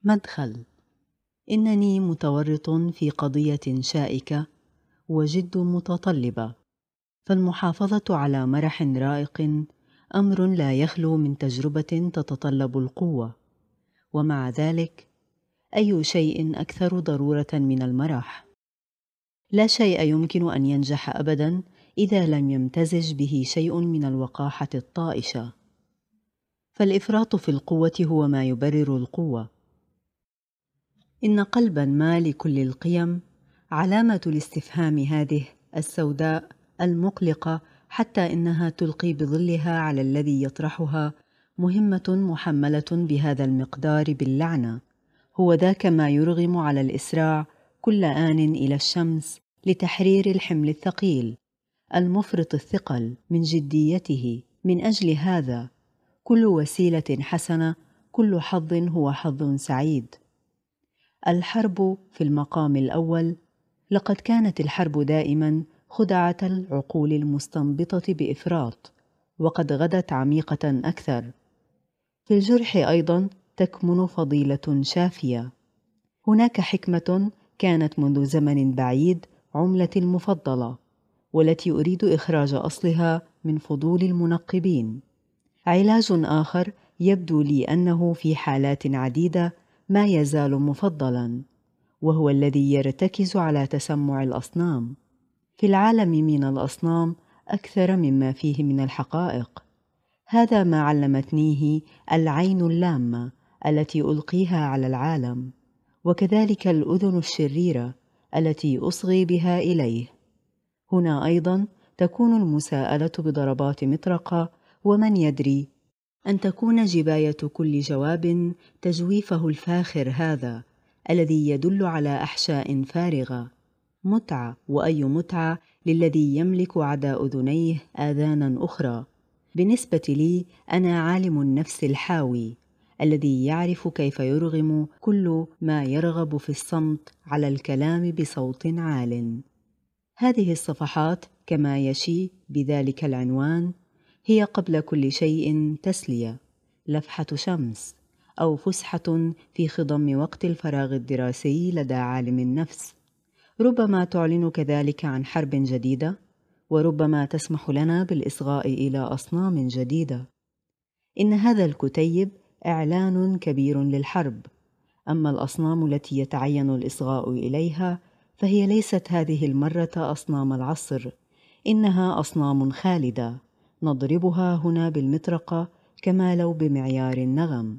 مدخل. إنني متورط في قضية شائكة وجد متطلبة، فالمحافظة على مرح رائق أمر لا يخلو من تجربة تتطلب القوة، ومع ذلك أي شيء أكثر ضرورة من المرح؟ لا شيء يمكن أن ينجح أبداً إذا لم يمتزج به شيء من الوقاحة الطائشة، فالإفراط في القوة هو ما يبرر القوة. إن قلباً ما لكل القيم علامة الاستفهام هذه السوداء المقلقة، حتى إنها تلقي بظلها على الذي يطرحها مهمة محملة بهذا المقدار باللعنة. هو ذاك ما يرغم على الإسراع كل آن إلى الشمس لتحرير الحمل الثقيل المفرط الثقل من جديته. من أجل هذا كل وسيلة حسنة، كل حظ هو حظ سعيد. الحرب في المقام الأول. لقد كانت الحرب دائما خدعة العقول المستنبطة بإفراط، وقد غدت عميقة أكثر. في الجرح أيضا تكمن فضيلة شافية. هناك حكمة كانت منذ زمن بعيد عملتي المفضلة، والتي أريد إخراج أصلها من فضول المنقبين. علاج آخر يبدو لي أنه في حالات عديدة ما يزال مفضلاً، وهو الذي يرتكز على تسمع الأصنام. في العالم من الأصنام أكثر مما فيه من الحقائق. هذا ما علمتنيه العين اللامة التي ألقيها على العالم، وكذلك الأذن الشريرة التي أصغي بها إليه. هنا أيضا تكون المساءلة بضربات مطرقة، ومن يدري أن تكون جباية كل جواب تجويفه الفاخر هذا الذي يدل على أحشاء فارغة. متعة، وأي متعة للذي يملك عدا أذنيه آذانا أخرى. بالنسبة لي أنا عالم النفس الحاوي الذي يعرف كيف يرغم كل ما يرغب في الصمت على الكلام بصوت عال. هذه الصفحات كما يشي بذلك العنوان هي قبل كل شيء تسلية، لفحة شمس، أو فسحة في خضم وقت الفراغ الدراسي لدى عالم النفس. ربما تعلن كذلك عن حرب جديدة، وربما تسمح لنا بالإصغاء إلى أصنام جديدة. إن هذا الكتيب إعلان كبير للحرب، أما الأصنام التي يتعين الإصغاء إليها فهي ليست هذه المرة أصنام العصر، إنها أصنام خالدة نضربها هنا بالمطرقة كما لو بمعيار النغم.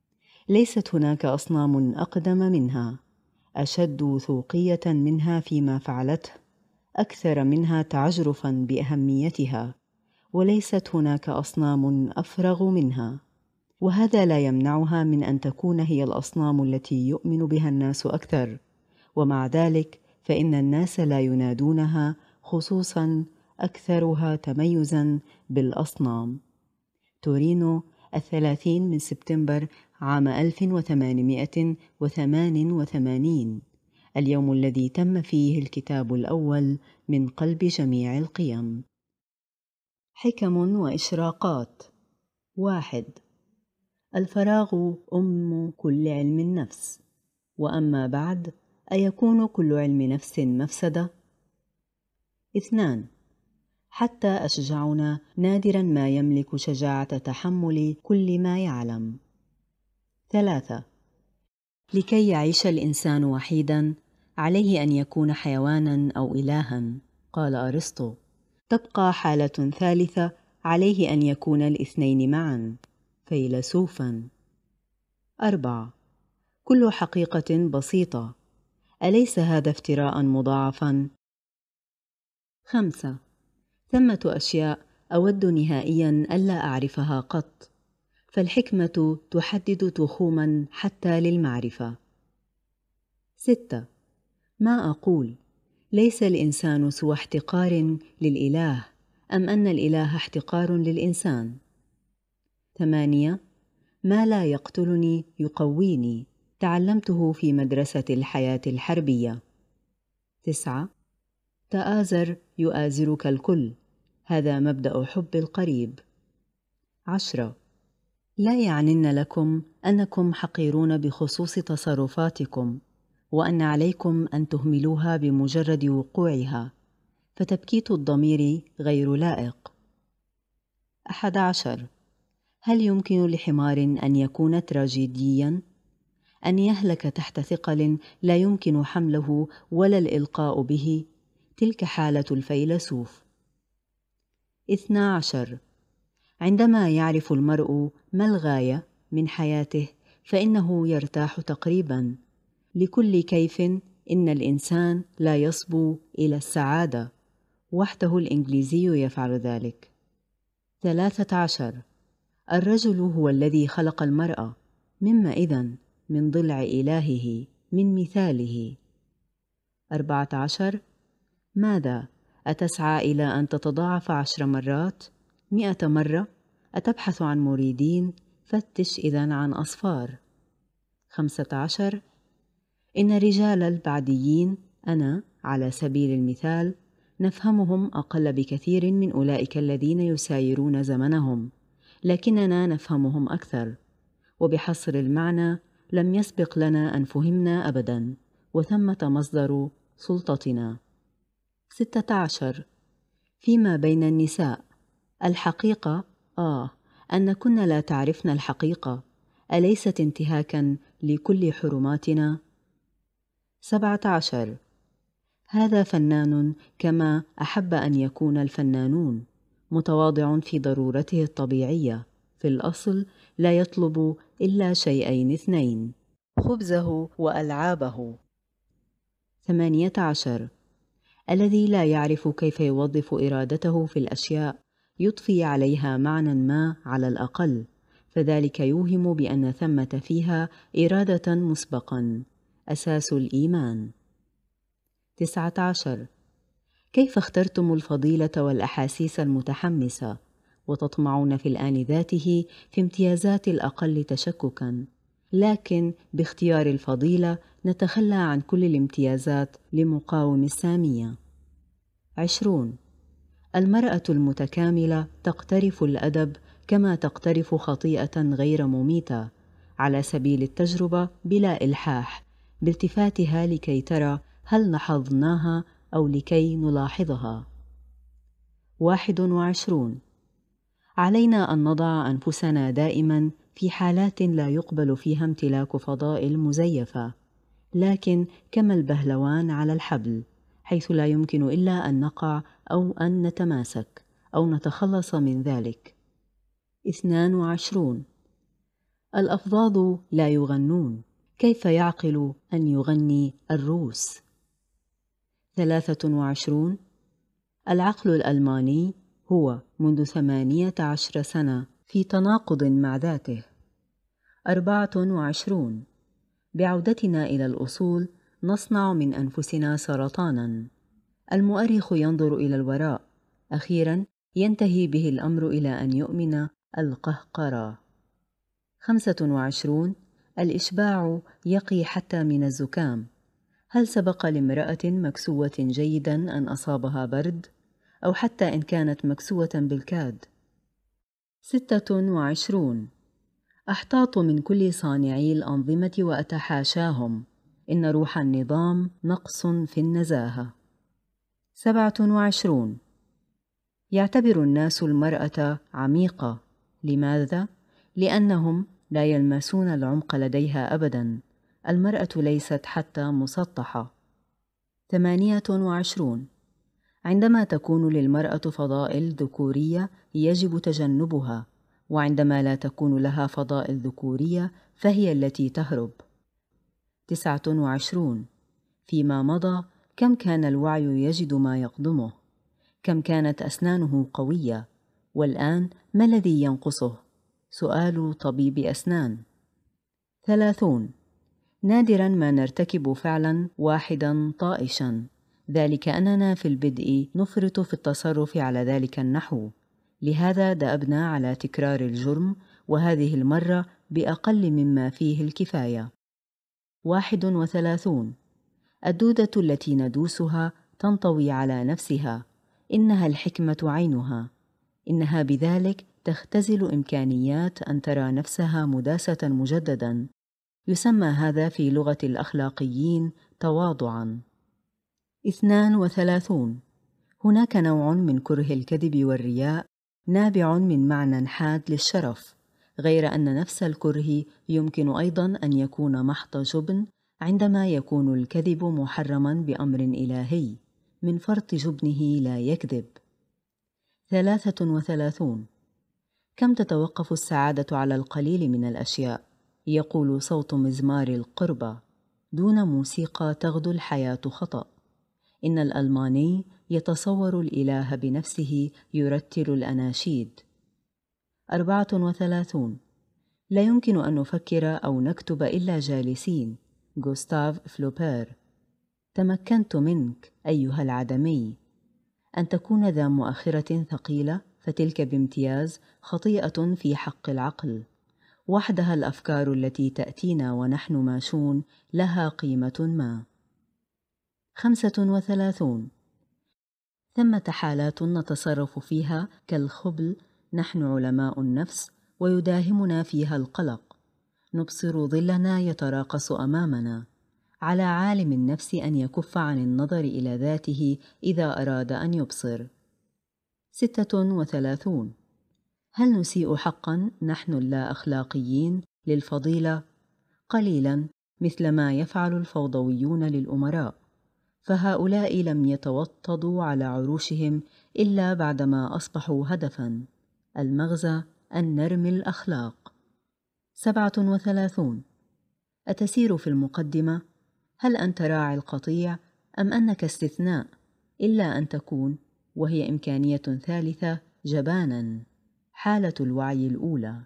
ليست هناك أصنام أقدم منها، أشد وثوقية منها فيما فعلته، أكثر منها تعجرفا بأهميتها، وليست هناك أصنام أفرغ منها. وهذا لا يمنعها من أن تكون هي الأصنام التي يؤمن بها الناس أكثر، ومع ذلك فإن الناس لا ينادونها، خصوصا أكثرها تميزا بالأصنام. تورينو، 30 سبتمبر عام 1888، اليوم الذي تم فيه الكتاب الأول من قلب جميع القيم. حكم وإشراقات. 1. الفراغ أم كل علم النفس، وأما بعد أيكون كل علم نفس مفسدة؟ 2. حتى أشجعنا نادرا ما يملك شجاعة تحمل كل ما يعلم. 3. لكي يعيش الإنسان وحيدا عليه أن يكون حيوانا أو إلها، قال أرسطو. تبقى حالة ثالثة، عليه أن يكون الاثنين معا، فيلسوفا. 4. كل حقيقة بسيطة، أليس هذا افتراء مضاعفا؟ 5. ثمة أشياء أود نهائيا ألا أعرفها قط، فالحكمة تحدد تخوما حتى للمعرفة. 6. ما أقول ليس الإنسان سوى احتقار للإله، أم أن الإله احتقار للإنسان؟ 8. ما لا يقتلني يقويني، تعلمته في مدرسة الحياة الحربية. 9. تآزر يؤازرك الكل، هذا مبدأ حب القريب. 10. لا يعنين لكم أنكم حقيرون بخصوص تصرفاتكم، وأن عليكم أن تهملوها بمجرد وقوعها، فتبكيت الضمير غير لائق. 11. هل يمكن لحمار أن يكون تراجيدياً؟ أن يهلك تحت ثقل لا يمكن حمله ولا الإلقاء به، تلك حالة الفيلسوف. 12. عندما يعرف المرء ما الغاية من حياته فإنه يرتاح تقريباً. لكل كيف إن الإنسان لا يصبو إلى السعادة، وحده الإنجليزي يفعل ذلك. 13. الرجل هو الذي خلق المرأة، مما إذن من ضلع إلهه، من مثاله. 14. ماذا؟ أتسعى إلى أن تتضاعف 10 مرات؟ 100 مرة؟ أتبحث عن مريدين؟ فتش إذن عن أصفار. 15. إن الرجال البعديين، أنا على سبيل المثال، نفهمهم أقل بكثير من أولئك الذين يسايرون زمنهم، لكننا نفهمهم أكثر، وبحصر المعنى لم يسبق لنا أن فهمنا أبداً، وثمة مصدر سلطتنا. 16. فيما بين النساء، الحقيقة أنكن لا تعرفن الحقيقة، أليست انتهاكاً لكل حرماتنا؟ 17. هذا فنان كما أحب أن يكون الفنانون، متواضع في ضرورته الطبيعية، في الأصل لا يطلب إلا شيئين اثنين: خبزه وألعابه. 18. الذي لا يعرف كيف يوظف إرادته في الأشياء يضفي عليها معنى ما على الأقل، فذلك يوهم بأن ثمة فيها إرادة مسبقاً، أساس الإيمان. 19. كيف اخترتم الفضيلة والأحاسيس المتحمسة، وتطمعون في الآن ذاته في امتيازات الأقل تشككاً، لكن باختيار الفضيلة نتخلى عن كل الامتيازات لمقاوم السامية. 20. المرأة المتكاملة تقترف الأدب كما تقترف خطيئة غير مميتة، على سبيل التجربة بلا إلحاح، بالتفاتها لكي ترى هل لاحظناها أو لكي نلاحظها. 21. علينا أن نضع أنفسنا دائماً في حالات لا يقبل فيها امتلاك فضائل مزيفة، لكن كما البهلوان على الحبل، حيث لا يمكن إلا أن نقع أو أن نتماسك أو نتخلص من ذلك. 22. الأفضاض لا يغنون، كيف يعقل أن يغني الروس؟ 23. العقل الألماني هو منذ 18 سنة في تناقض مع ذاته. 24. بعودتنا إلى الأصول نصنع من أنفسنا سرطاناً. المؤرخ ينظر إلى الوراء، أخيراً ينتهي به الأمر إلى أن يؤمن القهقرى. 25. الإشباع يقي حتى من الزكام. هل سبق لامرأة مكسوة جيداً أن أصابها برد؟ أو حتى إن كانت مكسوة بالكاد. 26. أحتاط من كل صانعي الأنظمة وأتحاشاهم، إن روح النظام نقص في النزاهة. 27. يعتبر الناس المرأة عميقة. لماذا؟ لأنهم لا يلمسون العمق لديها أبداً. المرأة ليست حتى مسطحة. 28. عندما تكون للمرأة فضائل ذكورية يجب تجنبها، وعندما لا تكون لها فضائل ذكورية فهي التي تهرب. 29. فيما مضى كم كان الوعي يجد ما يقضمه، كم كانت أسنانه قوية، والآن ما الذي ينقصه؟ سؤال طبيب أسنان. 30. نادراً ما نرتكب فعلاً واحداً طائشاً، ذلك أننا في البدء نفرط في التصرف على ذلك النحو، لهذا دأبنا على تكرار الجرم، وهذه المرة بأقل مما فيه الكفاية. 31. الدودة التي ندوسها تنطوي على نفسها، إنها الحكمة عينها، إنها بذلك تختزل إمكانيات أن ترى نفسها مداسة مجدداً. يسمى هذا في لغة الأخلاقيين تواضعاً. 32. هناك نوع من كره الكذب والرياء نابع من معنى حاد للشرف، غير أن نفس الكره يمكن أيضاً أن يكون محض جبن عندما يكون الكذب محرماً بأمر إلهي، من فرط جبنه لا يكذب. 33. كم تتوقف السعادة على القليل من الأشياء؟ يقول صوت مزمار القربة: دون موسيقى تغدو الحياة خطأ. إن الألماني يتصور الإله بنفسه يرتل الأناشيد. 34. لا يمكن أن نفكر أو نكتب إلا جالسين. غوستاف فلوبير. تمكنت منك أيها العدمي. أن تكون ذا مؤخرة ثقيلة فتلك بامتياز خطيئة في حق العقل. وحدها الأفكار التي تأتينا ونحن ماشون لها قيمة ما. 35. ثمة حالات نتصرف فيها كالخبل، نحن علماء النفس ويداهمنا فيها القلق. نبصر ظلنا يتراقص أمامنا. على عالم النفس أن يكف عن النظر إلى ذاته إذا أراد أن يبصر. 36. هل نسيء حقا نحن اللا أخلاقيين للفضيلة؟ قليلا، مثل ما يفعل الفوضويون للأمراء، فهؤلاء لم يتوطدوا على عروشهم إلا بعدما أصبحوا هدفا. المغزى أن نرمي الأخلاق. 37. أتسير في المقدمة؟ هل أنت راعي القطيع أم أنك استثناء؟ إلا أن تكون، وهي إمكانية ثالثة، جبانا. حالة الوعي الأولى.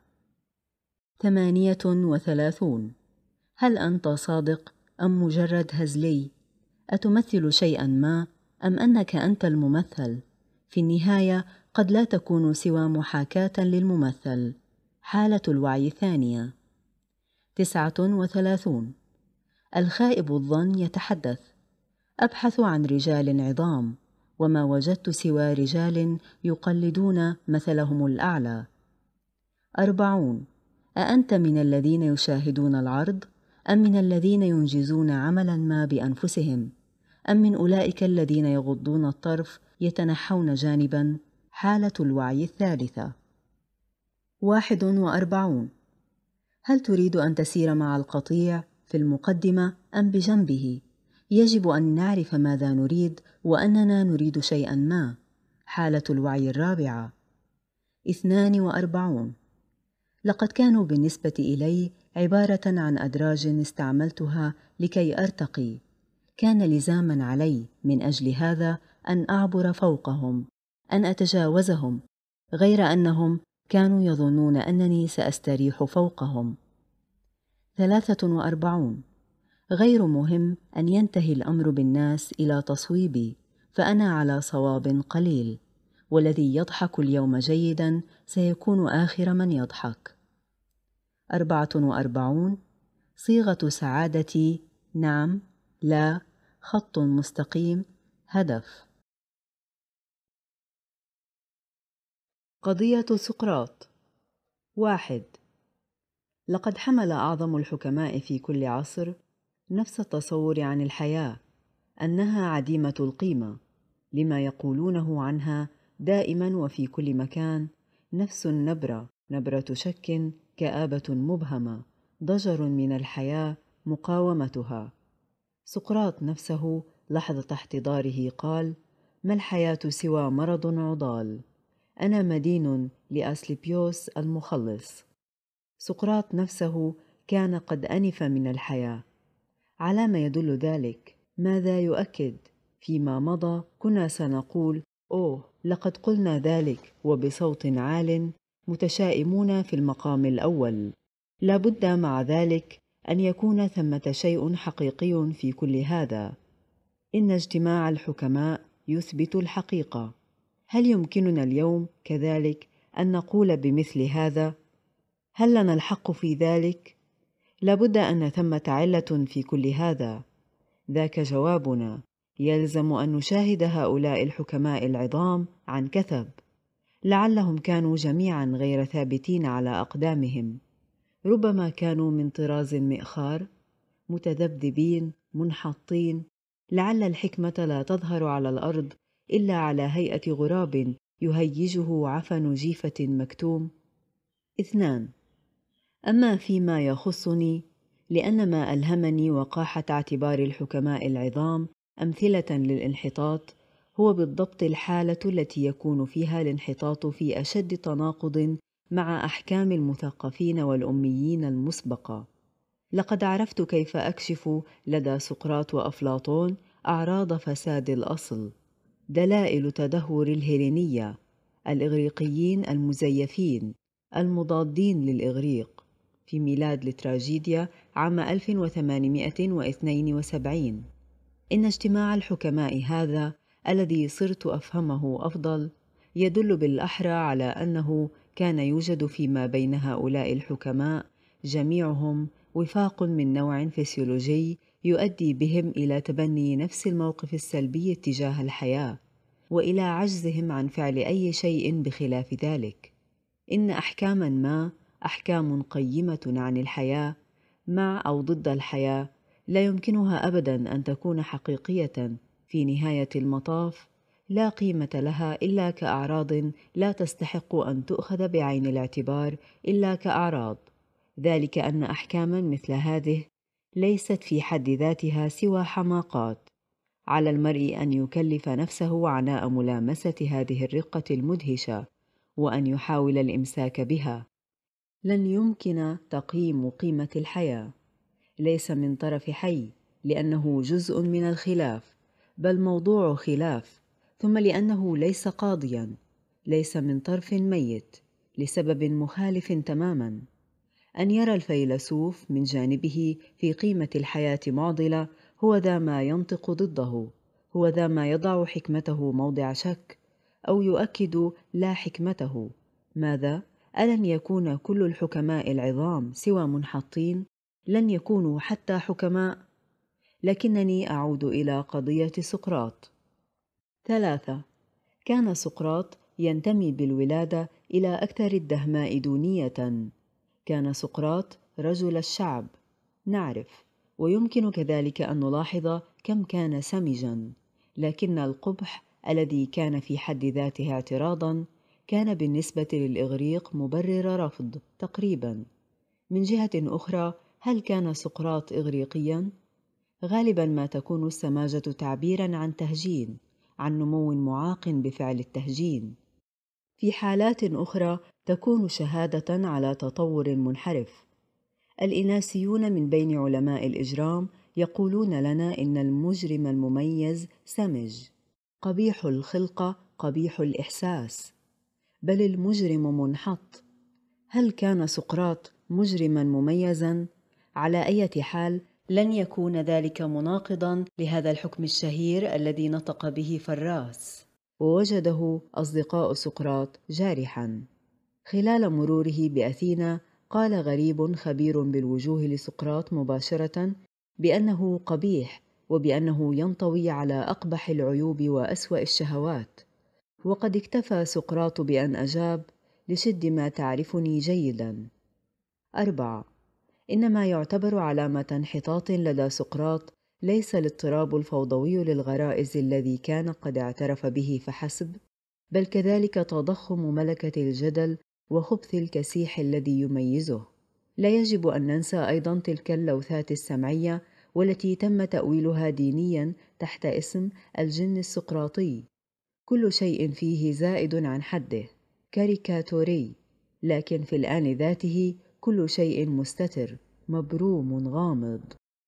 38. هل أنت صادق أم مجرد هزلي؟ أتمثل شيئا ما أم أنك أنت الممثل؟ في النهاية قد لا تكون سوى محاكاة للممثل. حالة الوعي الثانية. 39. الخائب الظن يتحدث: أبحث عن رجال عظام وما وجدت سوى رجال يقلدون مثلهم الأعلى. 40. أأنت من الذين يشاهدون العرض أم من الذين ينجزون عملا ما بأنفسهم أم من أولئك الذين يغضون الطرف يتنحون جانبا؟ حالة الوعي الثالثة. 41. هل تريد أن تسير مع القطيع في المقدمة أم بجنبه؟ يجب أن نعرف ماذا نريد وأننا نريد شيئا ما. حالة الوعي الرابعة. 42. لقد كانوا بالنسبة إلي عبارة عن أدراج استعملتها لكي أرتقي. كان لزاما علي من أجل هذا أن أعبر فوقهم، أن أتجاوزهم، غير أنهم كانوا يظنون أنني سأستريح فوقهم. 43. غير مهم أن ينتهي الأمر بالناس إلى تصويبي، فأنا على صواب قليل، والذي يضحك اليوم جيدا سيكون آخر من يضحك. 44. صيغة سعادتي: نعم، لا، خط مستقيم، هدف. قضية سقراط. 1. لقد حمل أعظم الحكماء في كل عصر نفس التصور عن الحياة، أنها عديمة القيمة، لما يقولونه عنها دائما وفي كل مكان: نفس نبرة، نبرة شك، كآبة مبهمة، ضجر من الحياة مقاومتها. سقراط نفسه لحظة احتضاره قال: ما الحياة سوى مرض عضال، أنا مدين لأسليبيوس المخلص. سقراط نفسه كان قد أنف من الحياة. على ما يدل ذلك؟ ماذا يؤكد؟ فيما مضى كنا سنقول: أوه، لقد قلنا ذلك، وبصوت عال، متشائمون في المقام الأول. لا بد مع ذلك أن يكون ثمة شيء حقيقي في كل هذا. إن اجتماع الحكماء يثبت الحقيقة. هل يمكننا اليوم كذلك أن نقول بمثل هذا؟ هل لنا الحق في ذلك؟ لا بد أن ثمة علة في كل هذا. ذاك جوابنا: يلزم أن نشاهد هؤلاء الحكماء العظام عن كثب. لعلهم كانوا جميعا غير ثابتين على أقدامهم، ربما كانوا من طراز مئخار، متذبذبين منحطين. لعل الحكمة لا تظهر على الأرض إلا على هيئة غراب يهيجه عفن جيفة مكتوم. 2. أما فيما يخصني، لأن ما ألهمني وقاحة اعتبار الحكماء العظام أمثلة للانحطاط هو بالضبط الحالة التي يكون فيها الانحطاط في أشد تناقض مع أحكام المثقفين والأميين المسبقة. لقد عرفت كيف أكشف لدى سقراط وأفلاطون أعراض فساد الأصل، دلائل تدهور الهيلينية، الإغريقيين المزيفين المضادين للإغريق، في ميلاد التراجيديا عام 1872. إن اجتماع الحكماء هذا الذي صرت أفهمه أفضل يدل بالأحرى على أنه كان يوجد فيما بين هؤلاء الحكماء جميعهم وفاق من نوع فسيولوجي يؤدي بهم إلى تبني نفس الموقف السلبي تجاه الحياة، وإلى عجزهم عن فعل أي شيء بخلاف ذلك. إن أحكاماً ما أحكام قيمة عن الحياة مع أو ضد الحياة لا يمكنها أبداً أن تكون حقيقية في نهاية المطاف، لا قيمة لها إلا كأعراض لا تستحق أن تؤخذ بعين الاعتبار إلا كأعراض. ذلك أن أحكاماً مثل هذه ليست في حد ذاتها سوى حماقات. على المرء أن يكلف نفسه عناء ملامسة هذه الرقة المدهشة وأن يحاول الإمساك بها. لن يمكن تقييم قيمة الحياة، ليس من طرف حي لأنه جزء من الخلاف، بل موضوع خلاف، ثم لأنه ليس قاضياً، ليس من طرف ميت لسبب مخالف تماماً. أن يرى الفيلسوف من جانبه في قيمة الحياة معضلة هو ذا ما ينطق ضده، هو ذا ما يضع حكمته موضع شك أو يؤكد لا حكمته. ماذا؟ ألن يكون كل الحكماء العظام سوى منحطين؟ لن يكونوا حتى حكماء. لكنني أعود إلى قضية سقراط. 3. كان سقراط ينتمي بالولادة إلى أكثر الدهماء دونية. كان سقراط رجل الشعب، نعرف، ويمكن كذلك أن نلاحظ كم كان سمجاً، لكن القبح الذي كان في حد ذاته اعتراضاً كان بالنسبة للإغريق مبرر رفض تقريباً. من جهة أخرى، هل كان سقراط إغريقياً؟ غالباً ما تكون السماجة تعبيراً عن تهجين، عن نمو معاق بفعل التهجين. في حالات أخرى تكون شهادة على تطور منحرف. الإناسيون من بين علماء الإجرام يقولون لنا إن المجرم المميز سمج، قبيح الخلقة، قبيح الإحساس، بل المجرم منحط. هل كان سقراط مجرماً مميزاً؟ على أي حال لن يكون ذلك مناقضاً لهذا الحكم الشهير الذي نطق به فراس ووجده أصدقاء سقراط جارحاً. خلال مروره بأثينا قال غريب خبير بالوجوه لسقراط مباشرة بأنه قبيح وبأنه ينطوي على أقبح العيوب وأسوأ الشهوات، وقد اكتفى سقراط بأن أجاب: لشد ما تعرفني جيداً. 4. إنما يعتبر علامة انحطاط لدى سقراط ليس الاضطراب الفوضوي للغرائز الذي كان قد اعترف به فحسب، بل كذلك تضخم ملكة الجدل وخبث الكسيح الذي يميزه. لا يجب أن ننسى أيضاً تلك اللوثات السمعية والتي تم تأويلها دينياً تحت اسم الجن السقراطي. كل شيء فيه زائد عن حده، كاريكاتوري، لكن في الآن ذاته كل شيء مستتر، مبروم، غامض.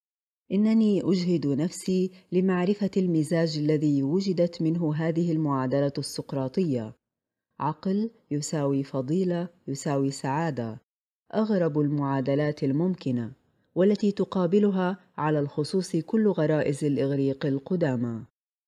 إنني أجهد نفسي لمعرفة المزاج الذي وجدت منه هذه المعادلة السقراطية: عقل يساوي فضيلة يساوي سعادة، أغرب المعادلات الممكنة، والتي تقابلها على الخصوص كل غرائز الإغريق القدامى.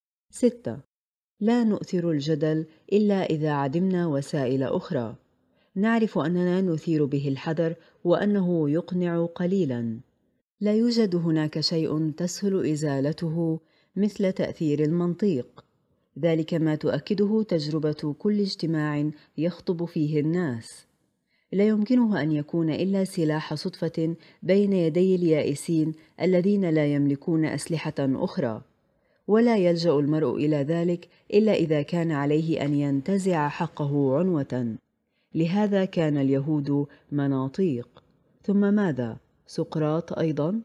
6. لا نؤثر الجدل إلا إذا عدمنا وسائل أخرى. نعرف أننا نثير به الحذر وأنه يقنع قليلاً. لا يوجد هناك شيء تسهل إزالته مثل تأثير المنطيق. ذلك ما تؤكده تجربة كل اجتماع يخطب فيه الناس. لا يمكنه أن يكون إلا سلاح صدفة بين يدي اليائسين الذين لا يملكون أسلحة أخرى، ولا يلجأ المرء إلى ذلك إلا إذا كان عليه أن ينتزع حقه عنوة. لهذا كان اليهود مناطيق. ثم ماذا؟ سقراط أيضا؟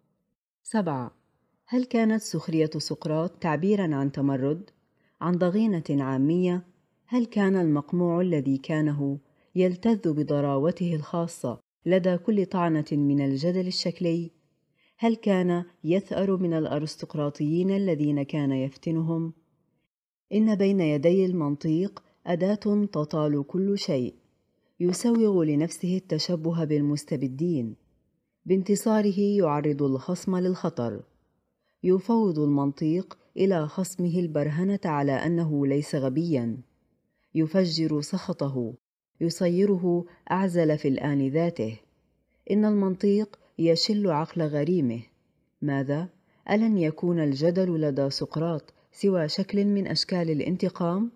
7. هل كانت سخرية سقراط تعبيرا عن تمرد؟ عن ضغينة عامية؟ هل كان المقموع الذي كانه يلتذ بضراوته الخاصة لدى كل طعنة من الجدل الشكلي؟ هل كان يثأر من الأرستقراطيين الذين كان يفتنهم؟ إن بين يدي المنطيق أداة تطال كل شيء، يسوغ لنفسه التشبه بالمستبدين. بانتصاره يعرض الخصم للخطر. يفوض المنطيق إلى خصمه البرهنة على أنه ليس غبياً. يفجر سخطه، يصيره أعزل في الآن ذاته. إن المنطيق يشل عقل غريمه. ماذا؟ ألن يكون الجدل لدى سقراط سوى شكل من أشكال الانتقام؟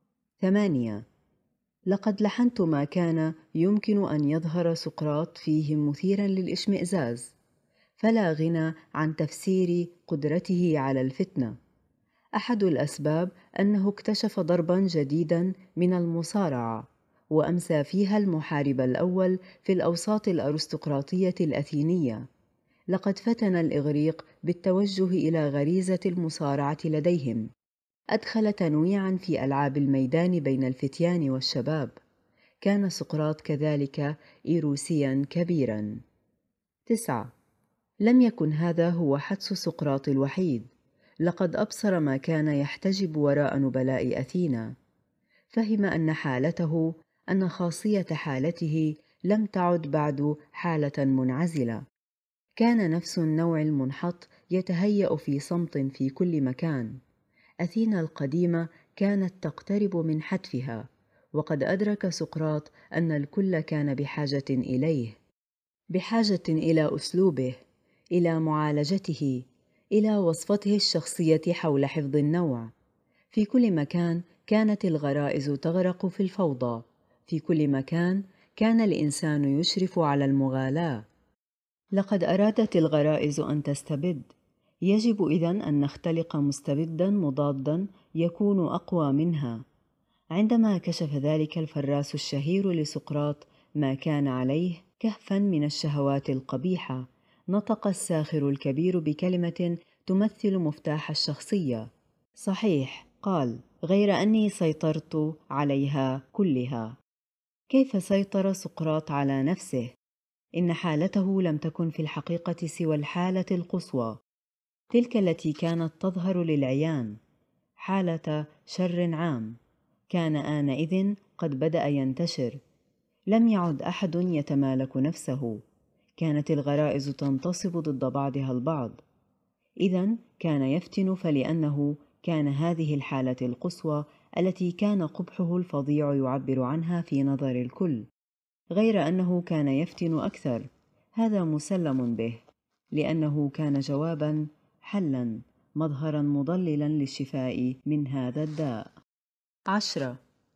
8. لقد لحنت ما كان يمكن أن يظهر سقراط فيه مثيراً للإشمئزاز، فلا غنى عن تفسير قدرته على الفتنة. أحد الأسباب أنه اكتشف ضرباً جديداً من المصارعة، وأمسى فيها المحارب الأول في الأوساط الأرستقراطية الأثينية. لقد فتن الإغريق بالتوجه إلى غريزة المصارعة لديهم. أدخل تنويعاً في ألعاب الميدان بين الفتيان والشباب. كان سقراط كذلك إيروسياً كبيراً. 9. لم يكن هذا هو حدس سقراط الوحيد. لقد أبصر ما كان يحتجب وراء نبلاء أثينا. فهم أن خاصية حالته لم تعد بعد حالة منعزلة. كان نفس النوع المنحط يتهيأ في صمت في كل مكان. أثينا القديمة كانت تقترب من حتفها، وقد أدرك سقراط أن الكل كان بحاجة إليه، بحاجة إلى أسلوبه، إلى معالجته، إلى وصفته الشخصية حول حفظ النوع. في كل مكان كانت الغرائز تغرق في الفوضى. في كل مكان كان الإنسان يشرف على المغالاة. لقد أرادت الغرائز أن تستبد. يجب إذن أن نختلق مستبداً مضاداً يكون أقوى منها. عندما كشف ذلك الفراس الشهير لسقراط ما كان عليه كهفاً من الشهوات القبيحة، نطق الساخر الكبير بكلمة تمثل مفتاح الشخصية. صحيح، قال، غير أني سيطرت عليها كلها. كيف سيطر سقراط على نفسه؟ إن حالته لم تكن في الحقيقة سوى الحالة القصوى، تلك التي كانت تظهر للعيان، حالة شر عام. كان آنئذ قد بدأ ينتشر. لم يعد أحد يتمالك نفسه. كانت الغرائز تنتصب ضد بعضها البعض. إذن كان يفتن فلأنه كان هذه الحالة القصوى التي كان قبحه الفظيع يعبر عنها في نظر الكل. غير أنه كان يفتن أكثر، هذا مسلم به، لأنه كان جواباً، حلاً، مظهراً مضللاً للشفاء من هذا الداء. 10.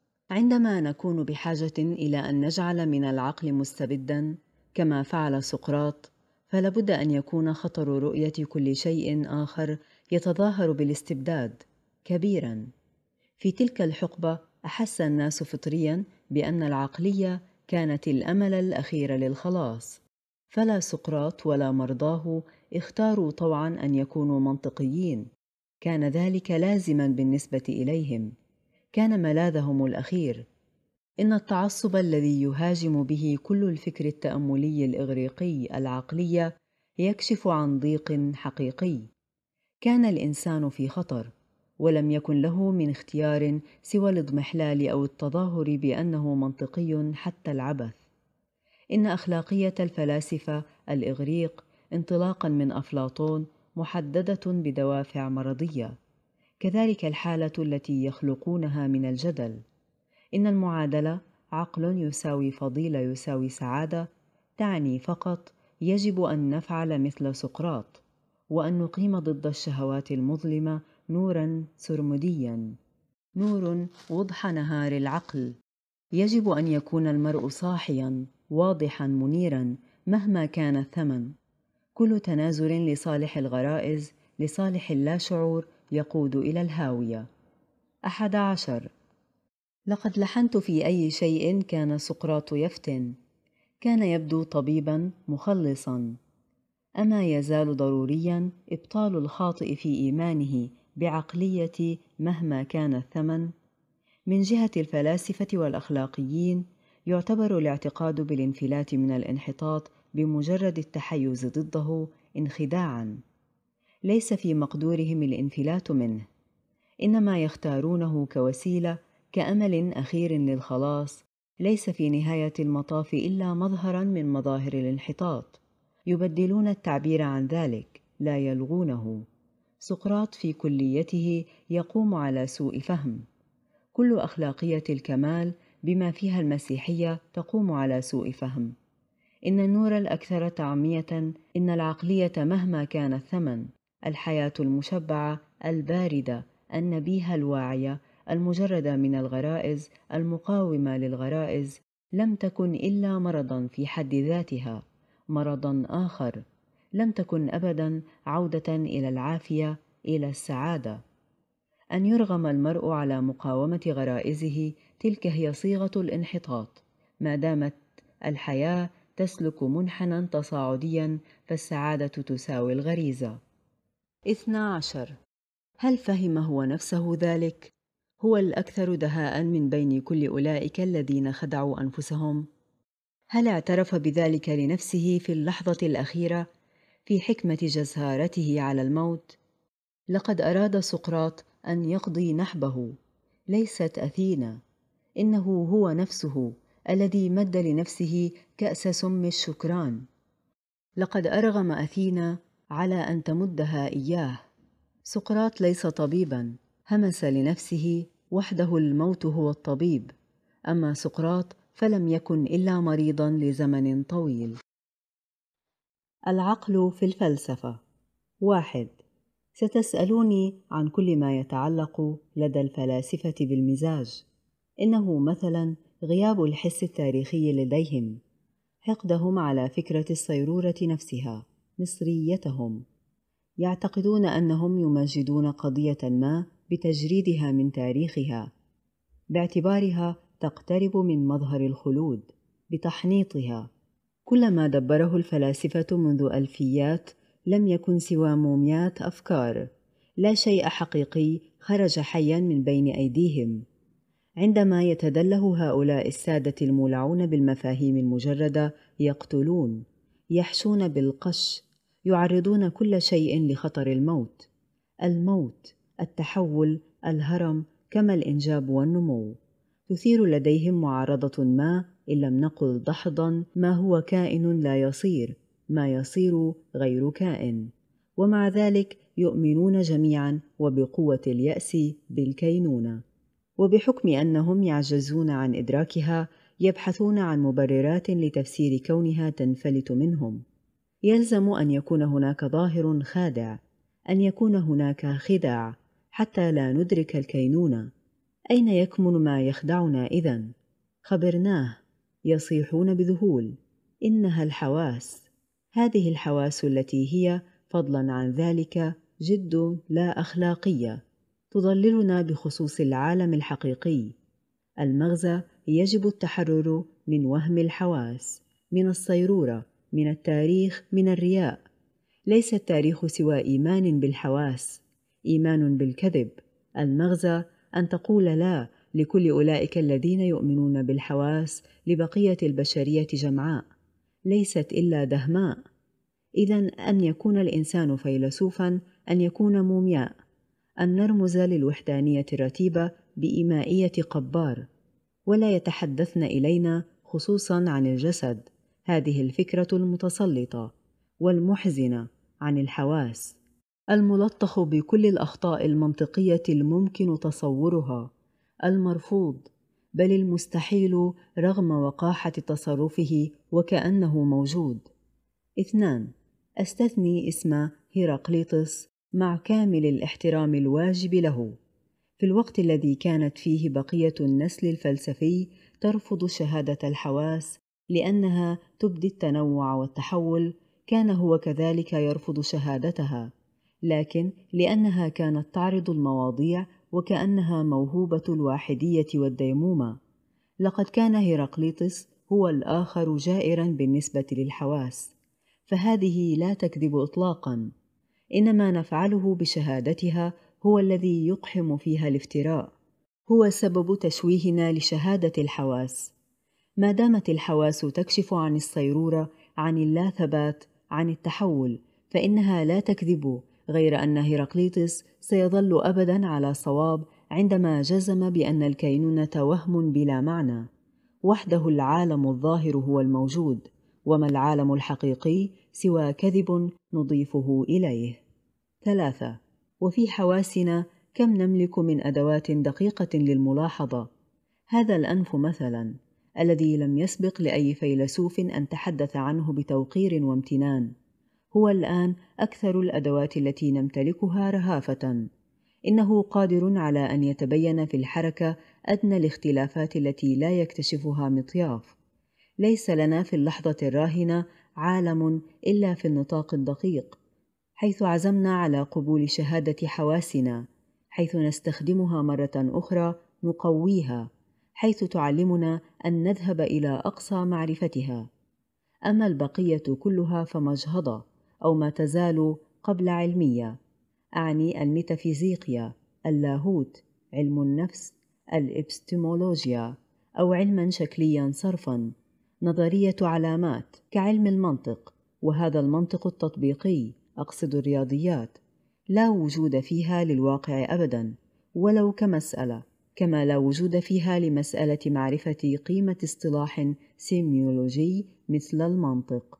عندما نكون بحاجة إلى أن نجعل من العقل مستبداً كما فعل سقراط، فلابد أن يكون خطر رؤية كل شيء آخر يتظاهر بالاستبداد كبيراً. في تلك الحقبة أحس الناس فطرياً بأن العقلية كانت الأمل الأخير للخلاص. فلا سقراط ولا مرضاه اختاروا طوعاً أن يكونوا منطقيين. كان ذلك لازماً بالنسبة إليهم. كان ملاذهم الأخير. إن التعصب الذي يهاجم به كل الفكر التأملي الإغريقي العقلية يكشف عن ضيق حقيقي. كان الإنسان في خطر، ولم يكن له من اختيار سوى الاضمحلال أو التظاهر بأنه منطقي حتى العبث. إن أخلاقية الفلاسفة الإغريق انطلاقاً من أفلاطون محددة بدوافع مرضية، كذلك الحالة التي يخلقونها من الجدل. إن المعادلة عقل يساوي فضيلة يساوي سعادة تعني فقط يجب أن نفعل مثل سقراط، وأن نقيم ضد الشهوات المظلمة نوراً سرمدياً. نور وضح نهار العقل. يجب أن يكون المرء صاحياً واضحاً منيراً مهما كان الثمن. كل تنازل لصالح الغرائز لصالح اللاشعور يقود إلى الهاوية. 11. لقد لحنت في أي شيء كان سقراط يفتن. كان يبدو طبيباً مخلصاً. أما يزال ضرورياً إبطال الخاطئ في إيمانه بعقلية مهما كان الثمن؟ من جهة الفلاسفة والأخلاقيين، يعتبر الاعتقاد بالانفلات من الانحطاط بمجرد التحيز ضده انخداعاً. ليس في مقدورهم الانفلات منه، إنما يختارونه كوسيلة، كأمل أخير للخلاص، ليس في نهاية المطاف إلا مظهراً من مظاهر الانحطاط. يبدلون التعبير عن ذلك، لا يلغونه. سقراط في كليته يقوم على سوء فهم. كل أخلاقية الكمال بما فيها المسيحية تقوم على سوء فهم. إن النور الأكثر تعمية، إن العقلية مهما كان الثمن، الحياة المشبعة الباردة النبيهة الواعية المجردة من الغرائز المقاومة للغرائز، لم تكن إلا مرضاً في حد ذاتها، مرضاً آخر. لم تكن أبداً عودة إلى العافية، إلى السعادة. أن يرغم المرء على مقاومة غرائزه، تلك هي صيغة الانحطاط. ما دامت الحياة تسلك منحنى تصاعديا، فالسعادة تساوي الغريزة. 12. هل فهم هو نفسه ذلك؟ هو الأكثر دهاء من بين كل أولئك الذين خدعوا أنفسهم؟ هل اعترف بذلك لنفسه في اللحظة الأخيرة، في حكمة جسارته على الموت؟ لقد أراد سقراط أن يقضي نحبه، ليست أثينا. إنه هو نفسه الذي مد لنفسه كأس سم الشكران. لقد أرغم أثينا على أن تمدها إياه. سقراط ليس طبيباً، همس لنفسه وحده الموت هو الطبيب. أما سقراط فلم يكن إلا مريضاً لزمن طويل. العقل في الفلسفة. 1. ستسألوني عن كل ما يتعلق لدى الفلاسفة بالمزاج. إنه مثلاً غياب الحس التاريخي لديهم، حقدهم على فكرة الصيرورة نفسها، مصريتهم. يعتقدون أنهم يمجدون قضية ما بتجريدها من تاريخها، باعتبارها تقترب من مظهر الخلود، بتحنيطها. كل ما دبره الفلاسفة منذ ألفيات لم يكن سوى موميات أفكار، لا شيء حقيقي خرج حياً من بين أيديهم. عندما يتدله هؤلاء السادة المولعون بالمفاهيم المجردة يقتلون، يحشون بالقش، يعرضون كل شيء لخطر الموت. الموت، التحول، الهرم، كما الإنجاب والنمو. تثير لديهم معارضة ما، إن لم نقل دحضاً، ما هو كائن لا يصير، ما يصير غير كائن. ومع ذلك يؤمنون جميعاً وبقوة اليأس بالكينونة. وبحكم أنهم يعجزون عن إدراكها، يبحثون عن مبررات لتفسير كونها تنفلت منهم. يلزم أن يكون هناك ظاهر خادع، أن يكون هناك خداع، حتى لا ندرك الكينونة. أين يكمن ما يخدعنا إذن؟ خبرناه. يصيحون بذهول: إنها الحواس. هذه الحواس التي هي، فضلاً عن ذلك، جد لا أخلاقية، تضللنا بخصوص العالم الحقيقي. المغزى: يجب التحرر من وهم الحواس، من الصيرورة، من التاريخ، من الرياء. ليس التاريخ سوى إيمان بالحواس، إيمان بالكذب. المغزى: أن تقول لا لكل أولئك الذين يؤمنون بالحواس لبقية البشرية جمعاء، ليست إلا دهماء. إذن أن يكون الإنسان فيلسوفاً، أن يكون مومياء، أن نرمز للوحدانية الرتيبة بإيمائية قبار، ولا يتحدثن إلينا خصوصاً عن الجسد، هذه الفكرة المتسلطة والمحزنة عن الحواس، الملطخ بكل الأخطاء المنطقية الممكن تصورها، المرفوض بل المستحيل رغم وقاحة تصرفه وكأنه موجود. 2. أستثني اسم هيراقليطس مع كامل الاحترام الواجب له. في الوقت الذي كانت فيه بقية النسل الفلسفي ترفض شهادة الحواس لأنها تبدي التنوع والتحول، كان هو كذلك يرفض شهادتها، لكن لأنها كانت تعرض المواضيع وكأنها موهوبة الواحدية والديمومة. لقد كان هيراقليطس هو الآخر جائرا بالنسبة للحواس، فهذه لا تكذب إطلاقا، إنما نفعله بشهادتها هو الذي يقحم فيها الافتراء، هو سبب تشويهنا لشهادة الحواس. ما دامت الحواس تكشف عن الصيرورة، عن اللاثبات، عن التحول، فإنها لا تكذب، غير أن هيراقليطس سيظل أبداً على صواب عندما جزم بأن الكينونة وهم بلا معنى، وحده العالم الظاهر هو الموجود، وما العالم الحقيقي سوى كذب نضيفه إليه. 3. وفي حواسنا كم نملك من أدوات دقيقة للملاحظة. هذا الأنف مثلاً، الذي لم يسبق لأي فيلسوف أن تحدث عنه بتوقير وامتنان، هو الآن أكثر الأدوات التي نمتلكها رهافة. إنه قادر على أن يتبين في الحركة أدنى الاختلافات التي لا يكتشفها مطياف. ليس لنا في اللحظة الراهنة عالم إلا في النطاق الدقيق، حيث عزمنا على قبول شهادة حواسنا، حيث نستخدمها مرة أخرى نقويها، حيث تعلمنا أن نذهب إلى أقصى معرفتها. أما البقية كلها فمجهضة، أو ما تزال قبل علمية، أعني الميتافيزيقيا، اللاهوت، علم النفس، الإبستمولوجيا، أو علماً شكلياً صرفاً، نظرية علامات كعلم المنطق، وهذا المنطق التطبيقي، أقصد الرياضيات، لا وجود فيها للواقع أبداً ولو كمسألة، كما لا وجود فيها لمسألة معرفة قيمة اصطلاح سيميولوجي مثل المنطق.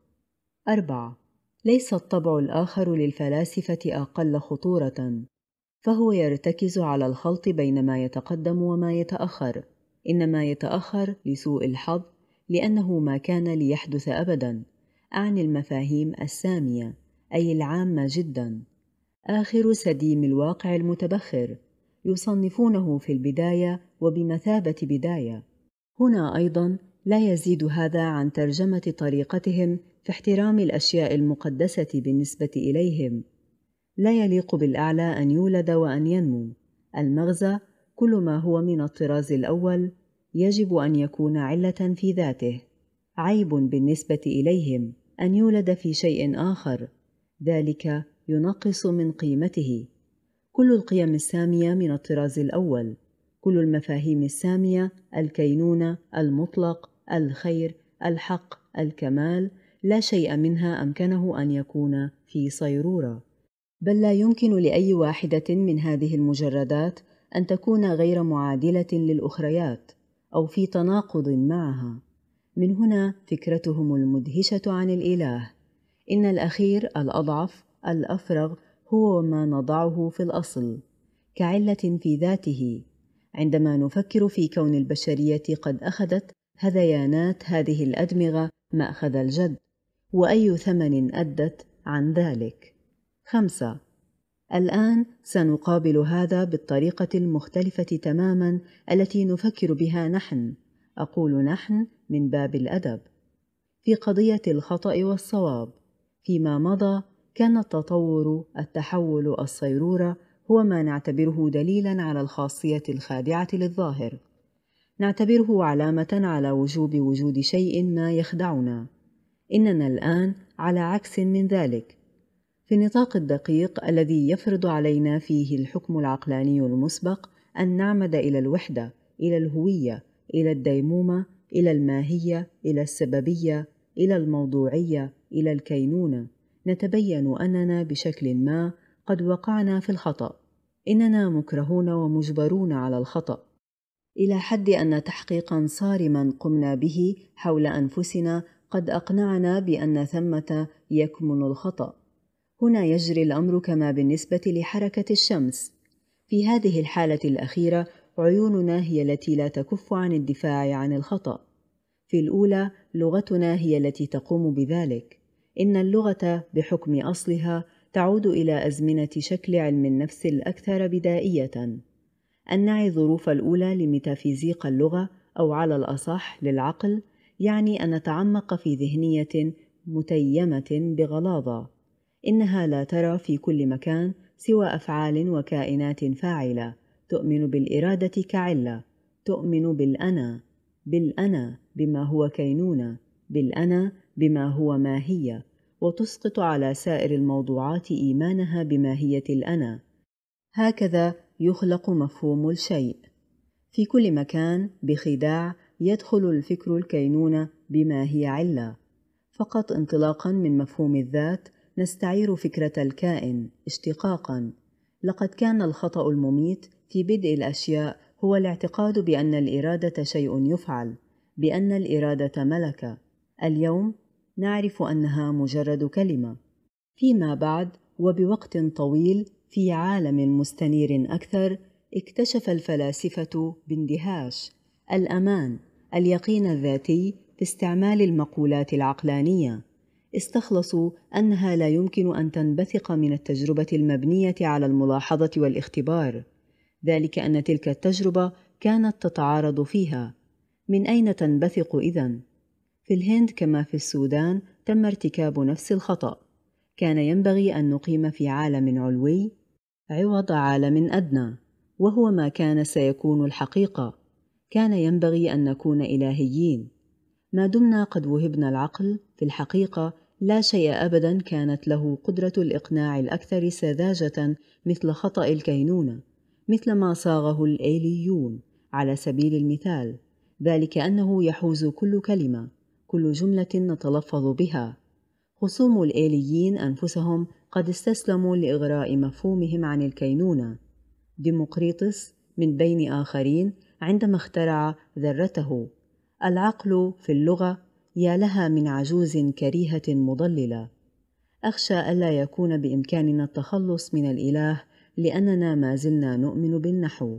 4. ليس الطبع الآخر للفلاسفة أقل خطورة، فهو يرتكز على الخلط بين ما يتقدم وما يتأخر، إنما يتأخر لسوء الحظ، لأنه ما كان ليحدث أبداً، أعني المفاهيم السامية، أي العامة جداً، آخر سديم الواقع المتبخر، يصنفونه في البداية وبمثابة بداية. هنا أيضاً لا يزيد هذا عن ترجمة طريقتهم في احترام الأشياء المقدسة بالنسبة إليهم. لا يليق بالأعلى أن يولد وأن ينمو. المغزى: كل ما هو من الطراز الأول يجب أن يكون علة في ذاته. عيب بالنسبة إليهم أن يولد في شيء آخر، ذلك ينقص من قيمته. كل القيم السامية من الطراز الأول، كل المفاهيم السامية، الكينونة، المطلق، الخير، الحق، الكمال، لا شيء منها أمكنه أن يكون في صيرورة، بل لا يمكن لأي واحدة من هذه المجردات أن تكون غير معادلة للأخريات أو في تناقض معها. من هنا فكرتهم المدهشة عن الإله، إن الأخير الأضعف الأفرغ هو ما نضعه في الأصل كعلة في ذاته، عندما نفكر في كون البشرية قد أخذت هذيانات هذه الأدمغة مأخذ الجد، وأي ثمن أدت عن ذلك. 5. الآن سنقابل هذا بالطريقة المختلفة تماماً التي نفكر بها نحن، أقول نحن من باب الأدب، في قضية الخطأ والصواب. فيما مضى كان التطور، التحول، الصيرورة هو ما نعتبره دليلاً على الخاصية الخادعة للظاهر، نعتبره علامة على وجود شيء ما يخدعنا. إننا الآن على عكس من ذلك، في النطاق الدقيق الذي يفرض علينا فيه الحكم العقلاني المسبق أن نعمد إلى الوحدة، إلى الهوية، إلى الديمومة، إلى الماهية، إلى السببية، إلى الموضوعية، إلى الكينونة، نتبين أننا بشكل ما قد وقعنا في الخطأ، إننا مكرهون ومجبرون على الخطأ، إلى حد أن تحقيقاً صارماً قمنا به حول أنفسنا قد أقنعنا بأن ثمة يكمن الخطأ. هنا يجري الأمر كما بالنسبة لحركة الشمس. في هذه الحالة الأخيرة عيوننا هي التي لا تكف عن الدفاع عن الخطأ. في الأولى لغتنا هي التي تقوم بذلك. إن اللغة بحكم أصلها تعود إلى أزمنة شكل علم النفس الأكثر بدائية. أن نعي الظروف الأولى لميتافيزيق اللغة أو على الأصح للعقل يعني أن نتعمق في ذهنية متيمة بغلاظة، إنها لا ترى في كل مكان سوى أفعال وكائنات فاعلة، تؤمن بالإرادة كعلة، تؤمن بالأنا بما هو كينونة، بالأنا بما هو ماهية، وتسقط على سائر الموضوعات إيمانها بماهية الأنا. هكذا يخلق مفهوم الشيء. في كل مكان بخداع يدخل الفكر الكينونة بما هي علة. فقط انطلاقا من مفهوم الذات نستعير فكرة الكائن اشتقاقا. لقد كان الخطأ المميت في بدء الأشياء هو الاعتقاد بأن الإرادة شيء يفعل، بأن الإرادة ملكة. اليوم نعرف أنها مجرد كلمة. فيما بعد وبوقت طويل في عالم مستنير أكثر، اكتشف الفلاسفة باندهاش الأمان، اليقين الذاتي في استعمال المقولات العقلانية. استخلصوا أنها لا يمكن أن تنبثق من التجربة المبنية على الملاحظة والاختبار، ذلك أن تلك التجربة كانت تتعارض فيها. من أين تنبثق إذن؟ في الهند كما في السودان تم ارتكاب نفس الخطأ. كان ينبغي أن نقيم في عالم علوي عوض عالم أدنى، وهو ما كان سيكون الحقيقة. كان ينبغي أن نكون إلهيين. ما دمنا قد وهبنا العقل، في الحقيقة لا شيء أبدا كانت له قدرة الإقناع الأكثر سذاجة مثل خطأ الكينونة، مثل ما صاغه الآليون على سبيل المثال، ذلك أنه يحوز كل كلمة، كل جملة نتلفظ بها. خصوم الآليين أنفسهم قد استسلموا لإغراء مفهومهم عن الكينونة. ديمقريطس من بين آخرين عندما اخترع ذرته. العقل في اللغة يا لها من عجوز كريهة مضللة. أخشى ألا يكون بإمكاننا التخلص من الإله لأننا ما زلنا نؤمن بالنحو.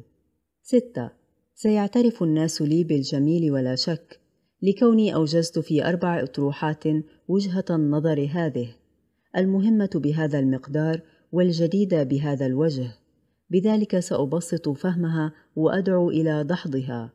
6. سيعترف الناس لي بالجميل ولا شك، لكوني أوجزت في 4 أطروحات وجهة النظر هذه، المهمة بهذا المقدار والجديدة بهذا الوجه. بذلك سأبسط فهمها وأدعو إلى دحضها.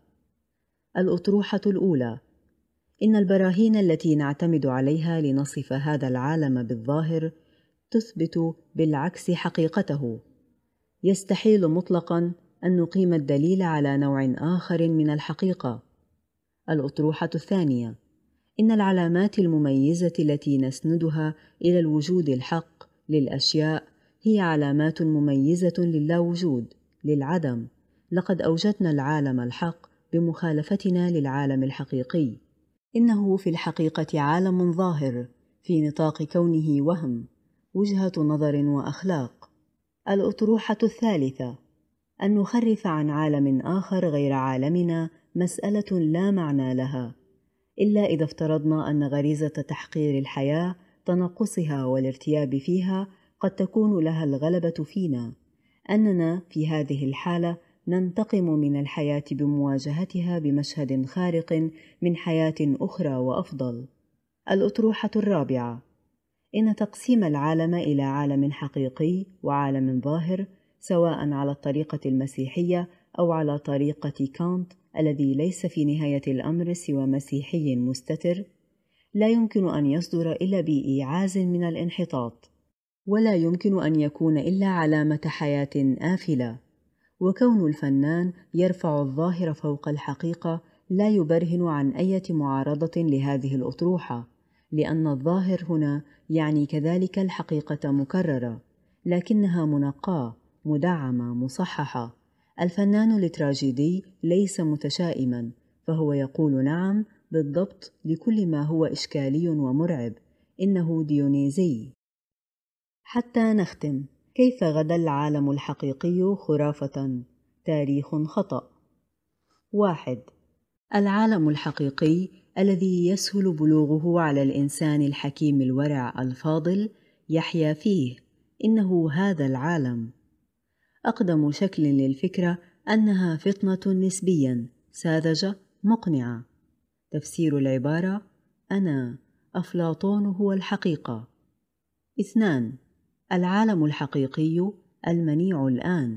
الأطروحة الأولى: إن البراهين التي نعتمد عليها لنصف هذا العالم بالظاهر تثبت بالعكس حقيقته. يستحيل مطلقاً أن نقيم الدليل على نوع آخر من الحقيقة. الأطروحة الثانية: إن العلامات المميزة التي نسندها إلى الوجود الحق للأشياء هي علامات مميزة للاوجود، للعدم. لقد أوجدنا العالم الحق بمخالفتنا للعالم الحقيقي. إنه في الحقيقة عالم ظاهر في نطاق كونه وهم، وجهة نظر وأخلاق. الأطروحة الثالثة: أن نخرف عن عالم آخر غير عالمنا مسألة لا معنى لها، إلا إذا افترضنا أن غريزة تحقير الحياة، تنقصها والارتياب فيها، قد تكون لها الغلبة فينا، أننا في هذه الحالة ننتقم من الحياة بمواجهتها بمشهد خارق من حياة أخرى وأفضل. الأطروحة الرابعة: إن تقسيم العالم إلى عالم حقيقي وعالم ظاهر، سواء على الطريقة المسيحية أو على طريقة كانت الذي ليس في نهاية الأمر سوى مسيحي مستتر، لا يمكن أن يصدر إلا بإيعاز من الانحطاط، ولا يمكن أن يكون إلا علامة حياة آفلة. وكون الفنان يرفع الظاهر فوق الحقيقة لا يبرهن عن أي معارضة لهذه الأطروحة، لأن الظاهر هنا يعني كذلك الحقيقة مكررة، لكنها منقاة، مدعمة، مصححة. الفنان التراجيدي ليس متشائما، فهو يقول نعم بالضبط لكل ما هو إشكالي ومرعب. إنه ديونيزي. حتى نختم. كيف غدا العالم الحقيقي خرافة؟ تاريخ خطأ. 1. العالم الحقيقي الذي يسهل بلوغه على الإنسان الحكيم الورع الفاضل يحيا فيه، إنه هذا العالم. أقدم شكل للفكرة أنها فطنة نسبياً ساذجة مقنعة. تفسير العبارة: أنا أفلاطون هو الحقيقة. 2. العالم الحقيقي المنيع الآن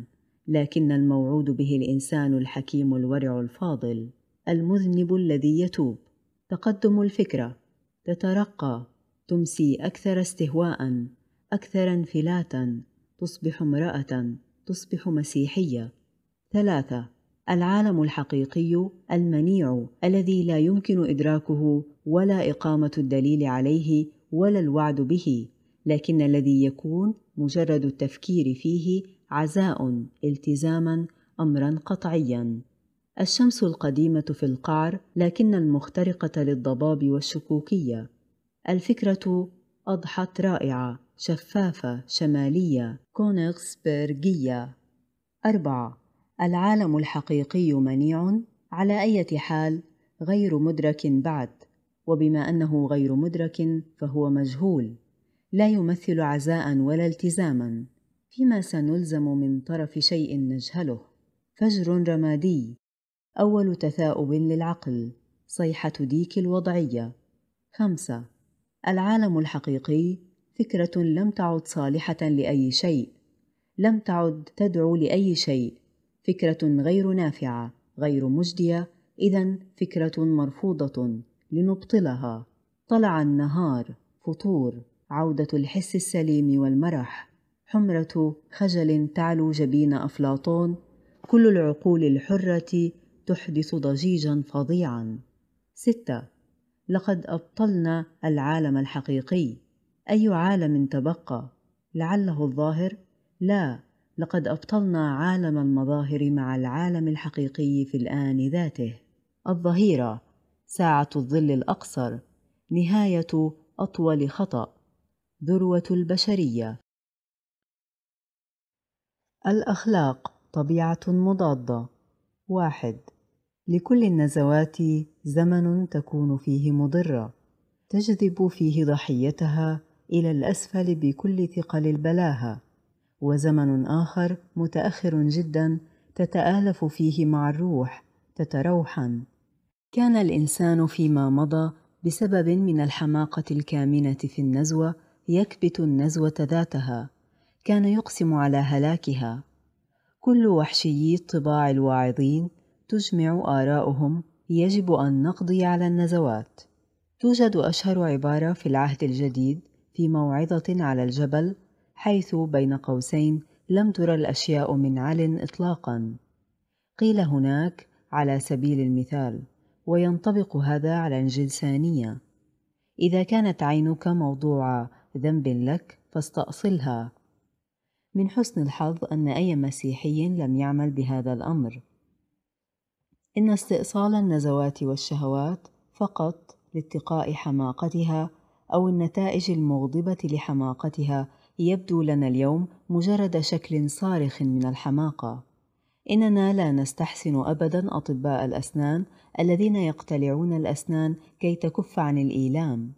لكن الموعود به الإنسان الحكيم الورع الفاضل، المذنب الذي يتوب. تقدم الفكرة، تترقى، تمسي أكثر استهواء، أكثر انفلاتا، تصبح امرأة، تصبح مسيحية. 3. العالم الحقيقي المنيع الذي لا يمكن إدراكه ولا إقامة الدليل عليه ولا الوعد به، لكن الذي يكون مجرد التفكير فيه عزاء، التزاما، أمرا قطعيا. الشمس القديمة في القعر لكن المخترقة للضباب والشكوكية. الفكرة أضحت رائعة، شفافة، شمالية، كونغسبرجية. 4. العالم الحقيقي منيع، على أي حال غير مدرك بعد، وبما أنه غير مدرك فهو مجهول، لا يمثل عزاء ولا التزاما، فيما سنلزم من طرف شيء نجهله. فجر رمادي، أول تثاؤب للعقل، صيحة ديك الوضعية. 5. العالم الحقيقي فكرة لم تعد صالحة لأي شيء، لم تعد تدعو لأي شيء، فكرة غير نافعة، غير مجدية، إذن فكرة مرفوضة، لنبطلها. طلع النهار، فطور، عودة الحس السليم والمرح، حمرة خجل تعلو جبين أفلاطون، كل العقول الحرة تحدث ضجيجا فظيعا. 6. لقد أبطلنا العالم الحقيقي. أي عالم تبقى؟ لعله الظاهر؟ لا، لقد أبطلنا عالم المظاهر مع العالم الحقيقي في الآن ذاته. الظهيرة، ساعة الظل الأقصر، نهاية أطول خطأ، ذروة البشرية. الأخلاق طبيعة مضادة. 1. لكل النزوات زمن تكون فيه مضرة، تجذب فيه ضحيتها إلى الأسفل بكل ثقل البلاهة، وزمن آخر متأخر جدا تتآلف فيه مع الروح، تتروحن. كان الإنسان فيما مضى بسبب من الحماقة الكامنة في النزوة يكبت النزوة ذاتها، كان يقسم على هلاكها. كل وحشيي الطباع الواعظين تجمع آراؤهم يجب أن نقضي على النزوات. توجد أشهر عبارة في العهد الجديد في موعظة على الجبل، حيث بين قوسين لم ترى الأشياء من عل إطلاقا. قيل هناك على سبيل المثال، وينطبق هذا على الجلسانية: إذا كانت عينك موضوع ذنب لك فاستأصلها. من حسن الحظ أن أي مسيحي لم يعمل بهذا الأمر. إن استئصال النزوات والشهوات فقط لاتقاء حماقتها أو النتائج المغضبة لحماقتها يبدو لنا اليوم مجرد شكل صارخ من الحماقة. إننا لا نستحسن أبدا أطباء الأسنان الذين يقتلعون الأسنان كي تكف عن الإيلام.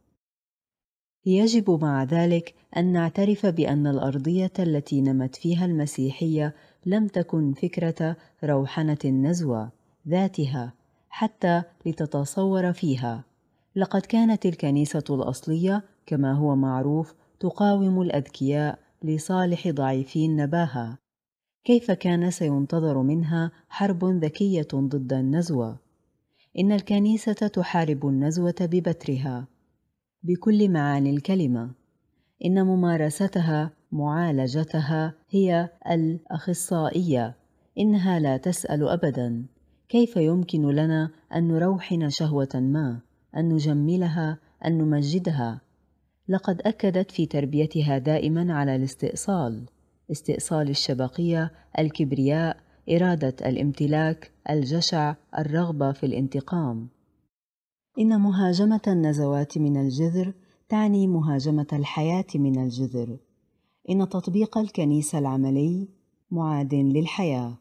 يجب مع ذلك أن نعترف بأن الأرضية التي نمت فيها المسيحية لم تكن فكرة روحنة النزوة ذاتها حتى لتتصور فيها. لقد كانت الكنيسة الأصلية كما هو معروف تقاوم الأذكياء لصالح ضعيفي النباهة. كيف كان سينتظر منها حرب ذكية ضد النزوة؟ إن الكنيسة تحارب النزوة ببترها بكل معاني الكلمة. إن ممارستها، معالجتها هي الأخصائية. إنها لا تسأل أبدا: كيف يمكن لنا أن نروحن شهوة ما، أن نجملها، أن نمجدها؟ لقد أكدت في تربيتها دائما على الاستئصال، استئصال الشبقية، الكبرياء، إرادة الامتلاك، الجشع، الرغبة في الانتقام. إن مهاجمة النزوات من الجذر تعني مهاجمة الحياة من الجذر. إن تطبيق الكنيسة العملي معاد للحياة.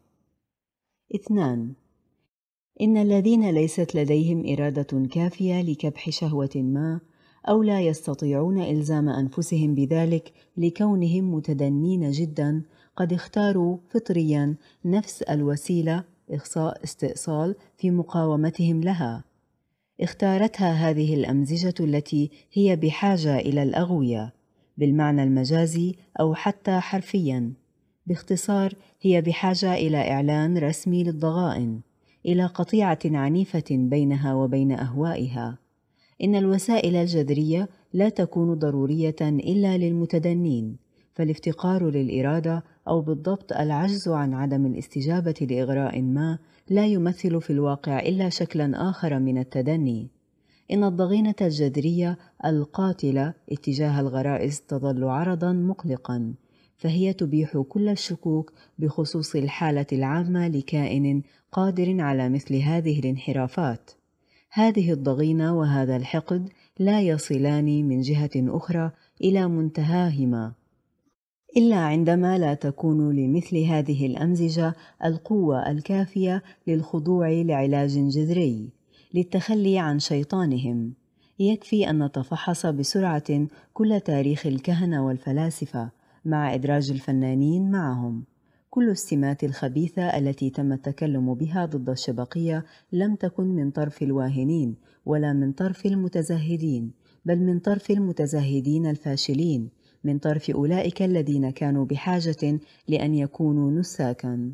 2. إن الذين ليست لديهم إرادة كافية لكبح شهوة ما أو لا يستطيعون إلزام أنفسهم بذلك لكونهم متدنين جدا قد اختاروا فطريا نفس الوسيلة، إخصاء استئصال، في مقاومتهم لها. اختارتها هذه الأمزجة التي هي بحاجة إلى الأغوية بالمعنى المجازي أو حتى حرفيا. باختصار، هي بحاجة إلى إعلان رسمي للضغائن، إلى قطيعة عنيفة بينها وبين أهوائها. إن الوسائل الجذرية لا تكون ضرورية إلا للمتدنين، فالافتقار للإرادة أو بالضبط العجز عن عدم الاستجابة لإغراء ما لا يمثل في الواقع إلا شكلاً آخر من التدني. إن الضغينة الجذرية القاتلة اتجاه الغرائز تظل عرضاً مقلقاً، فهي تبيح كل الشكوك بخصوص الحالة العامة لكائن قادر على مثل هذه الانحرافات. هذه الضغينة وهذا الحقد لا يصلان من جهة أخرى إلى منتهاهما إلا عندما لا تكون لمثل هذه الأمزجة القوة الكافية للخضوع لعلاج جذري، للتخلي عن شيطانهم. يكفي أن نتفحص بسرعة كل تاريخ الكهنة والفلاسفة مع إدراج الفنانين معهم. كل السمات الخبيثة التي تم التكلم بها ضد الشبقية لم تكن من طرف الواهنين ولا من طرف المتزهدين، بل من طرف المتزهدين الفاشلين، من طرف أولئك الذين كانوا بحاجة لأن يكونوا نساكاً.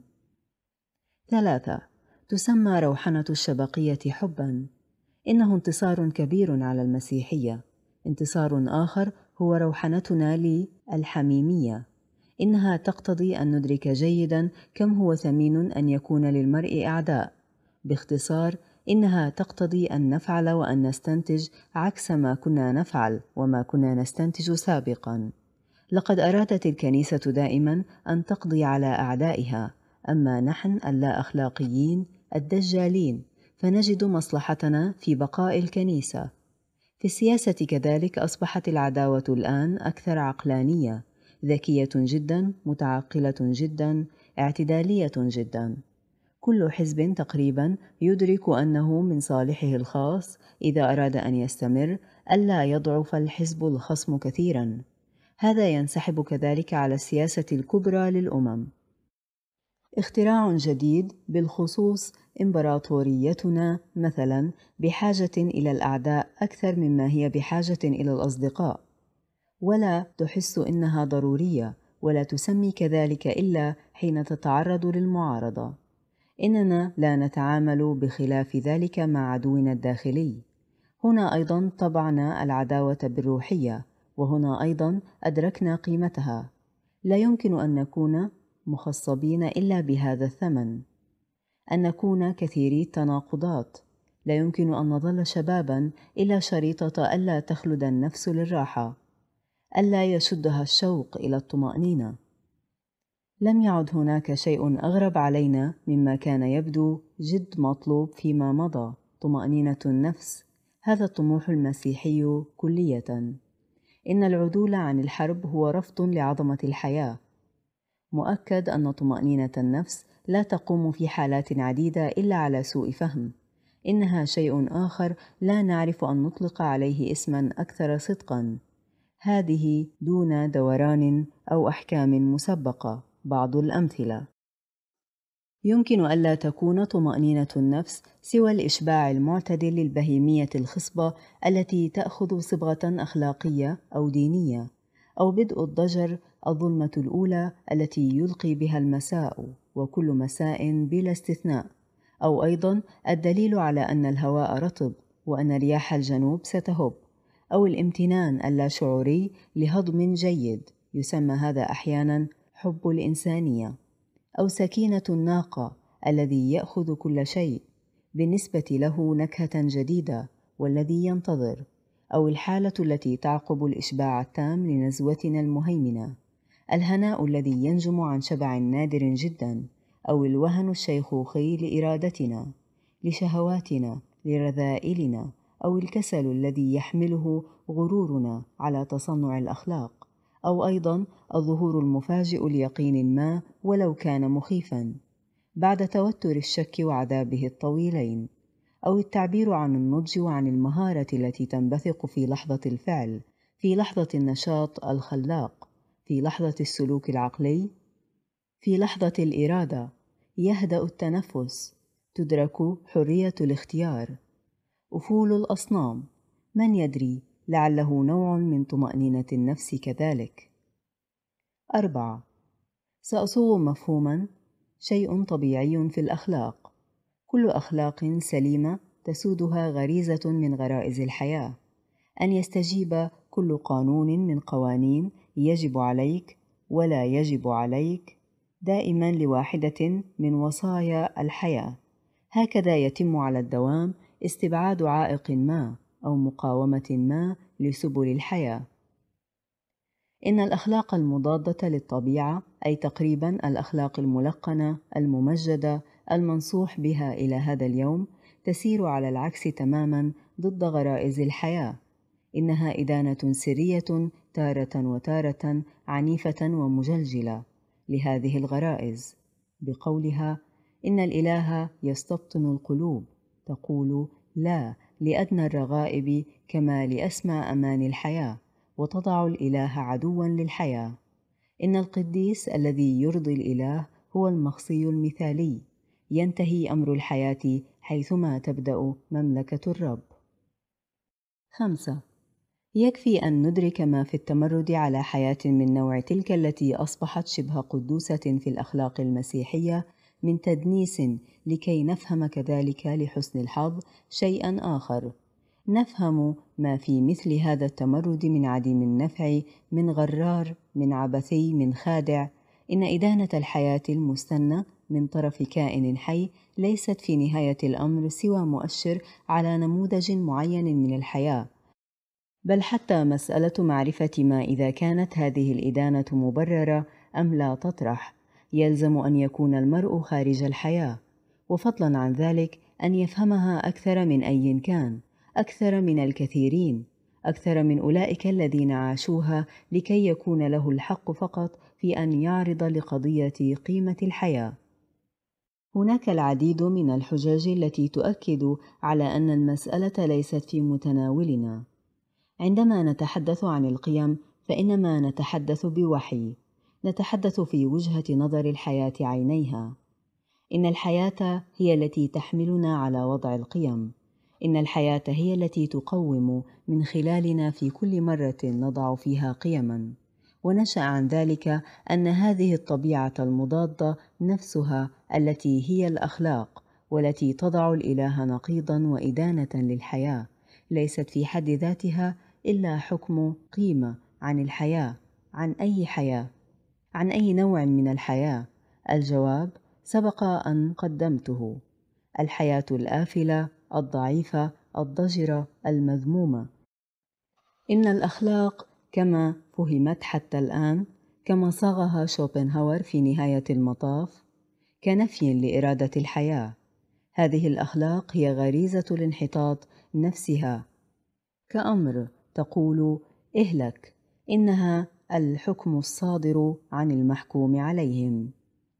3. تسمى روحنة الشبقية حباً. إنه انتصار كبير على المسيحية. انتصار آخر هو روحنتنا للحميمية. إنها تقتضي أن ندرك جيداً كم هو ثمين أن يكون للمرء أعداء. باختصار، إنها تقتضي أن نفعل وأن نستنتج عكس ما كنا نفعل وما كنا نستنتج سابقاً. لقد أرادت الكنيسة دائماً أن تقضي على أعدائها، أما نحن اللا أخلاقيين الدجالين فنجد مصلحتنا في بقاء الكنيسة. في السياسة كذلك أصبحت العداوة الآن أكثر عقلانية، ذكية جداً، متعقلة جداً، اعتدالية جداً. كل حزب تقريباً يدرك أنه من صالحه الخاص إذا أراد أن يستمر ألا يضعف الحزب الخصم كثيراً. هذا ينسحب كذلك على السياسة الكبرى للأمم. اختراع جديد بالخصوص إمبراطوريتنا مثلاً بحاجة إلى الأعداء أكثر مما هي بحاجة إلى الأصدقاء، ولا تحس إنها ضرورية، ولا تسمي كذلك إلا حين تتعرض للمعارضة. إننا لا نتعامل بخلاف ذلك مع عدونا الداخلي. هنا أيضاً طبعنا العداوة بالروحية، وهنا أيضاً أدركنا قيمتها. لا يمكن أن نكون مخصبين إلا بهذا الثمن، أن نكون كثيري التناقضات. لا يمكن أن نظل شباباً إلا شريطة ألا تخلد النفس للراحة، ألا يشدها الشوق إلى الطمأنينة. لم يعد هناك شيء أغرب علينا مما كان يبدو جد مطلوب فيما مضى، طمأنينة النفس. هذا الطموح المسيحي كلية. إن العدول عن الحرب هو رفض لعظمة الحياة. مؤكد أن طمأنينة النفس لا تقوم في حالات عديدة إلا على سوء فهم. إنها شيء آخر لا نعرف أن نطلق عليه اسماً أكثر صدقاً. هذه دون دوران أو أحكام مسبقة. بعض الأمثلة: يمكن ألا تكون طمأنينة النفس سوى الإشباع المعتدل للبهيمية الخصبة التي تأخذ صبغة أخلاقية أو دينية، أو بدء الضجر، الظلمة الأولى التي يلقي بها المساء وكل مساء بلا استثناء، أو أيضاً الدليل على أن الهواء رطب وأن رياح الجنوب ستهب، أو الامتنان اللاشعوري لهضم جيد، يسمى هذا أحياناً حب الإنسانية، أو سكينة الناقة الذي يأخذ كل شيء بالنسبة له نكهة جديدة والذي ينتظر، أو الحالة التي تعقب الإشباع التام لنزوتنا المهيمنة، الهناء الذي ينجم عن شبع نادر جدا، أو الوهن الشيخوخي لإرادتنا، لشهواتنا، لرذائلنا، أو الكسل الذي يحمله غرورنا على تصنع الأخلاق، أو أيضاً الظهور المفاجئ ليقين ما ولو كان مخيفاً بعد توتر الشك وعذابه الطويلين، أو التعبير عن النضج وعن المهارة التي تنبثق في لحظة الفعل، في لحظة النشاط الخلاق، في لحظة السلوك العقلي، في لحظة الإرادة. يهدأ التنفس، تدرك حرية الاختيار. أفول الأصنام، من يدري، لعله نوع من طمأنينة النفس كذلك. 4. سأصوغ مفهوما: شيء طبيعي في الأخلاق. كل أخلاق سليمة تسودها غريزة من غرائز الحياة، أن يستجيب كل قانون من قوانين يجب عليك ولا يجب عليك دائما لواحدة من وصايا الحياة. هكذا يتم على الدوام استبعاد عائق ما أو مقاومة ما لسبل الحياة. إن الأخلاق المضادة للطبيعة، أي تقريبا الأخلاق الملقنة الممجدة المنصوح بها إلى هذا اليوم، تسير على العكس تماما ضد غرائز الحياة. إنها إدانة سرية تارة وتارة عنيفة ومجلجلة لهذه الغرائز، بقولها: إن الإله يستبطن القلوب، تقول لا لأدنى الرغائب كما لأسمى أمان الحياة، وتضع الإله عدوا للحياة. إن القديس الذي يرضي الإله هو المخصي المثالي، ينتهي أمر الحياة حيثما تبدأ مملكة الرب. 5. يكفي أن ندرك ما في التمرد على حياة من نوع تلك التي أصبحت شبه قدوسة في الأخلاق المسيحية من تدنيس، لكي نفهم كذلك لحسن الحظ شيئا آخر. نفهم ما في مثل هذا التمرد من عديم النفع، من غرار، من عبثي، من خادع. إن إدانة الحياة المستنة من طرف كائن حي ليست في نهاية الأمر سوى مؤشر على نموذج معين من الحياة، بل حتى مسألة معرفة ما إذا كانت هذه الإدانة مبررة أم لا تطرح. يلزم أن يكون المرء خارج الحياة، وفضلا عن ذلك أن يفهمها أكثر من أي كان، أكثر من الكثيرين، أكثر من أولئك الذين عاشوها، لكي يكون له الحق فقط في أن يعرض لقضية قيمة الحياة. هناك العديد من الحجج التي تؤكد على أن المسألة ليست في متناولنا. عندما نتحدث عن القيم فإنما نتحدث بوحي، نتحدث في وجهة نظر الحياة عينيها. إن الحياة هي التي تحملنا على وضع القيم، إن الحياة هي التي تقوم من خلالنا في كل مرة نضع فيها قيما، ونشأ عن ذلك أن هذه الطبيعة المضادة نفسها التي هي الأخلاق، والتي تضع الإله نقيضا وإدانة للحياة، ليست في حد ذاتها إلا حكم قيمة عن الحياة. عن أي حياة؟ عن أي نوع من الحياة؟ الجواب سبق أن قدمته: الحياة الآفلة، الضعيفة، الضجرة، المذمومة. إن الأخلاق كما فهمت حتى الآن، كما صاغها شوبنهاور في نهاية المطاف، كنفي لإرادة الحياة. هذه الأخلاق هي غريزة الانحطاط نفسها، كأمر تقول اهلك، إنها الحكم الصادر عن المحكوم عليهم.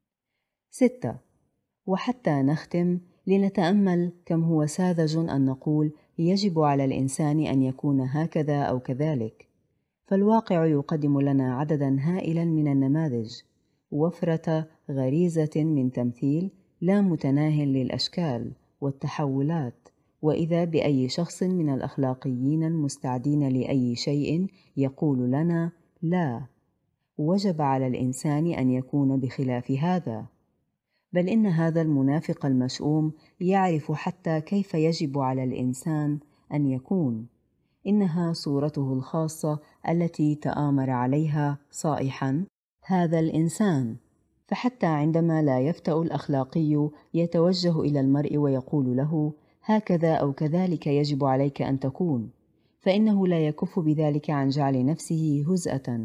6. وحتى نختم، لنتأمل كم هو ساذج أن نقول يجب على الإنسان أن يكون هكذا أو كذلك، فالواقع يقدم لنا عددا هائلا من النماذج، وفرة غريزة من تمثيل لا متناه للأشكال والتحولات. وإذا بأي شخص من الأخلاقيين المستعدين لأي شيء يقول لنا لا، وجب على الإنسان أن يكون بخلاف هذا. بل إن هذا المنافق المشؤوم يعرف حتى كيف يجب على الإنسان أن يكون. إنها صورته الخاصة التي تآمر عليها صائحا هذا الإنسان. فحتى عندما لا يفتأ الأخلاقي يتوجه إلى المرء ويقول له هكذا أو كذلك يجب عليك أن تكون، فإنه لا يكف بذلك عن جعل نفسه هزءة.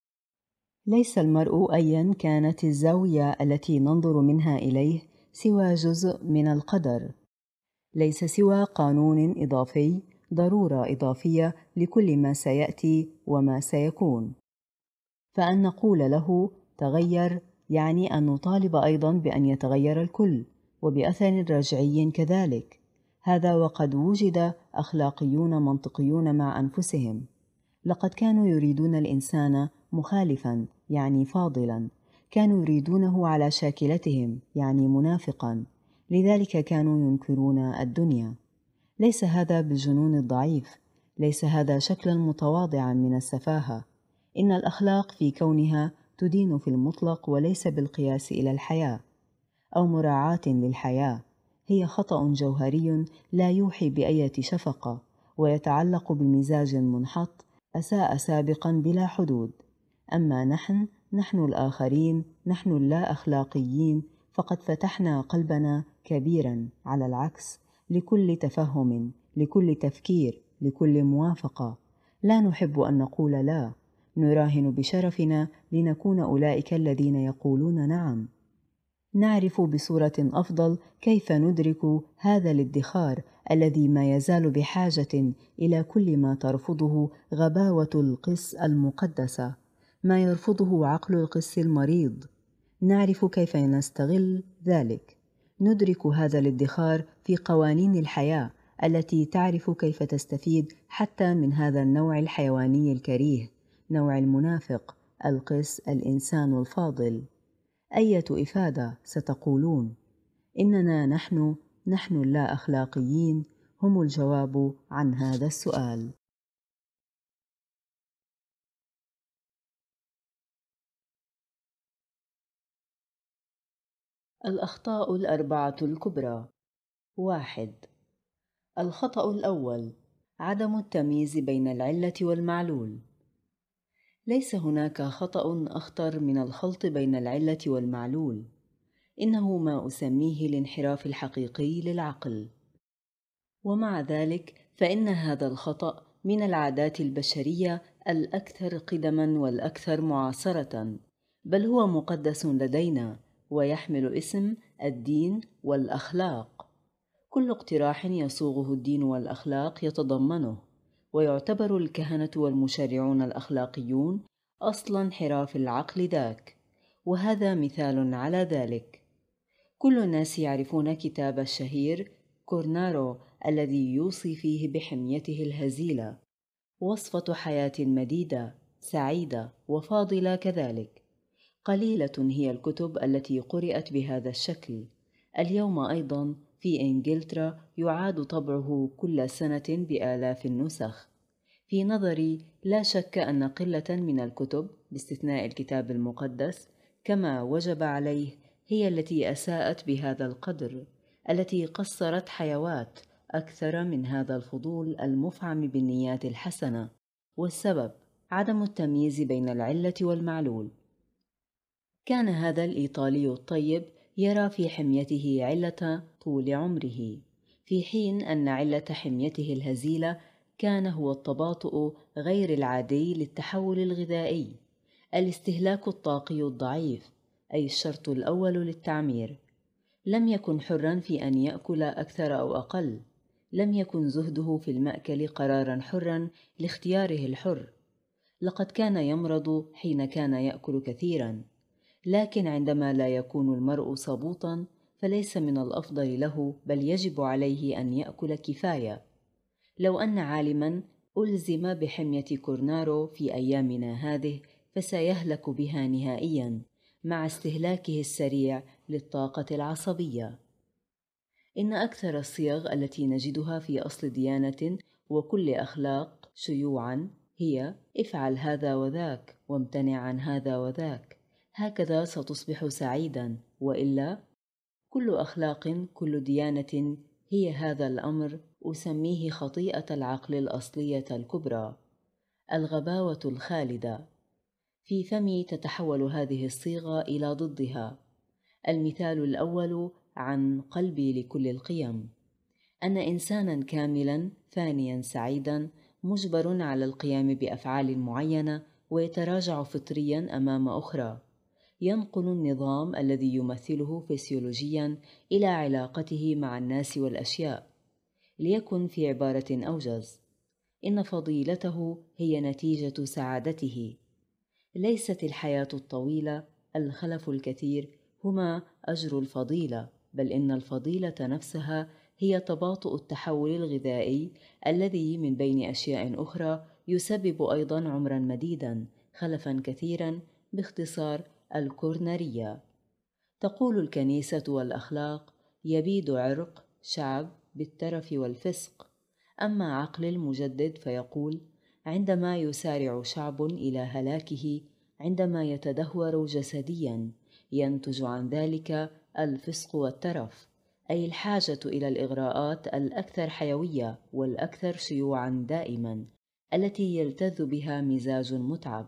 ليس المرء أيا كانت الزاوية التي ننظر منها إليه سوى جزء من القدر، ليس سوى قانون إضافي، ضرورة إضافية لكل ما سيأتي وما سيكون. فأن نقول له تغير يعني أن نطالب أيضا بأن يتغير الكل، وبأثر رجعي كذلك. هذا وقد وجد أخلاقيون منطقيون مع أنفسهم، لقد كانوا يريدون الإنسان مخالفا يعني فاضلا، كانوا يريدونه على شاكلتهم يعني منافقا، لذلك كانوا ينكرون الدنيا. ليس هذا بالجنون الضعيف، ليس هذا شكلا متواضعا من السفاهة. إن الأخلاق في كونها تدين في المطلق وليس بالقياس إلى الحياة، أو مراعاة للحياة، هي خطأ جوهري لا يوحي بأية شفقة، ويتعلق بمزاج منحط أساء سابقا بلا حدود. أما نحن الآخرين، نحن اللا أخلاقيين، فقد فتحنا قلبنا كبيرا على العكس لكل تفهم، لكل تفكير، لكل موافقة. لا نحب أن نقول لا، نراهن بشرفنا لنكون أولئك الذين يقولون نعم. نعرف بصورة أفضل كيف ندرك هذا الادخار الذي ما يزال بحاجة إلى كل ما ترفضه غباوة القس المقدسة، ما يرفضه عقل القس المريض. نعرف كيف نستغل ذلك. ندرك هذا الادخار في قوانين الحياة التي تعرف كيف تستفيد حتى من هذا النوع الحيواني الكريه، نوع المنافق، القس الإنسان الفاضل. أية إفادة ستقولون؟ إننا نحن اللا أخلاقيين هم الجواب عن هذا السؤال. الأخطاء الأربعة الكبرى. 1. الخطأ الأول: عدم التمييز بين العلة والمعلول. ليس هناك خطأ أخطر من الخلط بين العلة والمعلول، إنه ما أسميه الانحراف الحقيقي للعقل. ومع ذلك فإن هذا الخطأ من العادات البشرية الأكثر قدماً والأكثر معاصرة، بل هو مقدس لدينا ويحمل اسم الدين والأخلاق. كل اقتراح يصوغه الدين والأخلاق يتضمنه، ويعتبر الكهنة والمشرعون الأخلاقيون أصل انحراف العقل ذاك. وهذا مثال على ذلك. كل الناس يعرفون كتاب الشهير كورنارو الذي يوصي فيه بحميته الهزيلة، وصفة حياة مديدة سعيدة وفاضلة كذلك. قليلة هي الكتب التي قرأت بهذا الشكل. اليوم أيضا في إنجلترا يعاد طبعه كل سنة بآلاف النسخ. في نظري لا شك أن قلة من الكتب باستثناء الكتاب المقدس كما وجب عليه هي التي أساءت بهذا القدر، التي قصرت حيوات أكثر من هذا الفضول المفعم بالنيات الحسنة. والسبب عدم التمييز بين العلة والمعلول. كان هذا الإيطالي الطيب يرى في حميته علة طول عمره، في حين أن علة حميته الهزيلة كان هو التباطؤ غير العادي للتحول الغذائي، الاستهلاك الطاقي الضعيف، أي الشرط الأول للتعمير. لم يكن حرًا في أن يأكل أكثر أو أقل، لم يكن زهده في المأكل قرارًا حرًا لاختياره الحر. لقد كان يمرض حين كان يأكل كثيرًا، لكن عندما لا يكون المرء صبوطًا فليس من الأفضل له، بل يجب عليه أن يأكل كفاية. لو أن عالمًا ألزم بحمية كورنارو في أيامنا هذه فسيهلك بها نهائيًا مع استهلاكه السريع للطاقة العصبية. إن أكثر الصيغ التي نجدها في أصل ديانة وكل أخلاق شيوعًا هي افعل هذا وذاك وامتنع عن هذا وذاك، هكذا ستصبح سعيدًا، وإلا. كل أخلاق، كل ديانة هي هذا الأمر أسميه خطيئة العقل الأصلية الكبرى، الغباوة الخالدة. في فمي تتحول هذه الصيغة إلى ضدها. المثال الأول عن قلبي لكل القيم: أن إنساناً كاملاً فانياً سعيداً مجبر على القيام بأفعال معينة ويتراجع فطرياً أمام أخرى، ينقل النظام الذي يمثله فسيولوجياً إلى علاقته مع الناس والأشياء. ليكن في عبارة أوجز: إن فضيلته هي نتيجة سعادته. ليست الحياة الطويلة، الخلف الكثير هما أجر الفضيلة، بل إن الفضيلة نفسها هي تباطؤ التحول الغذائي الذي من بين أشياء أخرى يسبب أيضا عمرا مديدا، خلفا كثيرا، باختصار الكورنرية. تقول الكنيسة والأخلاق: يبيد عرق شعب بالترف والفسق. أما عقل المجدد فيقول: عندما يسارع شعب إلى هلاكه عندما يتدهور جسدياً ينتج عن ذلك الفسق والترف، أي الحاجة إلى الإغراءات الأكثر حيوية والأكثر شيوعاً دائماً، التي يلتذ بها مزاج متعب.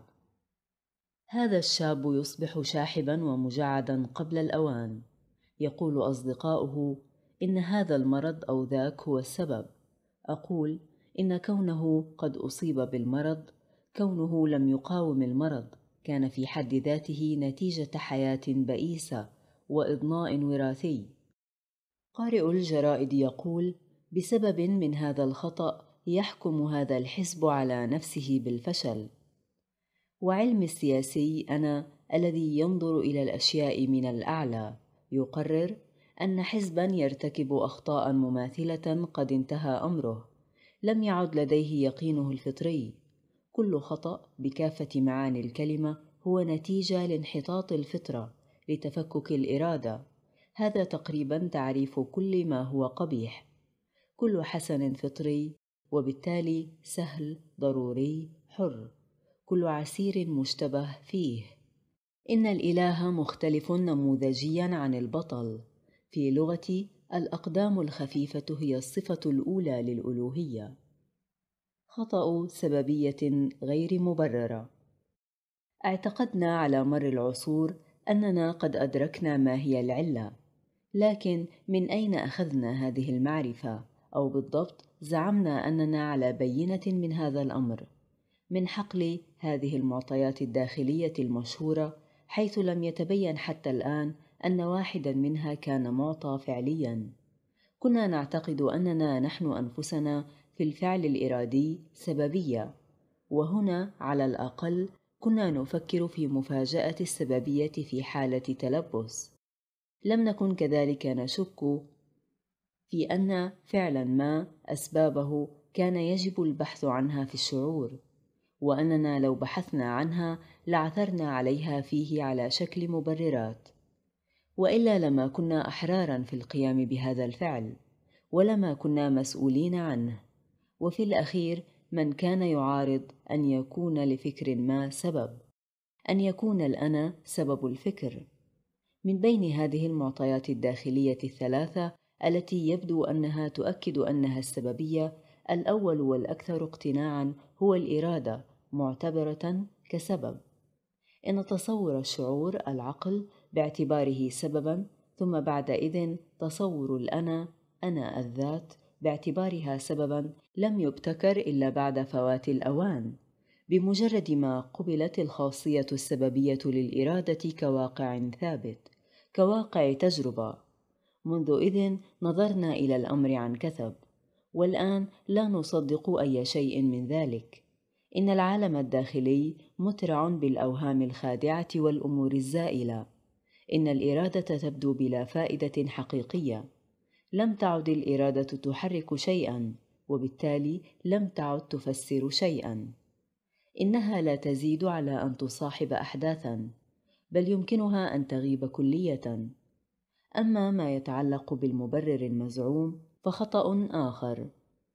هذا الشاب يصبح شاحباً ومجعداً قبل الأوان. يقول أصدقاؤه: إن هذا المرض أو ذاك هو السبب. أقول: إن كونه قد أصيب بالمرض، كونه لم يقاوم المرض، كان في حد ذاته نتيجة حياة بئيسة وإضناء وراثي. قارئ الجرائد يقول: بسبب من هذا الخطأ يحكم هذا الحزب على نفسه بالفشل. وعلم السياسي أنا الذي ينظر إلى الأشياء من الأعلى يقرر أن حزباً يرتكب أخطاء مماثلة قد انتهى أمره، لم يعد لديه يقينه الفطري. كل خطأ بكافة معاني الكلمة هو نتيجة لانحطاط الفطرة، لتفكك الإرادة. هذا تقريباً تعريف كل ما هو قبيح. كل حسن فطري، وبالتالي سهل، ضروري، حر. كل عسير مشتبه فيه. إن الإله مختلف نموذجياً عن البطل. في لغتي الأقدام الخفيفة هي الصفة الأولى للألوهية. خطأ سببية غير مبررة. اعتقدنا على مر العصور أننا قد أدركنا ما هي العلة، لكن من أين أخذنا هذه المعرفة؟ أو بالضبط زعمنا أننا على بينة من هذا الأمر. من حقل هذه المعطيات الداخلية المشهورة، حيث لم يتبين حتى الآن أن واحداً منها كان معطى فعلياً. كنا نعتقد أننا نحن أنفسنا في الفعل الإرادي سببية، وهنا على الأقل كنا نفكر في مفاجأة السببية في حالة تلبس. لم نكن كذلك نشك في أن فعلاً ما أسبابه كان يجب البحث عنها في الشعور، وأننا لو بحثنا عنها لعثرنا عليها فيه على شكل مبررات، وإلا لما كنا أحراراً في القيام بهذا الفعل، ولما كنا مسؤولين عنه. وفي الأخير من كان يعارض أن يكون لفكر ما سبب، أن يكون الأنا سبب الفكر. من بين هذه المعطيات الداخلية الثلاثة التي يبدو أنها تؤكد أنها السببية، الأول والأكثر اقتناعاً هو الإرادة معتبرة كسبب. إن تصور الشعور العقل باعتباره سبباً، ثم بعدئذ تصور الأنا، أنا الذات، باعتبارها سبباً، لم يبتكر إلا بعد فوات الأوان، بمجرد ما قبلت الخاصية السببية للإرادة كواقع ثابت، كواقع تجربة. منذ إذن نظرنا إلى الأمر عن كثب، والآن لا نصدق أي شيء من ذلك. إن العالم الداخلي مترع بالأوهام الخادعة والأمور الزائلة. إن الإرادة تبدو بلا فائدة حقيقية. لم تعد الإرادة تحرك شيئاً، وبالتالي لم تعد تفسر شيئاً. إنها لا تزيد على أن تصاحب أحداثاً، بل يمكنها أن تغيب كلية. أما ما يتعلق بالمبرر المزعوم فخطأ آخر.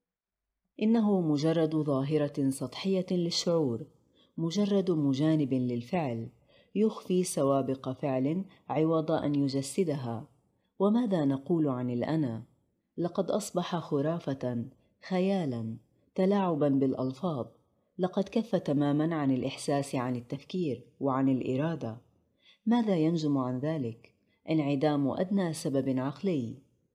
إنه مجرد ظاهرة سطحية للشعور، مجرد مجانب للفعل، يخفي سوابق فعل عوض أن يجسدها. وماذا نقول عن الأنا؟ لقد أصبح خرافة، خيالاً، تلاعباً بالألفاظ. لقد كف تماماً عن الإحساس، عن التفكير، وعن الإرادة. ماذا ينجم عن ذلك؟ انعدام أدنى سبب عقلي.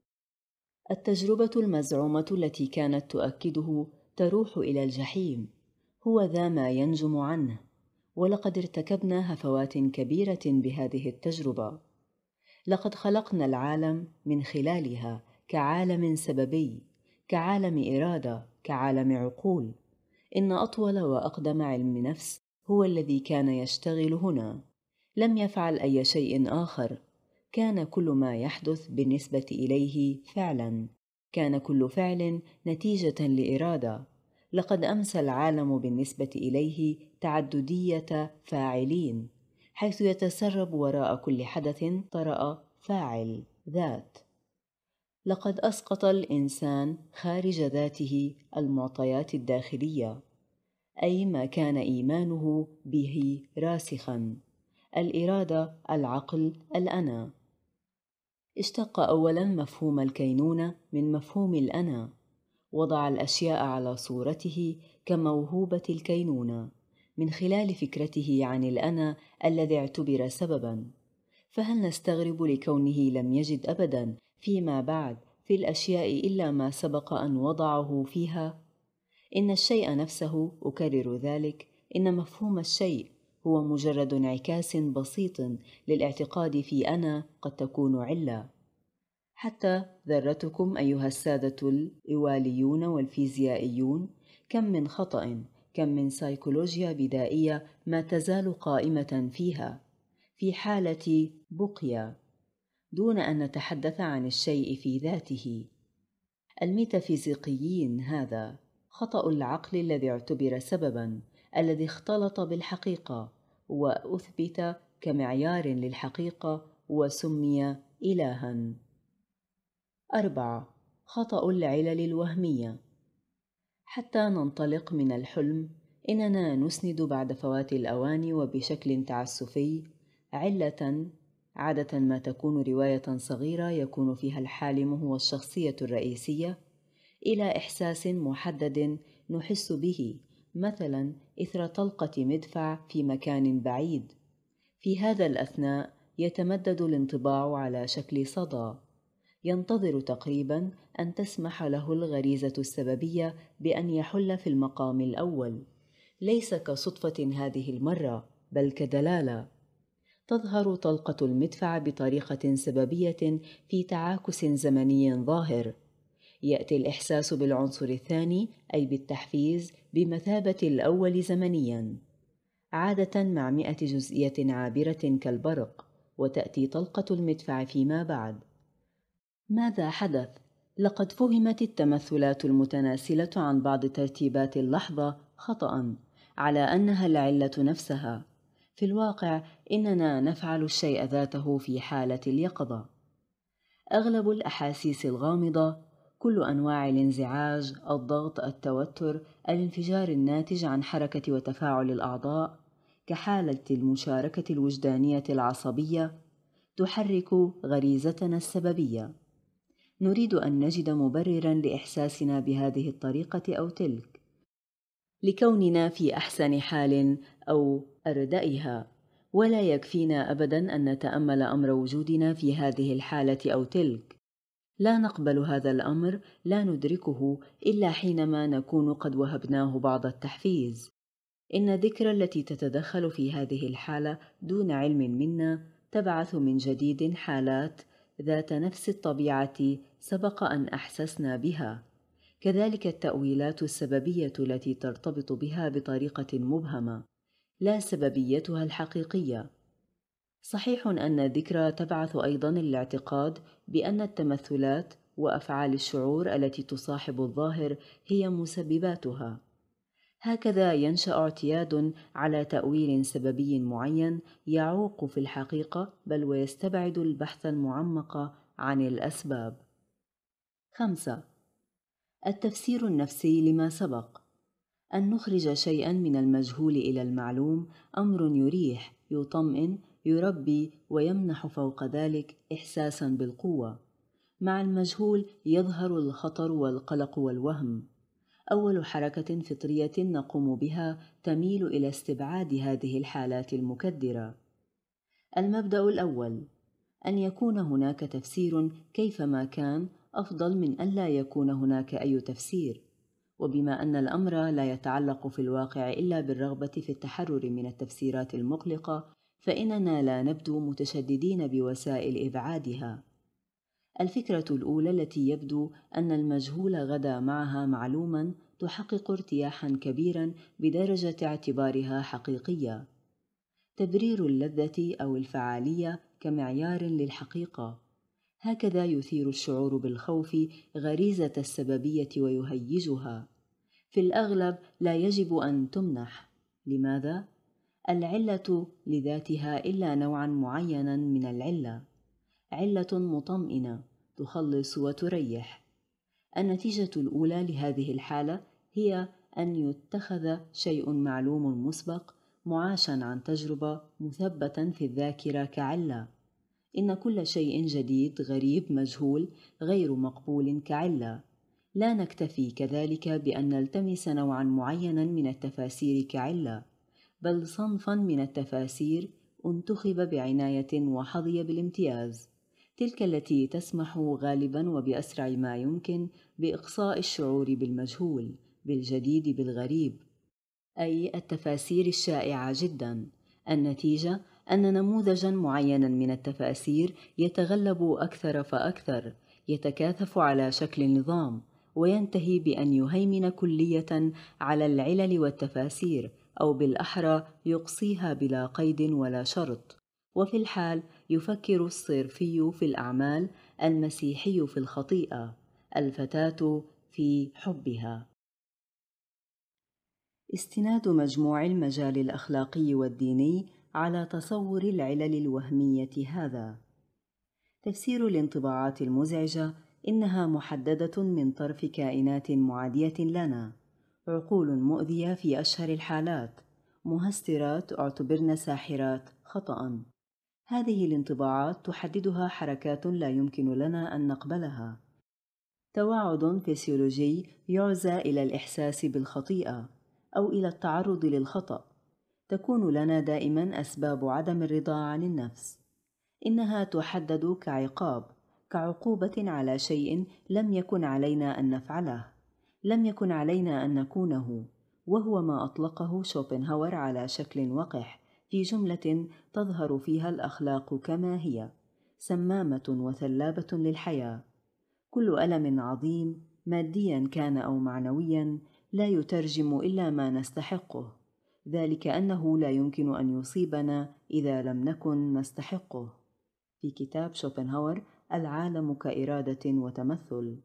التجربة المزعومة التي كانت تؤكده تروح إلى الجحيم، هو ذا ما ينجم عنه. ولقد ارتكبنا هفوات كبيرة بهذه التجربة. لقد خلقنا العالم من خلالها كعالم سببي، كعالم إرادة، كعالم عقول. إن أطول وأقدم علم نفس هو الذي كان يشتغل هنا. لم يفعل أي شيء آخر. كان كل ما يحدث بالنسبة إليه فعلاً. كان كل فعل نتيجة لإرادة. لقد أمسى العالم بالنسبة إليه تعددية فاعلين، حيث يتسرب وراء كل حدث طرأ فاعل، ذات. لقد أسقط الإنسان خارج ذاته المعطيات الداخلية. أي ما كان إيمانه به راسخاً. الإرادة، العقل، الأنا. اشتق أولاً مفهوم الكينونة من مفهوم الأنا، وضع الأشياء على صورته كموهوبة الكينونة من خلال فكرته عن الأنا الذي اعتبر سبباً. فهل نستغرب لكونه لم يجد أبداً فيما بعد في الأشياء إلا ما سبق أن وضعه فيها؟ إن الشيء نفسه، أكرر ذلك، إن مفهوم الشيء هو مجرد انعكاس بسيط للاعتقاد في أنا قد تكون علة. حتى ذرتكم أيها السادة الإيواليون والفيزيائيون، كم من خطأ، كم من سيكولوجيا بدائية ما تزال قائمة فيها في حالة بقية، دون أن نتحدث عن الشيء في ذاته. الميتافيزيقيين هذا خطأ العقل الذي اعتبر سبباً، الذي اختلط بالحقيقة وأثبت كمعيار للحقيقة وسمي إلهاً. 4. خطأ العلل الوهمية. حتى ننطلق من الحلم، إننا نسند بعد فوات الأوان وبشكل تعسفي علة، عادة ما تكون رواية صغيرة يكون فيها الحالم هو الشخصية الرئيسية، إلى إحساس محدد نحس به، مثلاً إثر طلقة مدفع في مكان بعيد. في هذا الأثناء يتمدد الانطباع على شكل صدى، ينتظر تقريباً أن تسمح له الغريزة السببية بأن يحل في المقام الأول، ليس كصدفة هذه المرة، بل كدلالة. تظهر طلقة المدفع بطريقة سببية في تعاكس زمني ظاهر. يأتي الإحساس بالعنصر الثاني، أي بالتحفيز، بمثابة الأول زمنياً، عادة مع 100 جزئية عابرة كالبرق، وتأتي طلقة المدفع فيما بعد. ماذا حدث؟ لقد فهمت التمثلات المتناسلة عن بعض ترتيبات اللحظة خطأً، على أنها العلة نفسها. في الواقع إننا نفعل الشيء ذاته في حالة اليقظة. أغلب الأحاسيس الغامضة، كل أنواع الانزعاج، الضغط، التوتر، الانفجار الناتج عن حركة وتفاعل الأعضاء، كحالة المشاركة الوجدانية العصبية، تحرك غريزتنا السببية. نريد أن نجد مبرراً لإحساسنا بهذه الطريقة أو تلك، لكوننا في أحسن حال أو أردأها، ولا يكفينا أبداً أن نتأمل أمر وجودنا في هذه الحالة أو تلك. لا نقبل هذا الأمر، لا ندركه إلا حينما نكون قد وهبناه بعض التحفيز. إن الذكرى التي تتدخل في هذه الحالة دون علم منا تبعث من جديد حالات ذات نفس الطبيعة سبق أن أحسسنا بها، كذلك التأويلات السببية التي ترتبط بها بطريقة مبهمة، لا سببيتها الحقيقية. صحيح أن الذكرى تبعث أيضاً الاعتقاد بأن التمثلات وأفعال الشعور التي تصاحب الظاهر هي مسبباتها. هكذا ينشأ اعتياد على تأويل سببي معين يعوق في الحقيقة، بل ويستبعد البحث المعمق عن الأسباب. 5. التفسير النفسي لما سبق. أن نخرج شيئاً من المجهول إلى المعلوم أمر يريح، يطمئن، يربي، ويمنح فوق ذلك إحساساً بالقوة. مع المجهول يظهر الخطر والقلق والوهم. أول حركة فطرية نقوم بها تميل إلى استبعاد هذه الحالات المكدرة. المبدأ الأول: أن يكون هناك تفسير كيفما كان أفضل من أن لا يكون هناك أي تفسير. وبما أن الأمر لا يتعلق في الواقع إلا بالرغبة في التحرر من التفسيرات المقلقة، فإننا لا نبدو متشددين بوسائل إبعادها. الفكرة الأولى التي يبدو أن المجهول غدا معها معلوماً تحقق ارتياحاً كبيراً بدرجة اعتبارها حقيقية. تبرير اللذة أو الفعالية كمعيار للحقيقة، هكذا يثير الشعور بالخوف غريزة السببية ويهيجها. في الأغلب لا يجب أن تمنح. لماذا؟ العلة لذاتها إلا نوعاً معيناً من العلة، علة مطمئنة تخلص وتريح. النتيجة الأولى لهذه الحالة هي أن يتخذ شيء معلوم مسبق معاشا عن تجربة مثبتا في الذاكرة كعلة. إن كل شيء جديد غريب مجهول غير مقبول كعلة. لا نكتفي كذلك بأن نلتمس نوعا معينا من التفاسير كعلة، بل صنفا من التفاسير انتخب بعناية وحظي بالامتياز، تلك التي تسمح غالبا وبأسرع ما يمكن بإقصاء الشعور بالمجهول، بالجديد، بالغريب، أي التفاسير الشائعة جدا. النتيجة أن نموذجا معينا من التفاسير يتغلب أكثر فأكثر، يتكاثف على شكل نظام، وينتهي بأن يهيمن كلية على العلل والتفاسير، أو بالأحرى يقصيها بلا قيد ولا شرط. وفي الحال يفكر الصرفي في الأعمال، المسيحي في الخطيئة، الفتاة في حبها. استناد مجموع المجال الأخلاقي والديني على تصور العلل الوهمية هذا. تفسير الانطباعات المزعجة إنها محددة من طرف كائنات معادية لنا، عقول مؤذية في أشهر الحالات، مهسترات اعتبرن ساحرات خطأ. هذه الانطباعات تحددها حركات لا يمكن لنا أن نقبلها، توعد فسيولوجي يعزى إلى الإحساس بالخطيئة أو إلى التعرض للخطأ. تكون لنا دائما أسباب عدم الرضا عن النفس. إنها تحدد كعقاب، كعقوبة على شيء لم يكن علينا أن نفعله، لم يكن علينا أن نكونه، وهو ما أطلقه شوبنهاور على شكل وقح في جملة تظهر فيها الأخلاق كما هي، سمامة وثلابة للحياة. كل ألم عظيم ماديا كان أو معنويا لا يترجم إلا ما نستحقه، ذلك أنه لا يمكن أن يصيبنا إذا لم نكن نستحقه. في كتاب شوبنهاور العالم كإرادة وتمثل.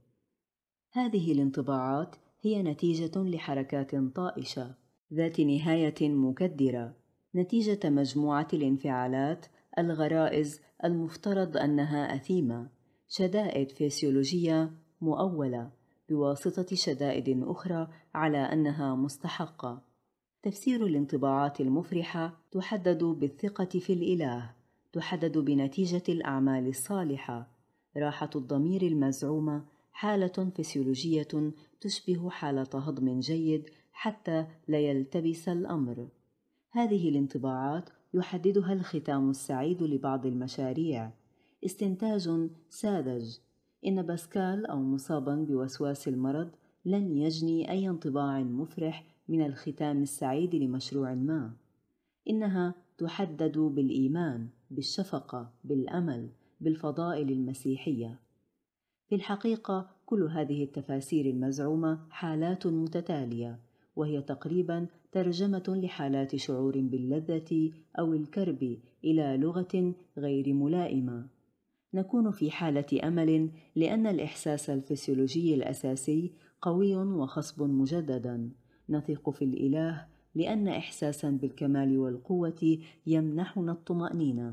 هذه الانطباعات هي نتيجة لحركات طائشة ذات نهاية مكدرة، نتيجة مجموعة الانفعالات، الغرائز المفترض أنها أثيمة، شدائد فسيولوجية مؤولة بواسطة شدائد أخرى على أنها مستحقة. تفسير الانطباعات المفرحة تحدد بالثقة في الإله، تحدد بنتيجة الأعمال الصالحة. راحة الضمير المزعومة حالة فسيولوجية تشبه حالة هضم جيد حتى لا يلتبس الأمر. هذه الانطباعات يحددها الختام السعيد لبعض المشاريع، استنتاج ساذج. إن باسكال أو مصابا بوسواس المرض لن يجني أي انطباع مفرح من الختام السعيد لمشروع ما. إنها تحدد بالإيمان، بالشفقة، بالأمل، بالفضائل المسيحية. في الحقيقة كل هذه التفاسير المزعومة حالات متتالية، وهي تقريبا ترجمة لحالات شعور باللذة أو الكرب إلى لغة غير ملائمة. نكون في حالة أمل لأن الإحساس الفسيولوجي الأساسي قوي وخصب مجددا. نثق في الإله لأن إحساسا بالكمال والقوة يمنحنا الطمأنينة.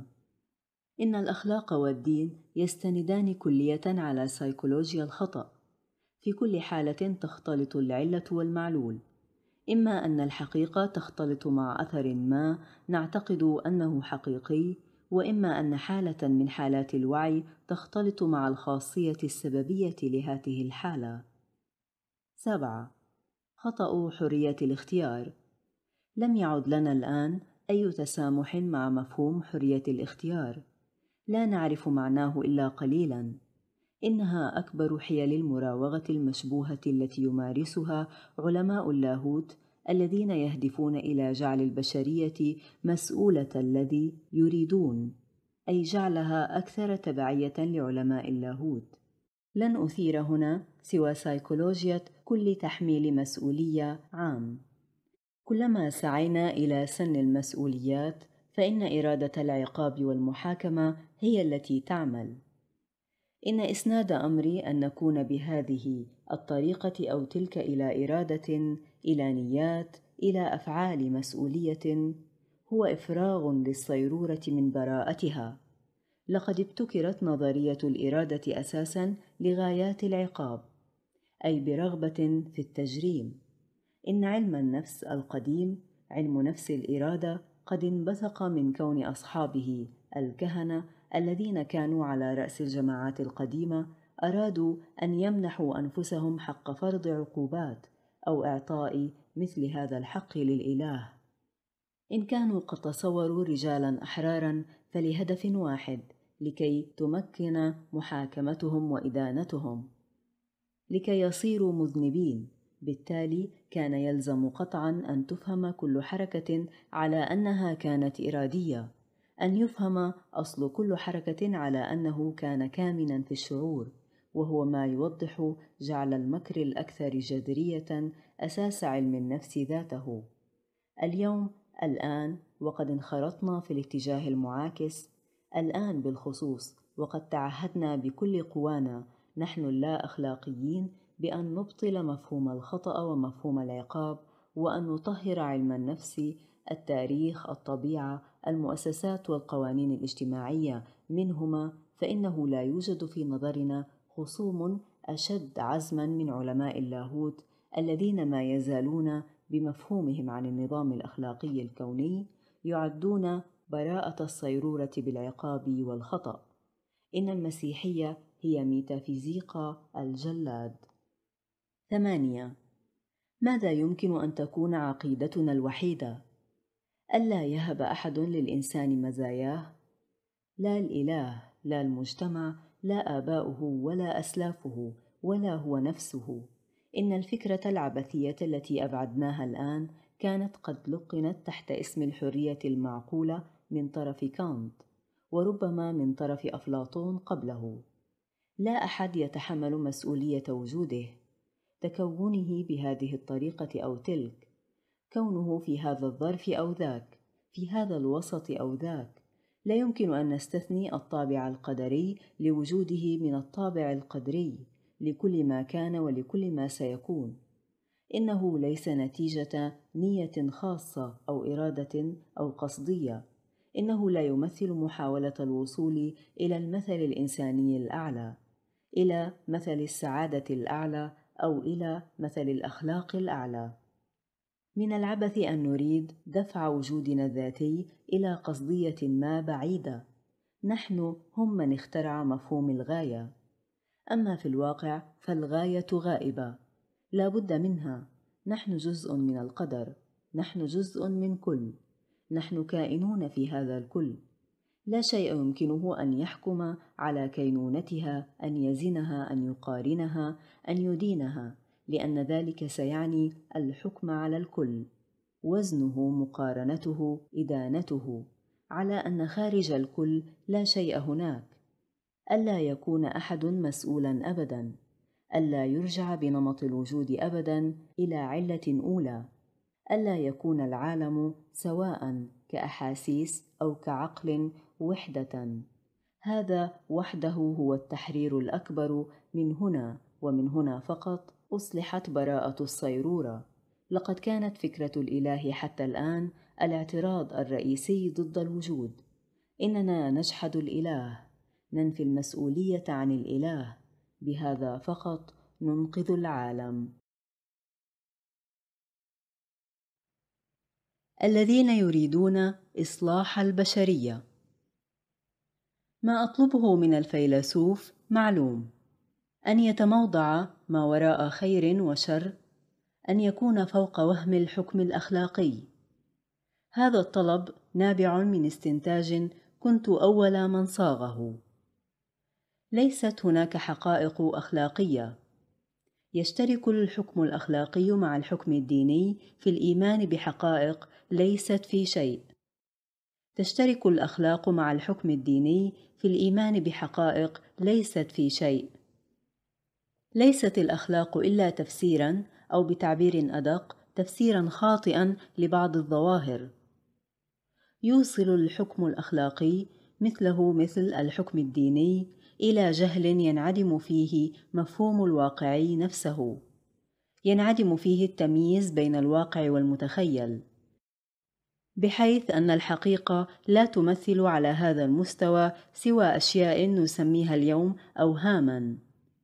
إن الأخلاق والدين يستندان كلية على سيكولوجيا الخطأ. في كل حالة تختلط العلة والمعلول، إما أن الحقيقة تختلط مع أثر ما نعتقد أنه حقيقي، وإما أن حالة من حالات الوعي تختلط مع الخاصية السببية لهذه الحالة. 7. خطأ حرية الاختيار. لم يعد لنا الآن أي تسامح مع مفهوم حرية الاختيار، لا نعرف معناه إلا قليلاً. إنها أكبر حيل المراوغة المشبوهة التي يمارسها علماء اللاهوت الذين يهدفون إلى جعل البشرية مسؤولة الذي يريدون، أي جعلها أكثر تبعية لعلماء اللاهوت. لن أثير هنا سوى سيكولوجيا كل تحميل مسؤولية عام. كلما سعينا إلى سن المسؤوليات فإن إرادة العقاب والمحاكمة هي التي تعمل. إن إسناد أمري أن نكون بهذه الطريقة أو تلك إلى إرادة، إلى نيات، إلى أفعال مسؤولية هو إفراغ للصيرورة من براءتها. لقد ابتكرت نظرية الإرادة أساساً لغايات العقاب، أي برغبة في التجريم. إن علم النفس القديم، علم نفس الإرادة، قد انبثق من كون أصحابه الكهنة الذين كانوا على رأس الجماعات القديمة أرادوا أن يمنحوا أنفسهم حق فرض عقوبات أو إعطاء مثل هذا الحق للإله. إن كانوا قد تصوروا رجالاً أحراراً فلهدف واحد، لكي تمكن محاكمتهم وإدانتهم، لكي يصيروا مذنبين. بالتالي كان يلزم قطعاً أن تفهم كل حركة على أنها كانت إرادية، أن يفهم أصل كل حركة على أنه كان كامناً في الشعور، وهو ما يوضح جعل المكر الأكثر جذرية أساس علم النفس ذاته. اليوم، الآن، وقد انخرطنا في الاتجاه المعاكس، الآن بالخصوص، وقد تعهدنا بكل قوانا نحن اللا أخلاقيين بأن نبطل مفهوم الخطأ ومفهوم العقاب، وأن نطهر علم النفس، التاريخ، الطبيعة، المؤسسات والقوانين الاجتماعية منهما، فإنه لا يوجد في نظرنا خصوم أشد عزماً من علماء اللاهوت الذين ما يزالون بمفهومهم عن النظام الأخلاقي الكوني يعدون براءة الصيرورة بالعقاب والخطأ. إن المسيحية هي ميتافيزيقا الجلاد. 8. ماذا يمكن أن تكون عقيدتنا الوحيدة؟ ألا يهب أحد للإنسان مزاياه، لا الإله، لا المجتمع، لا آباؤه ولا أسلافه، ولا هو نفسه. إن الفكرة العبثية التي أبعدناها الآن كانت قد لقنت تحت اسم الحرية المعقولة من طرف كانت، وربما من طرف أفلاطون قبله. لا أحد يتحمل مسؤولية وجوده، تكونه بهذه الطريقة أو تلك، كونه في هذا الظرف أو ذاك، في هذا الوسط أو ذاك. لا يمكن أن نستثني الطابع القدري لوجوده من الطابع القدري لكل ما كان ولكل ما سيكون. إنه ليس نتيجة نية خاصة أو إرادة أو قصدية. إنه لا يمثل محاولة الوصول إلى المثل الإنساني الأعلى، إلى مثل السعادة الأعلى، أو إلى مثل الأخلاق الأعلى. من العبث أن نريد دفع وجودنا الذاتي إلى قصدية ما بعيدة. نحن هم من اخترع مفهوم الغاية، أما في الواقع فالغاية غائبة، لا بد منها. نحن جزء من القدر، نحن جزء من كل، نحن كائنون في هذا الكل. لا شيء يمكنه أن يحكم على كينونتها، أن يزنها، أن يقارنها، أن يدينها، لأن ذلك سيعني الحكم على الكل، وزنه، مقارنته، إدانته، على أن خارج الكل لا شيء هناك. ألا يكون أحد مسؤولاً أبداً، ألا يرجع بنمط الوجود أبداً إلى علة أولى، ألا يكون العالم سواء كأحاسيس أو كعقل وحدة. هذا وحده هو التحرير الأكبر. من هنا ومن هنا فقط أصلحت براءة الصيرورة. لقد كانت فكرة الإله حتى الآن الاعتراض الرئيسي ضد الوجود. إننا نجحد الإله، ننفي المسؤولية عن الإله، بهذا فقط ننقذ العالم. الذين يريدون إصلاح البشرية. ما أطلبه من الفيلسوف معلوم: أن يتموضع ما وراء خير وشر، أن يكون فوق وهم الحكم الأخلاقي. هذا الطلب نابع من استنتاج كنت أول من صاغه. ليست هناك حقائق أخلاقية. يشترك الحكم الأخلاقي مع الحكم الديني في الإيمان بحقائق ليست في شيء. تشترك الأخلاق مع الحكم الديني في الإيمان بحقائق ليست في شيء. ليست الأخلاق إلا تفسيراً، أو بتعبير أدق، تفسيراً خاطئاً لبعض الظواهر. يوصل الحكم الأخلاقي مثله مثل الحكم الديني إلى جهل ينعدم فيه مفهوم الواقعي نفسه، ينعدم فيه التمييز بين الواقع والمتخيل، بحيث أن الحقيقة لا تمثل على هذا المستوى سوى أشياء نسميها اليوم أوهاماً.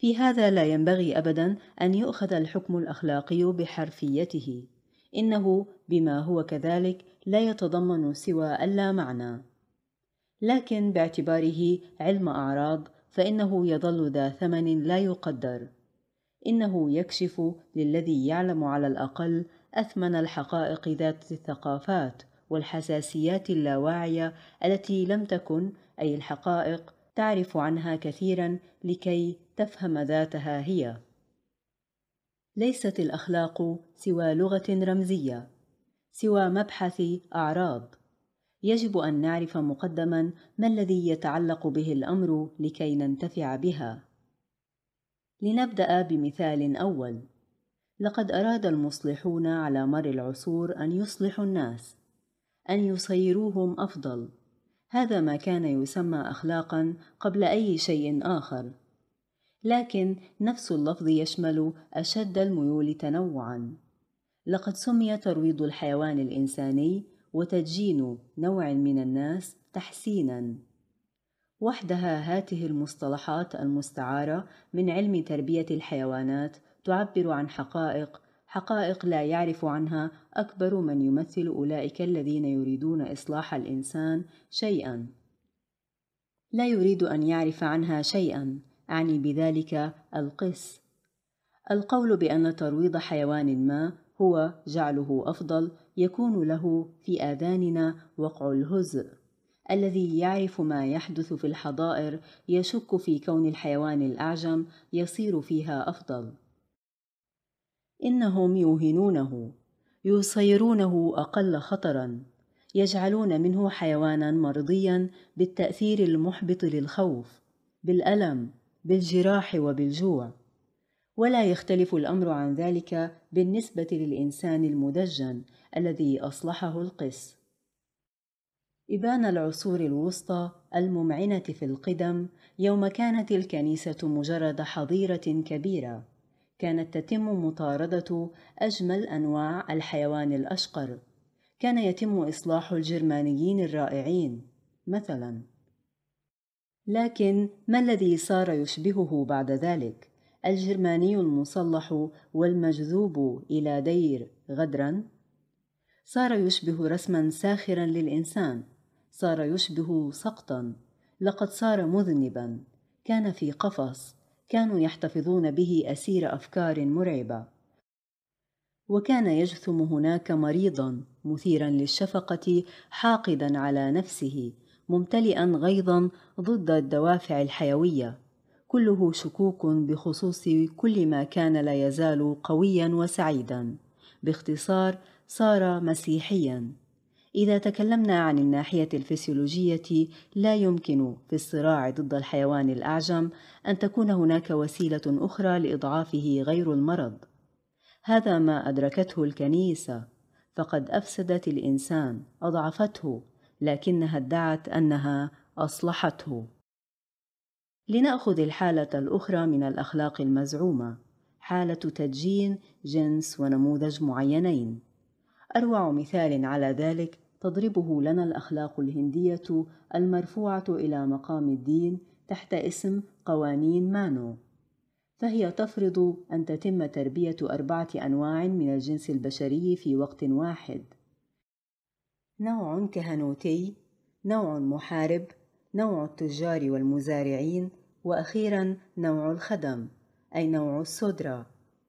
في هذا لا ينبغي أبدا أن يؤخذ الحكم الأخلاقي بحرفيته، إنه بما هو كذلك لا يتضمن سوى اللامعنى، لكن باعتباره علم أعراض فإنه يظل ذا ثمن لا يقدر. إنه يكشف للذي يعلم على الأقل أثمن الحقائق ذات الثقافات والحساسيات اللاواعية التي لم تكن أي الحقائق تعرف عنها كثيرا لكي تفهم ذاتها هي. ليست الأخلاق سوى لغة رمزية، سوى مبحث أعراض. يجب أن نعرف مقدما ما الذي يتعلق به الأمر لكي ننتفع بها. لنبدأ بمثال أول. لقد أراد المصلحون على مر العصور أن يصلحوا الناس، أن يصيروهم أفضل. هذا ما كان يسمى أخلاقا قبل أي شيء آخر، لكن نفس اللفظ يشمل أشد الميول تنوعا. لقد سمي ترويض الحيوان الإنساني وتدجين نوع من الناس تحسينا. وحدها هاته المصطلحات المستعارة من علم تربية الحيوانات تعبر عن حقائق لا يعرف عنها أكبر من يمثل أولئك الذين يريدون إصلاح الإنسان شيئا. لا يريد أن يعرف عنها شيئا، أعني بذلك القس. القول بأن ترويض حيوان ما هو جعله أفضل يكون له في آذاننا وقع الهزء. الذي يعرف ما يحدث في الحضائر يشك في كون الحيوان الأعجم يصير فيها أفضل. إنهم يوهنونه، يصيرونه أقل خطراً، يجعلون منه حيواناً مرضياً بالتأثير المحبط للخوف، بالألم، بالجراح وبالجوع. ولا يختلف الأمر عن ذلك بالنسبة للإنسان المدجن الذي أصلحه القس. إبان العصور الوسطى الممعنة في القدم، يوم كانت الكنيسة مجرد حظيرة كبيرة، كانت تتم مطاردة أجمل أنواع الحيوان الأشقر. كان يتم إصلاح الجرمانيين الرائعين مثلا. لكن ما الذي صار يشبهه بعد ذلك؟ الجرماني المصلح والمجذوب إلى دير غدرا صار يشبه رسما ساخرا للإنسان، صار يشبه سقطا. لقد صار مذنبا، كان في قفص، كانوا يحتفظون به أسير أفكار مرعبة. وكان يجثم هناك مريضا مثيرا للشفقة، حاقدا على نفسه، ممتلئا غيظا ضد الدوافع الحيوية، كله شكوك بخصوص كل ما كان لا يزال قويا وسعيدا. باختصار صار مسيحيا. إذا تكلمنا عن الناحية الفسيولوجية، لا يمكن في الصراع ضد الحيوان الأعجم أن تكون هناك وسيلة أخرى لإضعافه غير المرض. هذا ما أدركته الكنيسة، فقد أفسدت الإنسان، أضعفته، لكنها ادعت أنها أصلحته. لنأخذ الحالة الأخرى من الأخلاق المزعومة، حالة تدجين جنس ونموذج معينين. أروع مثال على ذلك تضربه لنا الأخلاق الهندية المرفوعة إلى مقام الدين تحت اسم قوانين مانو، فهي تفرض أن تتم تربية 4 أنواع من الجنس البشري في وقت واحد: نوع كهنوتي، نوع محارب، نوع التجار والمزارعين، وأخيراً نوع الخدم، أي نوع السودرا.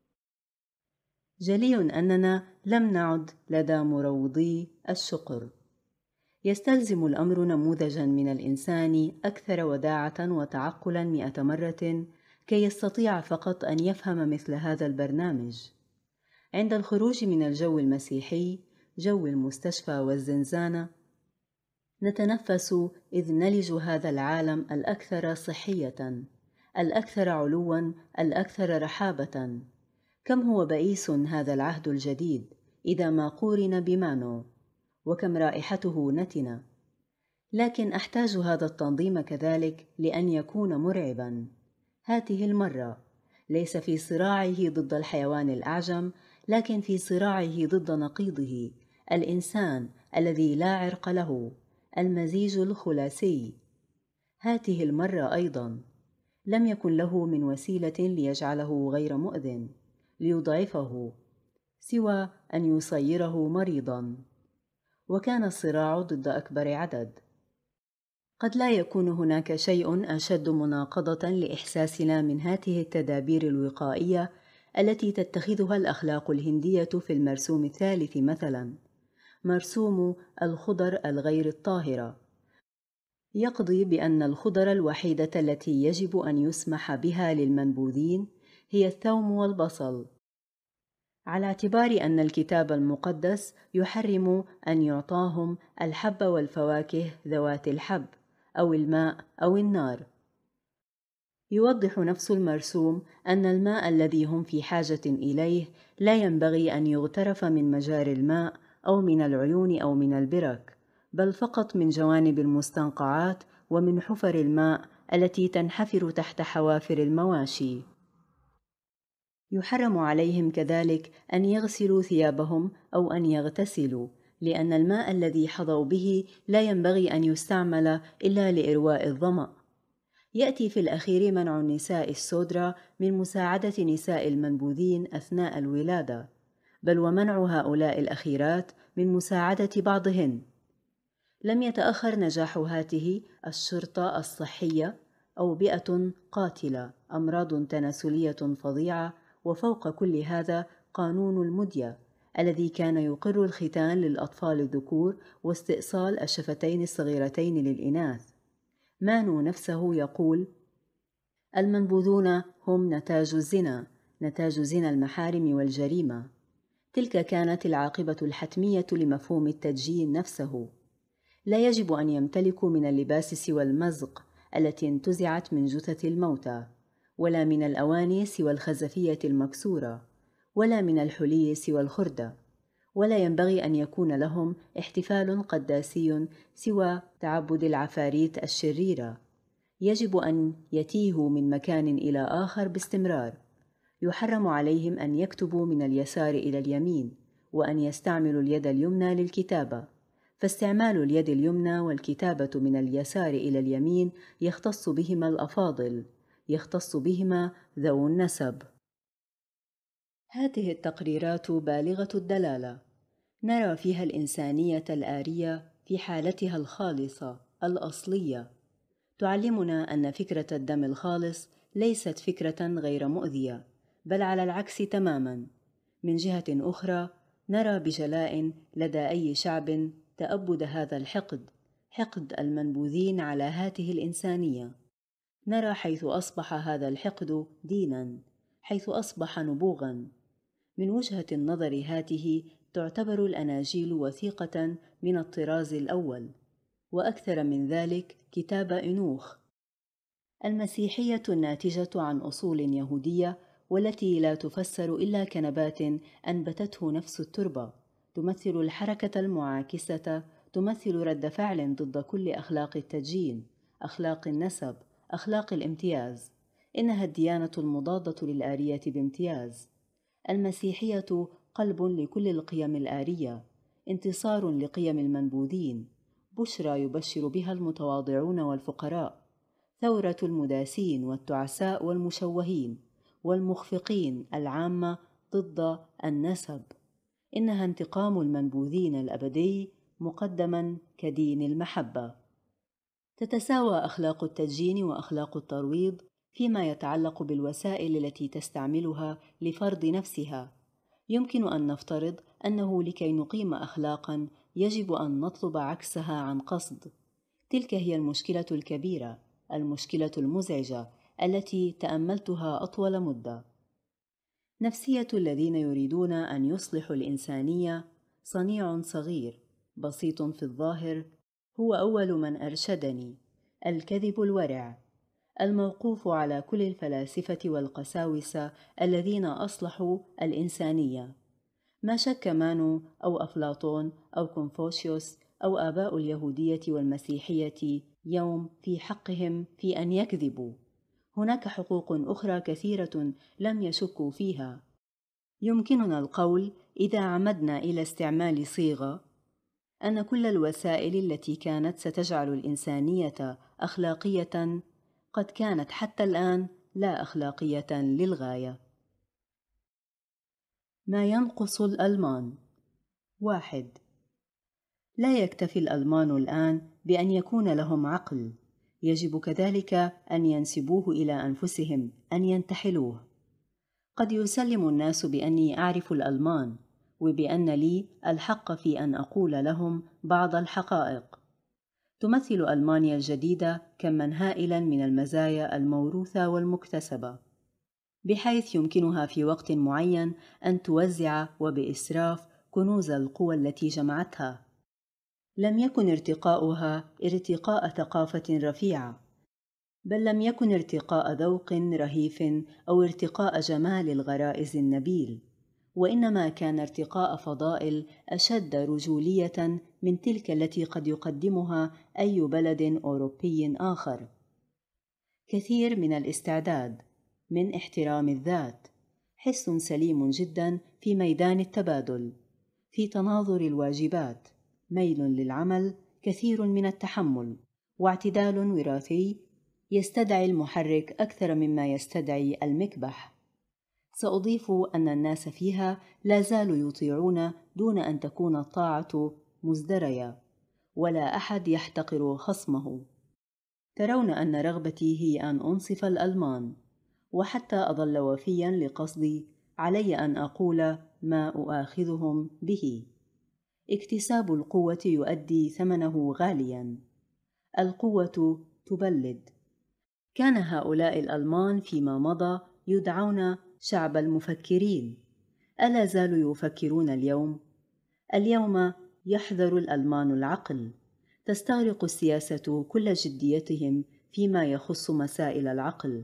جلي أننا لم نعد لدى مروضي الشقر. يستلزم الأمر نموذجاً من الإنسان أكثر وداعة وتعقلاً 100 مرة كي يستطيع فقط أن يفهم مثل هذا البرنامج. عند الخروج من الجو المسيحي، جو المستشفى والزنزانة، نتنفس إذ نلج هذا العالم الأكثر صحية، الأكثر علوا، الأكثر رحابة. كم هو بئيس هذا العهد الجديد إذا ما قورن بمانو، وكم رائحته نتنة. لكن أحتاج هذا التنظيم كذلك لأن يكون مرعبا. هذه المرة ليس في صراعه ضد الحيوان الأعجم، لكن في صراعه ضد نقيضه، الإنسان الذي لا عرق له، المزيج الخلاصي. هذه المرة أيضا لم يكن له من وسيلة ليجعله غير مؤذٍ، ليضعفه، سوى أن يصيره مريضاً. وكان الصراع ضد أكبر عدد. قد لا يكون هناك شيء أشد مناقضة لإحساسنا من هذه التدابير الوقائية التي تتخذها الأخلاق الهندية في المرسوم الثالث مثلاً، مرسوم الخضر الغير الطاهرة، يقضي بأن الخضر الوحيدة التي يجب أن يسمح بها للمنبوذين هي الثوم والبصل، على اعتبار أن الكتاب المقدس يحرم أن يعطاهم الحب والفواكه ذوات الحب أو الماء أو النار. يوضح نفس المرسوم أن الماء الذي هم في حاجة إليه لا ينبغي أن يغترف من مجاري الماء أو من العيون أو من البرك، بل فقط من جوانب المستنقعات ومن حفر الماء التي تنحفر تحت حوافر المواشي. يحرم عليهم كذلك أن يغسلوا ثيابهم أو أن يغتسلوا، لأن الماء الذي حظوا به لا ينبغي أن يستعمل إلا لإرواء الظمأ. يأتي في الأخير منع النساء السودرا من مساعدة نساء المنبوذين أثناء الولادة، بل ومنع هؤلاء الأخيرات من مساعدة بعضهن. لم يتأخر نجاح هذه الشرطة الصحية أو بيئة قاتلة، أمراض تناسلية فظيعة، وفوق كل هذا قانون المدية الذي كان يقر الختان للأطفال الذكور واستئصال الشفتين الصغيرتين للإناث. مانو نفسه يقول: المنبوذون هم نتاج الزنا، نتاج زنا المحارم والجريمة. تلك كانت العاقبة الحتمية لمفهوم التدجين نفسه. لا يجب أن يمتلكوا من اللباس سوى المزق التي انتزعت من جثث الموتى، ولا من الأواني سوى الخزفية المكسورة، ولا من الحلي سوى الخردة، ولا ينبغي أن يكون لهم احتفال قداسي سوى تعبد العفاريت الشريرة. يجب أن يتيهوا من مكان إلى آخر باستمرار. يحرم عليهم أن يكتبوا من اليسار إلى اليمين، وأن يستعملوا اليد اليمنى للكتابة، فاستعمال اليد اليمنى والكتابة من اليسار إلى اليمين يختص بهما الأفاضل، يختص بهما ذو النسب. هذه التقريرات بالغة الدلالة، نرى فيها الإنسانية الآرية في حالتها الخالصة الأصلية. تعلمنا أن فكرة الدم الخالص ليست فكرة غير مؤذية، بل على العكس تماماً. من جهة أخرى، نرى بجلاء لدى أي شعب تأبد هذا الحقد، حقد المنبوذين على هذه الإنسانية. نرى حيث أصبح هذا الحقد ديناً، حيث أصبح نبوغاً. من وجهة النظر هذه تعتبر الأناجيل وثيقة من الطراز الأول، وأكثر من ذلك كتاب إنوخ. المسيحية الناتجة عن أصول يهودية، والتي لا تفسر إلا كنبات أنبتته نفس التربة، تمثل الحركة المعاكسة، تمثل رد فعل ضد كل أخلاق التدجين، أخلاق النسب، أخلاق الامتياز. إنها الديانة المضادة للآرية بامتياز. المسيحية قلب لكل القيم الآرية، انتصار لقيم المنبوذين، بشرى يبشر بها المتواضعون والفقراء، ثورة المداسين والتعساء والمشوهين والمخفقين العامة ضد النسب. إنها انتقام المنبوذين الأبدي مقدما كدين المحبة. تتساوى أخلاق التدجين وأخلاق الترويض فيما يتعلق بالوسائل التي تستعملها لفرض نفسها. يمكن أن نفترض أنه لكي نقيم أخلاقاً يجب أن نطلب عكسها عن قصد. تلك هي المشكلة الكبيرة، المشكلة المزعجة التي تأملتها أطول مدة. نفسية الذين يريدون أن يصلحوا الإنسانية صنيع صغير بسيط في الظاهر، هو أول من أرشدني: الكذب الورع، الموقوف على كل الفلاسفة والقساوسة الذين أصلحوا الإنسانية. ما شك مانو أو أفلاطون أو كونفوشيوس أو آباء اليهودية والمسيحية يوم في حقهم في أن يكذبوا. هناك حقوق أخرى كثيرة لم يشكوا فيها. يمكننا القول، إذا عمدنا إلى استعمال صيغة، أن كل الوسائل التي كانت ستجعل الإنسانية أخلاقية قد كانت حتى الآن لا أخلاقية للغاية. ما ينقص الألمان. 1. لا يكتفي الألمان الآن بأن يكون لهم عقل، يجب كذلك أن ينسبوه إلى أنفسهم، أن ينتحلوه. قد يسلم الناس بأني أعرف الألمان، وبأن لي الحق في أن أقول لهم بعض الحقائق. تمثل ألمانيا الجديدة كماً هائلاً من المزايا الموروثة والمكتسبة، بحيث يمكنها في وقت معين أن توزع وبإسراف كنوز القوى التي جمعتها. لم يكن ارتقاؤها ارتقاء ثقافة رفيعة، بل لم يكن ارتقاء ذوق رهيف أو ارتقاء جمال الغرائز النبيل، وإنما كان ارتقاء فضائل أشد رجولية من تلك التي قد يقدمها أي بلد أوروبي آخر. كثير من الاستعداد، من احترام الذات، حس سليم جدا في ميدان التبادل، في تناظر الواجبات، ميل للعمل، كثير من التحمل، واعتدال وراثي يستدعي المحرك أكثر مما يستدعي المكبح. سأضيف أن الناس فيها لا زالوا يطيعون دون أن تكون الطاعة مزدرية، ولا أحد يحتقر خصمه. ترون أن رغبتي هي أن أنصف الألمان، وحتى أظل وفياً لقصدي علي أن أقول ما أؤاخذهم به. اكتساب القوة يؤدي ثمنه غالياً. القوة تبلد. كان هؤلاء الألمان فيما مضى يدعون شعب المفكرين. ألا زالوا يفكرون اليوم؟ اليوم يحذر الألمان العقل. تستغرق السياسة كل جديتهم فيما يخص مسائل العقل.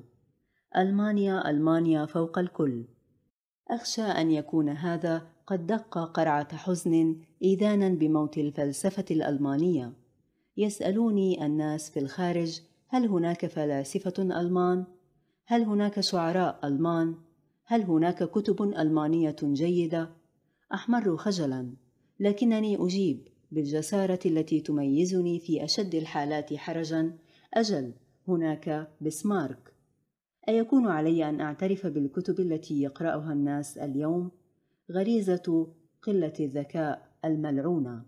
ألمانيا فوق الكل. أخشى أن يكون هذا قد دق قرعة حزن إذانا بموت الفلسفة الألمانية. يسألوني الناس في الخارج: هل هناك فلاسفة ألمان؟ هل هناك شعراء ألمان؟ هل هناك كتب ألمانية جيدة؟ أحمر خجلاً، لكنني أجيب بالجسارة التي تميزني في أشد الحالات حرجاً: أجل، هناك بسمارك. أيكون علي أن أعترف بالكتب التي يقرأها الناس اليوم؟ غريزة قلة الذكاء الملعونة.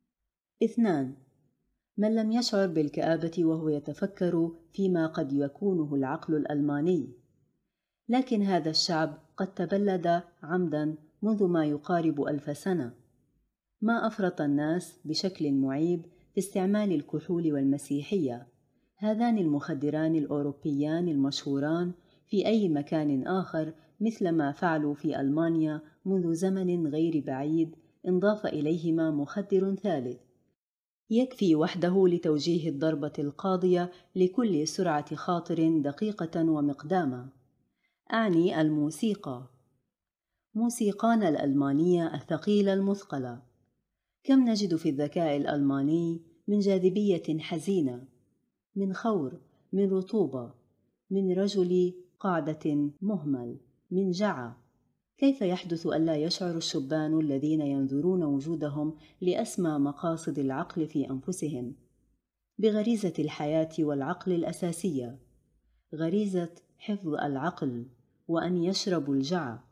2. من لم يشعر بالكآبة وهو يتفكر فيما قد يكونه العقل الألماني. لكن هذا الشعب قد تبلد عمداً منذ ما يقارب 1000 سنة. ما أفرط الناس بشكل معيب في استعمال الكحول والمسيحية، هذان المخدران الأوروبيان المشهوران، في أي مكان آخر مثل ما فعلوا في ألمانيا منذ زمن غير بعيد. انضاف إليهما مخدر ثالث يكفي وحده لتوجيه الضربة القاضية لكل سرعة خاطر دقيقة ومقدامة. أعني الموسيقى. موسيقانا الألمانية الثقيلة المثقلة. كم نجد في الذكاء الألماني من جاذبية حزينة، من خور، من رطوبة، من رجل قاعدة مهمل، من جعة. كيف يحدث ألا يشعر الشبان الذين ينظرون وجودهم لأسمى مقاصد العقل في أنفسهم بغريزة الحياة والعقل الأساسية، غريزة حفظ العقل، وأن يشربوا الجعة؟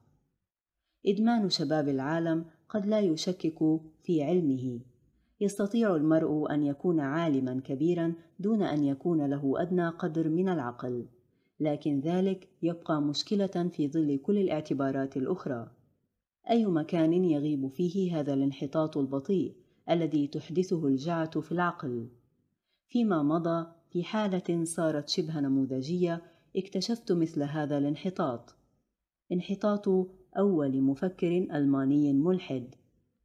إدمان شباب العالم قد لا يشكك في علمه. يستطيع المرء أن يكون عالماً كبيراً دون أن يكون له أدنى قدر من العقل، لكن ذلك يبقى مشكلة في ظل كل الاعتبارات الأخرى. أي مكان يغيب فيه هذا الانحطاط البطيء الذي تحدثه الجعة في العقل؟ فيما مضى، في حالة صارت شبه نموذجية، اكتشفت مثل هذا الانحطاط: انحطاط أول مفكر ألماني ملحد،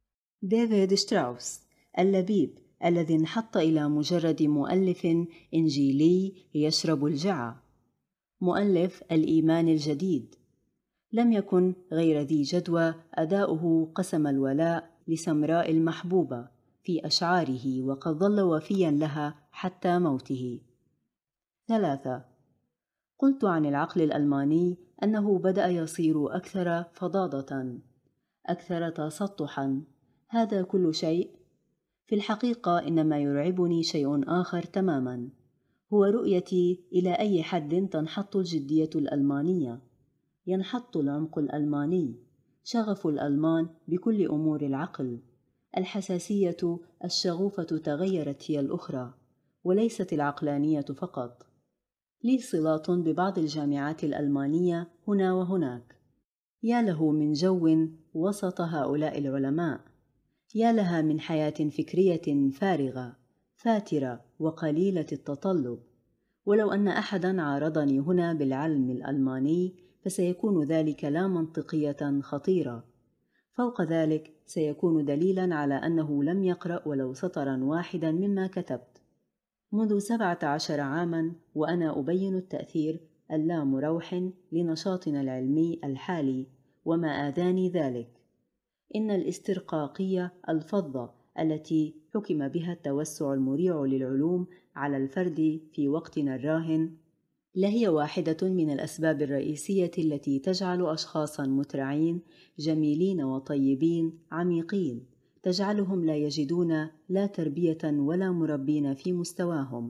ديفيد شتراوس اللبيب، الذي انحط إلى مجرد مؤلف إنجيلي يشرب الجعة، مؤلف الإيمان الجديد. لم يكن غير ذي جدوى أداؤه قسم الولاء لسمراء المحبوبة في أشعاره، وقد ظل وفياً لها حتى موته. 3. قلت عن العقل الألماني أنه بدأ يصير أكثر فظاظة، أكثر تسطحاً. هذا كل شيء؟ في الحقيقة إنما يرعبني شيء آخر تماماً، هو رؤيتي إلى أي حد تنحط الجدية الألمانية. ينحط العمق الألماني، شغف الألمان بكل أمور العقل. الحساسية الشغوفة تغيرت هي الأخرى، وليست العقلانية فقط. لي صلات ببعض الجامعات الألمانية هنا وهناك. يا له من جو وسط هؤلاء العلماء، يا لها من حياة فكرية فارغة فاترة وقليلة التطلب. ولو أن أحداً عارضني هنا بالعلم الألماني فسيكون ذلك لا منطقية خطيرة. فوق ذلك سيكون دليلاً على أنه لم يقرأ ولو سطراً واحداً مما كتبت. منذ 17 عاماً وأنا أبين التأثير اللامروح لنشاطنا العلمي الحالي، وما آذاني ذلك إن الاسترقاقية الفظة التي حكم بها التوسع المريع للعلوم على الفرد في وقتنا الراهن لهي واحدة من الأسباب الرئيسية التي تجعل أشخاصاً مترعين جميلين وطيبين عميقين تجعلهم لا يجدون لا تربية ولا مربين في مستواهم.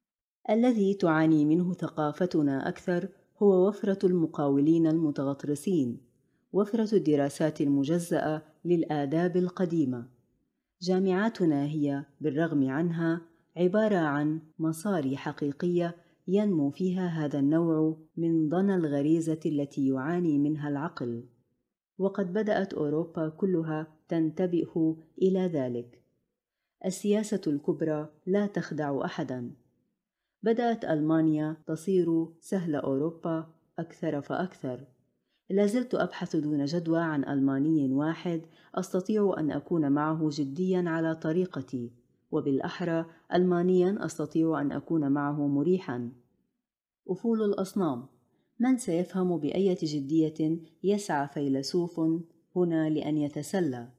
الذي تعاني منه ثقافتنا أكثر هو وفرة المقاولين المتغطرسين، وفرة الدراسات المجزأة للآداب القديمة. جامعاتنا هي بالرغم عنها عبارة عن مصاري حقيقية ينمو فيها هذا النوع من ضنا الغريزة التي يعاني منها العقل، وقد بدأت أوروبا كلها تنتبه إلى ذلك. السياسة الكبرى لا تخدع أحداً. بدأت ألمانيا تصير سهل أوروبا أكثر فأكثر. لازلت أبحث دون جدوى عن ألماني واحد أستطيع أن أكون معه جدياً على طريقتي، وبالأحرى ألمانياً أستطيع أن أكون معه مريحاً. أفول الأصنام، من سيفهم بأية جدية يسعى فيلسوف هنا لأن يتسلى؟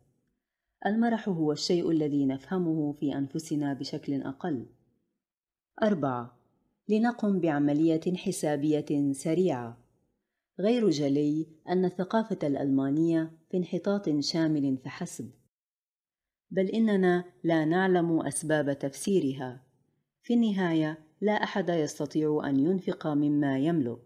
المرح هو الشيء الذي نفهمه في أنفسنا بشكل أقل. 4. لنقم بعملية حسابية سريعة. غير جلي أن الثقافة الألمانية في انحطاط شامل فحسب، بل إننا لا نعلم أسباب تفسيرها. في النهاية لا أحد يستطيع أن ينفق مما يملك.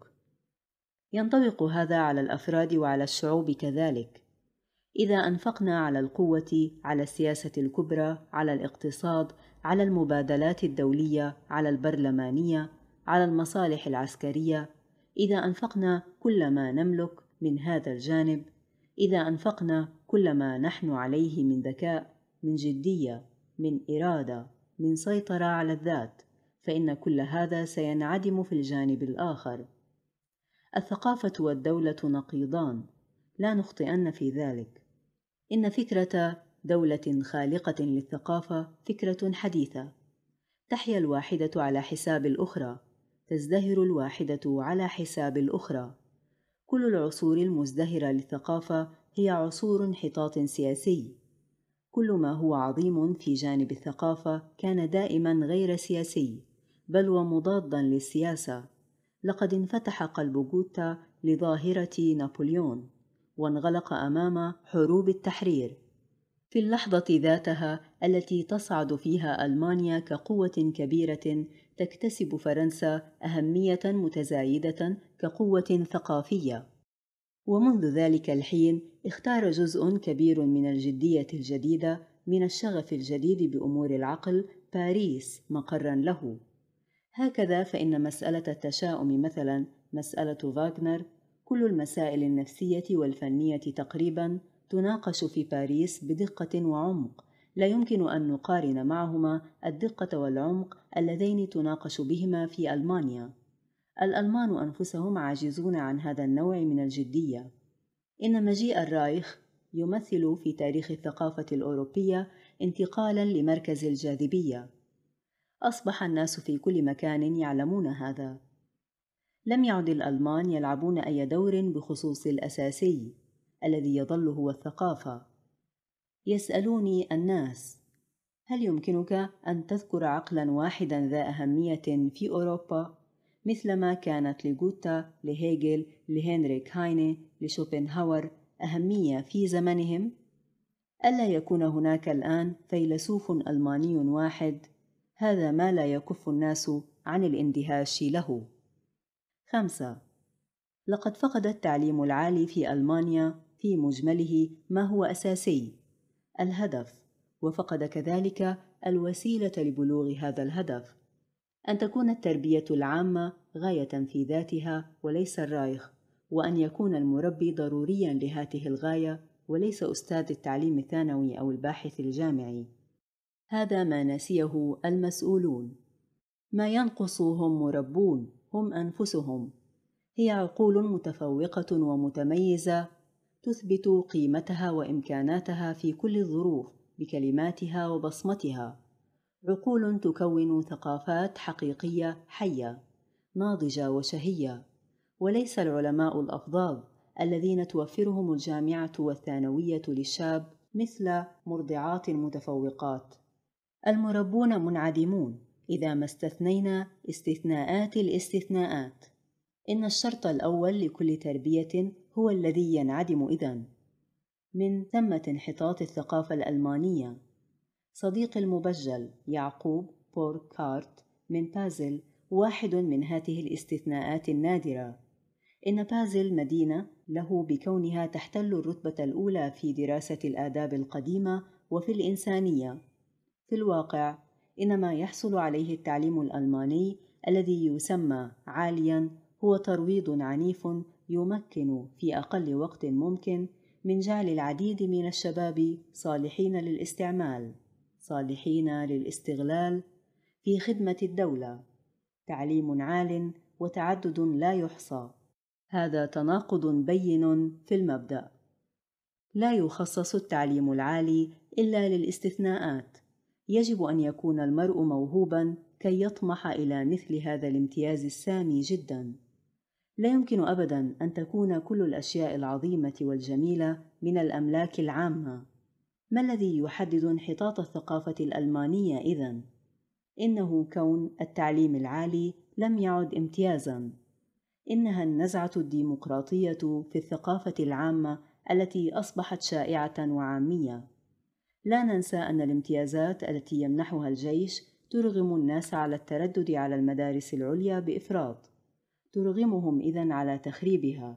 ينطبق هذا على الأفراد وعلى الشعوب كذلك. إذا أنفقنا على القوة، على السياسة الكبرى، على الاقتصاد، على المبادلات الدولية، على البرلمانية، على المصالح العسكرية، إذا أنفقنا كل ما نملك من هذا الجانب، إذا أنفقنا كل ما نحن عليه من ذكاء، من جدية، من إرادة، من سيطرة على الذات، فإن كل هذا سينعدم في الجانب الآخر. الثقافة والدولة نقيضان، لا نخطئن في ذلك. إن فكرة دولة خالقة للثقافة فكرة حديثة. تحيا الواحدة على حساب الأخرى، تزدهر الواحدة على حساب الأخرى. كل العصور المزدهرة للثقافة هي عصور انحطاط سياسي. كل ما هو عظيم في جانب الثقافة كان دائما غير سياسي، بل ومضادا للسياسة. لقد انفتح قلب جوتا لظاهرة نابليون، وانغلق أمام حروب التحرير. في اللحظة ذاتها التي تصعد فيها ألمانيا كقوة كبيرة، تكتسب فرنسا أهمية متزايدة كقوة ثقافية. ومنذ ذلك الحين اختار جزء كبير من الجدية الجديدة، من الشغف الجديد بأمور العقل، باريس مقرا له. هكذا فإن مسألة التشاؤم مثلا، مسألة فاغنر، كل المسائل النفسية والفنية تقريبا تناقش في باريس بدقة وعمق، لا يمكن أن نقارن معهما الدقة والعمق اللذين تناقش بهما في ألمانيا. الألمان أنفسهم عاجزون عن هذا النوع من الجدية. إن مجيء الرايخ يمثل في تاريخ الثقافة الأوروبية انتقالاً لمركز الجاذبية. أصبح الناس في كل مكان يعلمون هذا. لم يعد الألمان يلعبون أي دور بخصوص الأساسي الذي يظل هو الثقافة. يسألوني الناس: هل يمكنك أن تذكر عقلاً واحداً ذا أهمية في أوروبا مثلما كانت لغوتا، لهيجل، لهنريك هاينه، لشوبنهاور أهمية في زمنهم؟ ألا يكون هناك الآن فيلسوف ألماني واحد؟ هذا ما لا يكف الناس عن الاندهاش له. 5. لقد فقد التعليم العالي في ألمانيا في مجمله ما هو أساسي: الهدف، وفقد كذلك الوسيلة لبلوغ هذا الهدف. أن تكون التربية العامة غاية في ذاتها وليس الرايخ، وأن يكون المربي ضروريا لهذه الغاية وليس أستاذ التعليم الثانوي أو الباحث الجامعي. هذا ما نسيه المسؤولون. ما ينقص هم مربون، هم أنفسهم. هي عقول متفوقة ومتميزة تثبت قيمتها وإمكاناتها في كل الظروف بكلماتها وبصمتها. عقول تكون ثقافات حقيقية حية ناضجة وشهية، وليس العلماء الأفضل الذين توفرهم الجامعة والثانوية للشاب مثل مرضعات المتفوقات. المربون منعدمون إذا ما استثنينا استثناءات الاستثناءات. إن الشرط الأول لكل تربية هو الذي ينعدم إذن. من ثمة انحطاط الثقافة الألمانية. صديقي المبجل يعقوب بوركارت من بازل واحد من هذه الاستثناءات النادرة. إن بازل مدينة له بكونها تحتل الرتبة الأولى في دراسة الآداب القديمة وفي الإنسانية. في الواقع إن ما يحصل عليه التعليم الألماني الذي يسمى عالياً هو ترويض عنيف يمكن في أقل وقت ممكن من جعل العديد من الشباب صالحين للاستعمال، صالحين للاستغلال في خدمة الدولة. تعليم عال وتعدد لا يحصى. هذا تناقض بين في المبدأ. لا يخصص التعليم العالي إلا للاستثناءات. يجب أن يكون المرء موهوباً كي يطمح إلى مثل هذا الامتياز السامي جداً. لا يمكن أبداً أن تكون كل الأشياء العظيمة والجميلة من الأملاك العامة. ما الذي يحدد انحطاط الثقافة الألمانية إذن؟ إنه كون التعليم العالي لم يعد امتيازاً. إنها النزعة الديمقراطية في الثقافة العامة التي أصبحت شائعة وعامية. لا ننسى أن الامتيازات التي يمنحها الجيش ترغم الناس على التردد على المدارس العليا بإفراط، ترغمهم إذن على تخريبها.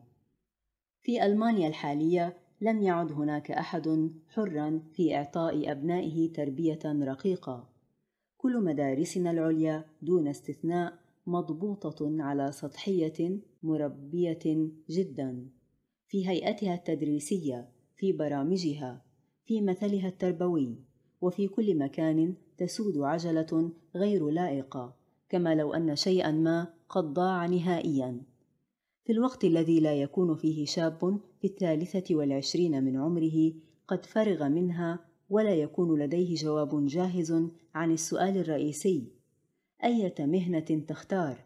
في ألمانيا الحالية لم يعد هناك أحد حراً في إعطاء أبنائه تربية رقيقة. كل مدارسنا العليا دون استثناء مضبوطة على سطحية مربية جداً، في هيئتها التدريسية، في برامجها، في مثلها التربوي، وفي كل مكان تسود عجلة غير لائقة، كما لو أن شيئاً ما قد ضاع نهائياً. في الوقت الذي لا يكون فيه شاب في 23 من عمره قد فرغ منها ولا يكون لديه جواب جاهز عن السؤال الرئيسي: أية مهنة تختار؟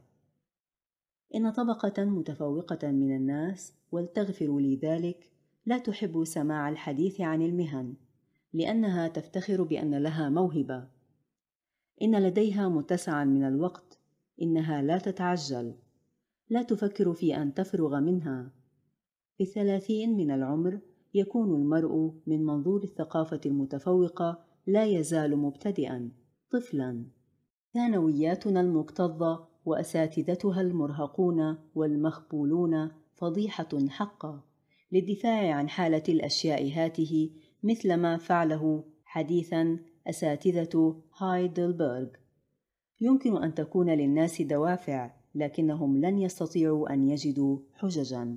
إن طبقة متفوقة من الناس، ولتغفروا لي ذلك، لا تحب سماع الحديث عن المهن، لأنها تفتخر بأن لها موهبة. إن لديها متسعا من الوقت. إنها لا تتعجل، لا تفكر في أن تفرغ منها. في 30 من العمر يكون المرء من منظور الثقافة المتفوقة لا يزال مبتدئا، طفلا. ثانوياتنا المكتظة وأساتذتها المرهقون والمخبولون فضيحة حقة للدفاع عن حالة الأشياء هاته، مثل ما فعله حديثا أساتذة هايدلبرغ. يمكن أن تكون للناس دوافع، لكنهم لن يستطيعوا أن يجدوا حججا.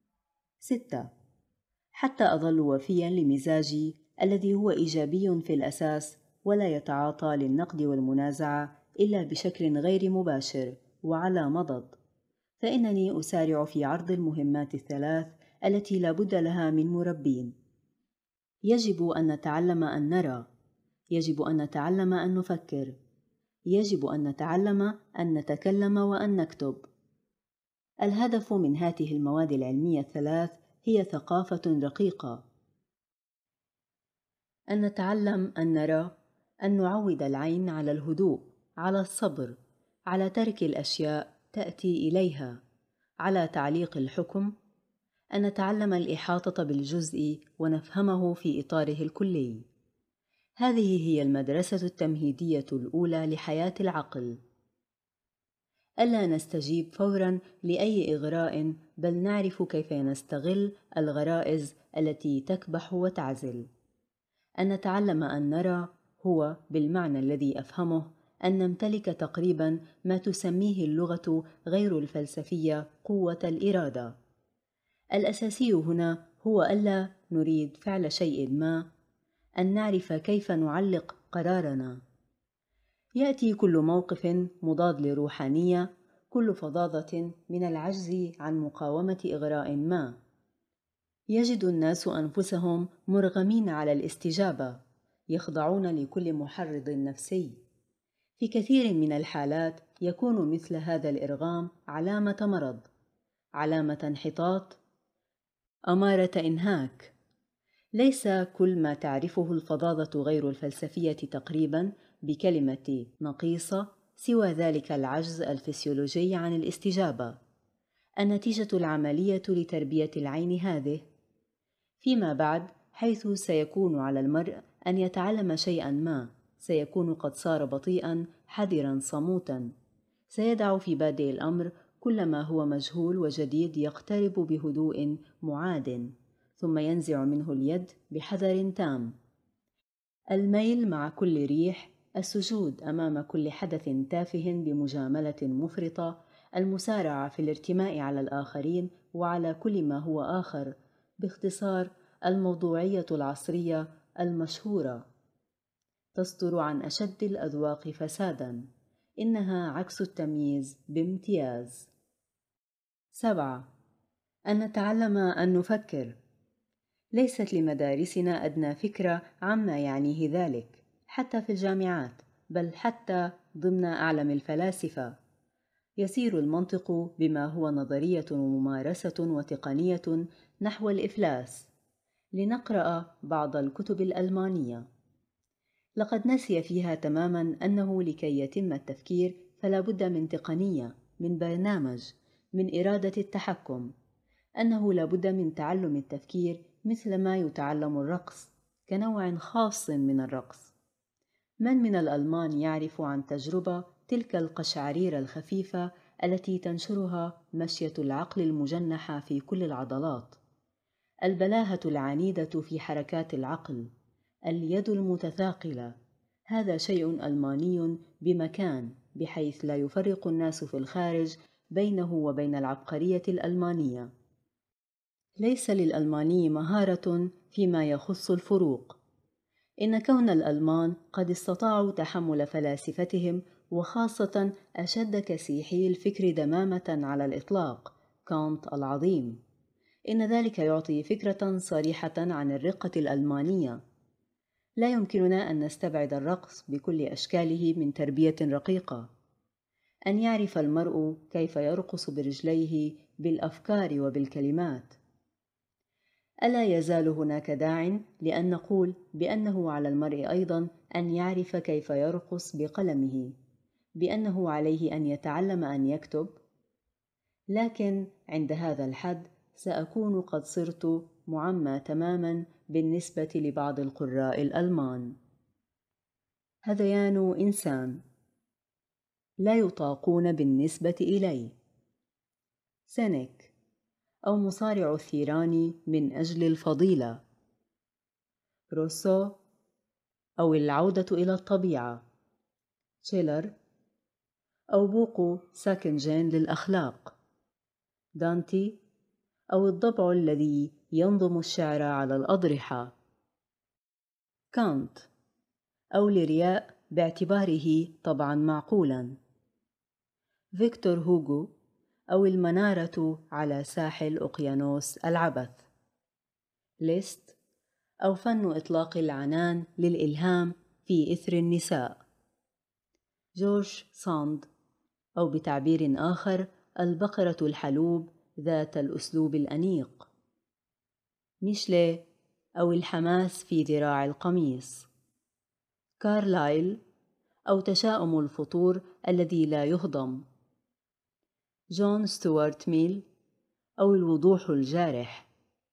6. حتى أظل وفيا لمزاجي الذي هو إيجابي في الأساس، ولا يتعاطى للنقد والمنازعة إلا بشكل غير مباشر وعلى مضض، فإنني أسارع في عرض المهمات الثلاث التي لا بد لها من مربين. يجب أن نتعلم أن نرى، يجب أن نتعلم أن نفكر، يجب أن نتعلم أن نتكلم وأن نكتب. الهدف من هذه المواد العلمية الثلاث هي ثقافة رقيقة. أن نتعلم أن نرى، أن نعود العين على الهدوء، على الصبر، على ترك الأشياء تأتي إليها، على تعليق الحكم، أن نتعلم الإحاطة بالجزء ونفهمه في إطاره الكلي. هذه هي المدرسة التمهيدية الأولى لحياة العقل. ألا نستجيب فوراً لأي إغراء، بل نعرف كيف نستغل الغرائز التي تكبح وتعزل. أن نتعلم أن نرى هو بالمعنى الذي أفهمه أن نمتلك تقريباً ما تسميه اللغة غير الفلسفية قوة الإرادة. الأساسي هنا هو ألا نريد فعل شيء ما، أن نعرف كيف نعلق قرارنا. يأتي كل موقف مضاد لروحانية، كل فظاظة من العجز عن مقاومة إغراء ما. يجد الناس أنفسهم مرغمين على الاستجابة، يخضعون لكل محرض نفسي. في كثير من الحالات يكون مثل هذا الإرغام علامة مرض، علامة انحطاط، أمارة إنهاك. ليس كل ما تعرفه الفظاظة غير الفلسفية تقريباً بكلمة نقيصة سوى ذلك العجز الفسيولوجي عن الاستجابة، النتيجة العملية لتربية العين هذه. فيما بعد، حيث سيكون على المرء أن يتعلم شيئاً ما، سيكون قد صار بطيئاً حذراً صموتاً، سيدع في بادئ الأمر كل ما هو مجهول وجديد يقترب بهدوء معاد، ثم ينزع منه اليد بحذر تام. الميل مع كل ريح، السجود أمام كل حدث تافه بمجاملة مفرطة، المسارعة في الارتماء على الآخرين وعلى كل ما هو آخر، باختصار الموضوعية العصرية المشهورة تصدر عن أشد الأذواق فساداً، إنها عكس التمييز بامتياز. 7. أن نتعلم أن نفكر. ليست لمدارسنا أدنى فكرة عما يعنيه ذلك، حتى في الجامعات، بل حتى ضمن أعلم الفلاسفة. يسير المنطق بما هو نظرية وممارسة وتقنية نحو الإفلاس. لنقرأ بعض الكتب الألمانية، لقد نسي فيها تماماً أنه لكي يتم التفكير فلا بد من تقنية، من برنامج، من إرادة التحكم، أنه لا بد من تعلم التفكير مثل ما يتعلم الرقص، كنوع خاص من الرقص. من الألمان يعرف عن تجربة تلك القشعريرة الخفيفة التي تنشرها مشية العقل المجنحة في كل العضلات، البلاهة العنيدة في حركات العقل، اليد المتثاقلة. هذا شيء ألماني بمكان، بحيث لا يفرق الناس في الخارج بينه وبين العبقرية الألمانية. ليس للألماني مهارة فيما يخص الفروق، إن كون الألمان قد استطاعوا تحمل فلاسفتهم، وخاصة أشد كسيحي الفكر دمامة على الإطلاق كانت العظيم، إن ذلك يعطي فكرة صريحة عن الرقة الألمانية. لا يمكننا أن نستبعد الرقص بكل أشكاله من تربية رقيقة. أن يعرف المرء كيف يرقص برجليه، بالأفكار وبالكلمات. ألا يزال هناك داع لأن نقول بأنه على المرء أيضاً أن يعرف كيف يرقص بقلمه، بأنه عليه أن يتعلم أن يكتب. لكن عند هذا الحد سأكون قد صرت معمى تماماً بالنسبة لبعض القراء الألمان. هذيان إنسان لا يطاقون بالنسبة إلي. سينيك، أو مصارع الثيران من أجل الفضيلة. روسو، أو العودة إلى الطبيعة. شيلر، أو بوق ساكنجين للأخلاق. دانتي، أو الضبع الذي ينظم الشعر على الأضرحة. كانت، أو الرياء باعتباره طبعاً معقولاً. فيكتور هوغو، أو المنارة على ساحل أقيانوس العبث. ليست، أو فن إطلاق العنان للإلهام في إثر النساء. جورج ساند، أو بتعبير آخر البقرة الحلوب ذات الأسلوب الأنيق. ميشلي، أو الحماس في ذراع القميص. كارلايل، أو تشاؤم الفطور الذي لا يهضم. جون ستوارت ميل، أو الوضوح الجارح.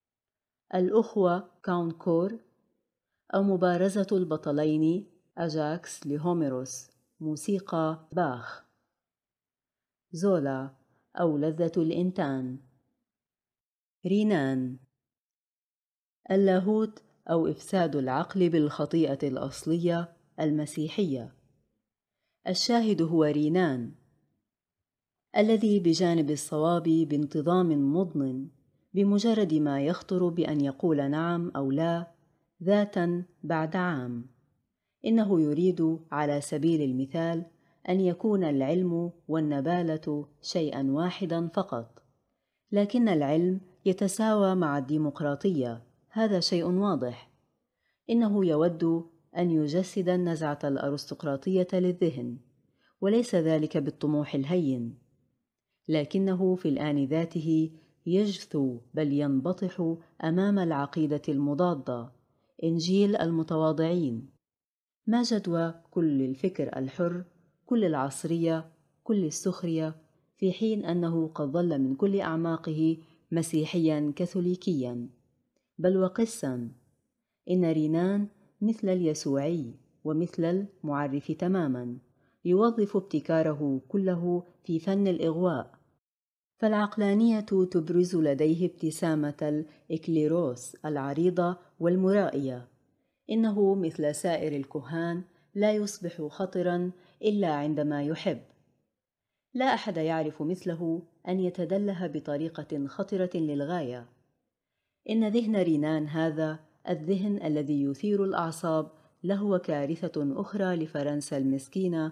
الأخوة كاونكور، أو مبارزة البطلين أجاكس لهوميروس، موسيقى باخ. زولا أو لذة الإنتان. رينان، اللاهوت أو إفساد العقل بالخطيئة الأصلية المسيحية. الشاهد هو رينان الذي بجانب الصواب بانتظام مضن، بمجرد ما يخطر بأن يقول نعم أو لا ذاتاً بعد عام. إنه يريد على سبيل المثال أن يكون العلم والنبالة شيئاً واحداً فقط، لكن العلم يتساوى مع الديمقراطية، هذا شيء واضح. إنه يود أن يجسد النزعة الأرستقراطية للذهن، وليس ذلك بالطموح الهين، لكنه في الآن ذاته يجثو بل ينبطح أمام العقيدة المضادة، إنجيل المتواضعين. ما جدوى كل الفكر الحر، كل العصرية، كل السخرية، في حين أنه قد ظل من كل أعماقه مسيحياً كاثوليكياً، بل وقساً. إن رينان مثل اليسوعي ومثل المعرف تماماً، يوظف ابتكاره كله في فن الإغواء. فالعقلانية تبرز لديه ابتسامة الإكليروس العريضة والمرائية. إنه مثل سائر الكهان لا يصبح خطراً إلا عندما يحب. لا أحد يعرف مثله أن يتدله بطريقة خطرة للغاية. إن ذهن رينان هذا الذهن الذي يثير الأعصاب لهو كارثة أخرى لفرنسا المسكينة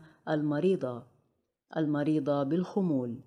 المريضة بالخمول.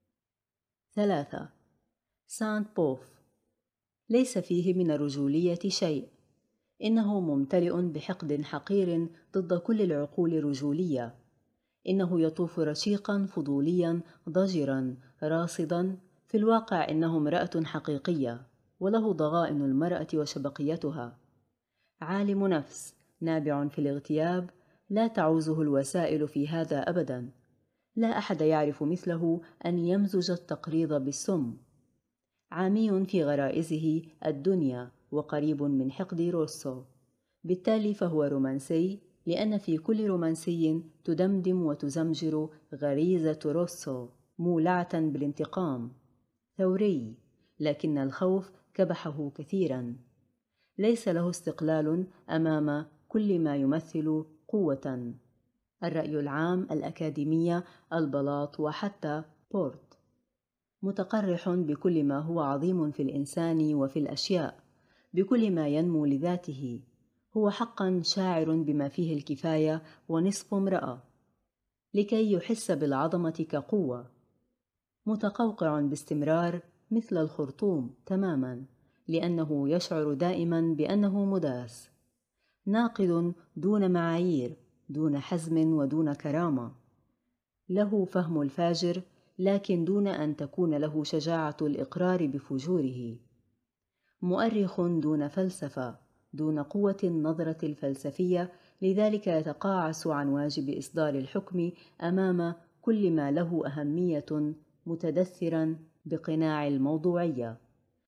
3. سانت بوف، ليس فيه من الرجولية شيء. إنه ممتلئ بحقد حقير ضد كل العقول الرجولية. إنه يطوف رشيقاً فضولياً ضجراً راصداً، في الواقع إنه امرأة حقيقية، وله ضغائن المرأة وشبقيتها. عالم نفس نابع في الاغتياب، لا تعوزه الوسائل في هذا أبداً. لا أحد يعرف مثله أن يمزج التقريض بالسم. عامي في غرائزه الدنيا وقريب من حقد روسو، بالتالي فهو رومانسي، لأن في كل رومانسي تدمدم وتزمجر غريزة روسو مولعة بالانتقام. ثوري، لكن الخوف كبحه كثيرا. ليس له استقلال أمام كل ما يمثل قوة. الرأي العام، الأكاديمية، البلاط، وحتى بورت. متقرح بكل ما هو عظيم في الإنسان وفي الأشياء، بكل ما ينمو لذاته. هو حقا شاعر بما فيه الكفاية ونصف امرأة، لكي يحس بالعظمة كقوة. متقوقع باستمرار مثل الخرطوم تماما، لأنه يشعر دائما بأنه مداس. ناقد دون معايير، دون حزم ودون كرامة. له فهم الفاجر، لكن دون أن تكون له شجاعة الإقرار بفجوره. مؤرخ دون فلسفة، دون قوة النظرة الفلسفية، لذلك يتقاعس عن واجب إصدار الحكم أمام كل ما له أهمية، متدثراً بقناع الموضوعية.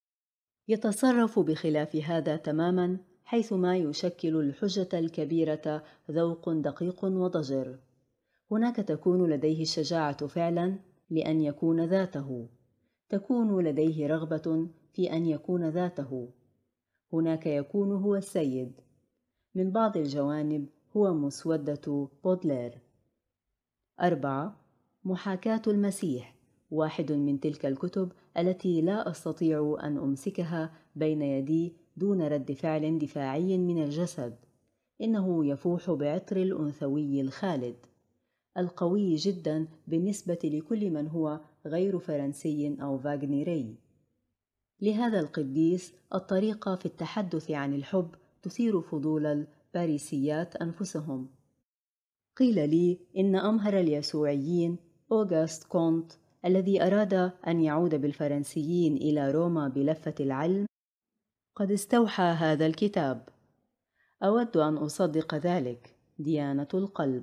يتصرف بخلاف هذا تماماً، حيثما يشكل الحجة الكبيرة ذوق دقيق وضجر. هناك تكون لديه الشجاعة فعلاً لأن يكون ذاته، تكون لديه رغبة في أن يكون ذاته. هناك يكون هو السيد. من بعض الجوانب هو مسودة بودلير. 4. محاكاة المسيح، واحد من تلك الكتب التي لا أستطيع أن أمسكها بين يدي دون رد فعل دفاعي من الجسد. إنه يفوح بعطر الأنثوي الخالد، القوي جدا بالنسبة لكل من هو غير فرنسي أو فاغنيري. لهذا القديس الطريقة في التحدث عن الحب تثير فضول الباريسيات أنفسهم. قيل لي إن أمهر اليسوعيين أوغست كونت، الذي أراد أن يعود بالفرنسيين إلى روما بلفة العلم، قد استوحى هذا الكتاب. أود أن أصدق ذلك. ديانة القلب.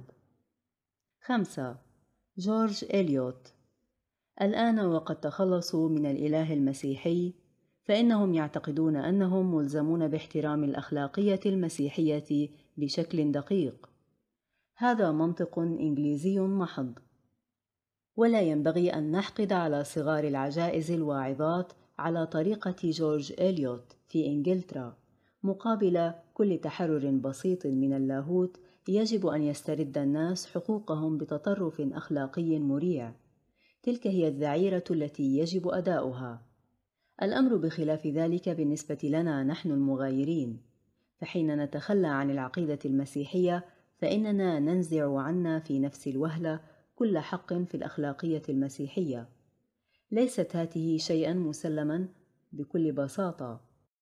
5. جورج إليوت. الآن وقد تخلصوا من الإله المسيحي، فإنهم يعتقدون أنهم ملزمون باحترام الأخلاقية المسيحية بشكل دقيق. هذا منطق إنجليزي محض. ولا ينبغي أن نحقد على صغار العجائز الواعظات على طريقة جورج إليوت في إنجلترا. مقابل كل تحرر بسيط من اللاهوت يجب أن يسترد الناس حقوقهم بتطرف أخلاقي مريع. تلك هي الذعيرة التي يجب أداؤها. الأمر بخلاف ذلك بالنسبة لنا نحن المغايرين، فحين نتخلى عن العقيدة المسيحية فإننا ننزع عنا في نفس الوهلة كل حق في الأخلاقية المسيحية. ليست هذه شيئا مسلما بكل بساطة،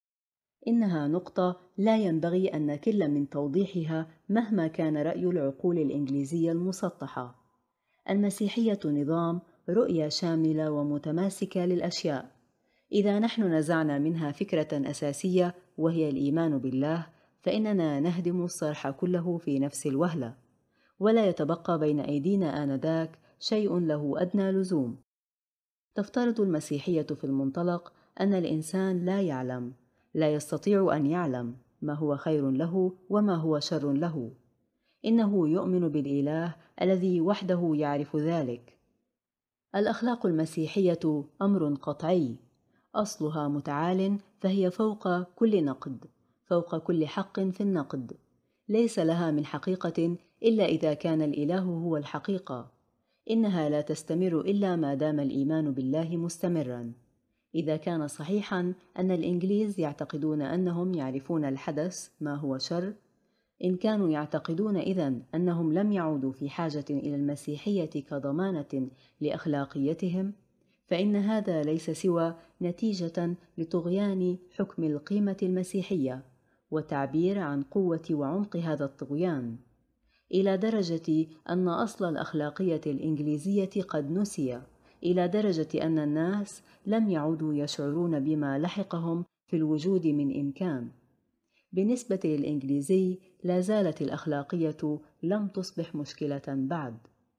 إنها نقطة لا ينبغي أن نكل من توضيحها مهما كان رأي العقول الإنجليزية المسطحة. المسيحية نظام، رؤية شاملة ومتماسكة للأشياء. إذا نحن نزعنا منها فكرة أساسية وهي الإيمان بالله فإننا نهدم الصرح كله في نفس الوهلة، ولا يتبقى بين أيدينا آنذاك شيء له أدنى لزوم. تفترض المسيحية في المنطلق أن الإنسان لا يعلم، لا يستطيع أن يعلم ما هو خير له وما هو شر له. إنه يؤمن بالإله الذي وحده يعرف ذلك. الأخلاق المسيحية أمر قطعي، أصلها متعال، فهي فوق كل نقد، فوق كل حق في النقد. ليس لها من حقيقة إلا إذا كان الإله هو الحقيقة. إنها لا تستمر إلا ما دام الإيمان بالله مستمراً. إذا كان صحيحاً أن الإنجليز يعتقدون أنهم يعرفون الحدث ما هو شر، إن كانوا يعتقدون إذن أنهم لم يعودوا في حاجة إلى المسيحية كضمانة لأخلاقيتهم، فإن هذا ليس سوى نتيجة لطغيان حكم القيمة المسيحية وتعبير عن قوة وعمق هذا الطغيان، إلى درجة أن أصل الأخلاقية الإنجليزية قد نسي، إلى درجة أن الناس لم يعودوا يشعرون بما لحقهم في الوجود من إمكان. بالنسبة للإنجليزي لا زالت الأخلاقية لم تصبح مشكلة بعد.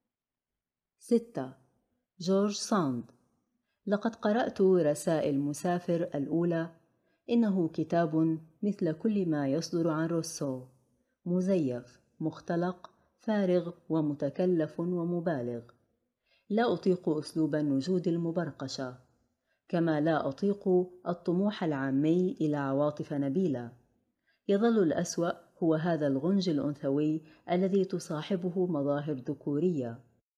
6. جورج ساند. لقد قرأت رسائل مسافر الأولى. إنه كتاب مثل كل ما يصدر عن روسو، مزيف، مختلق، فارغ ومتكلف ومبالغ. لا أطيق أسلوب النجود المبرقشة، كما لا أطيق الطموح العامي إلى عواطف نبيلة. يظل الأسوأ هو هذا الغنج الأنثوي الذي تصاحبه مظاهر ذكورية،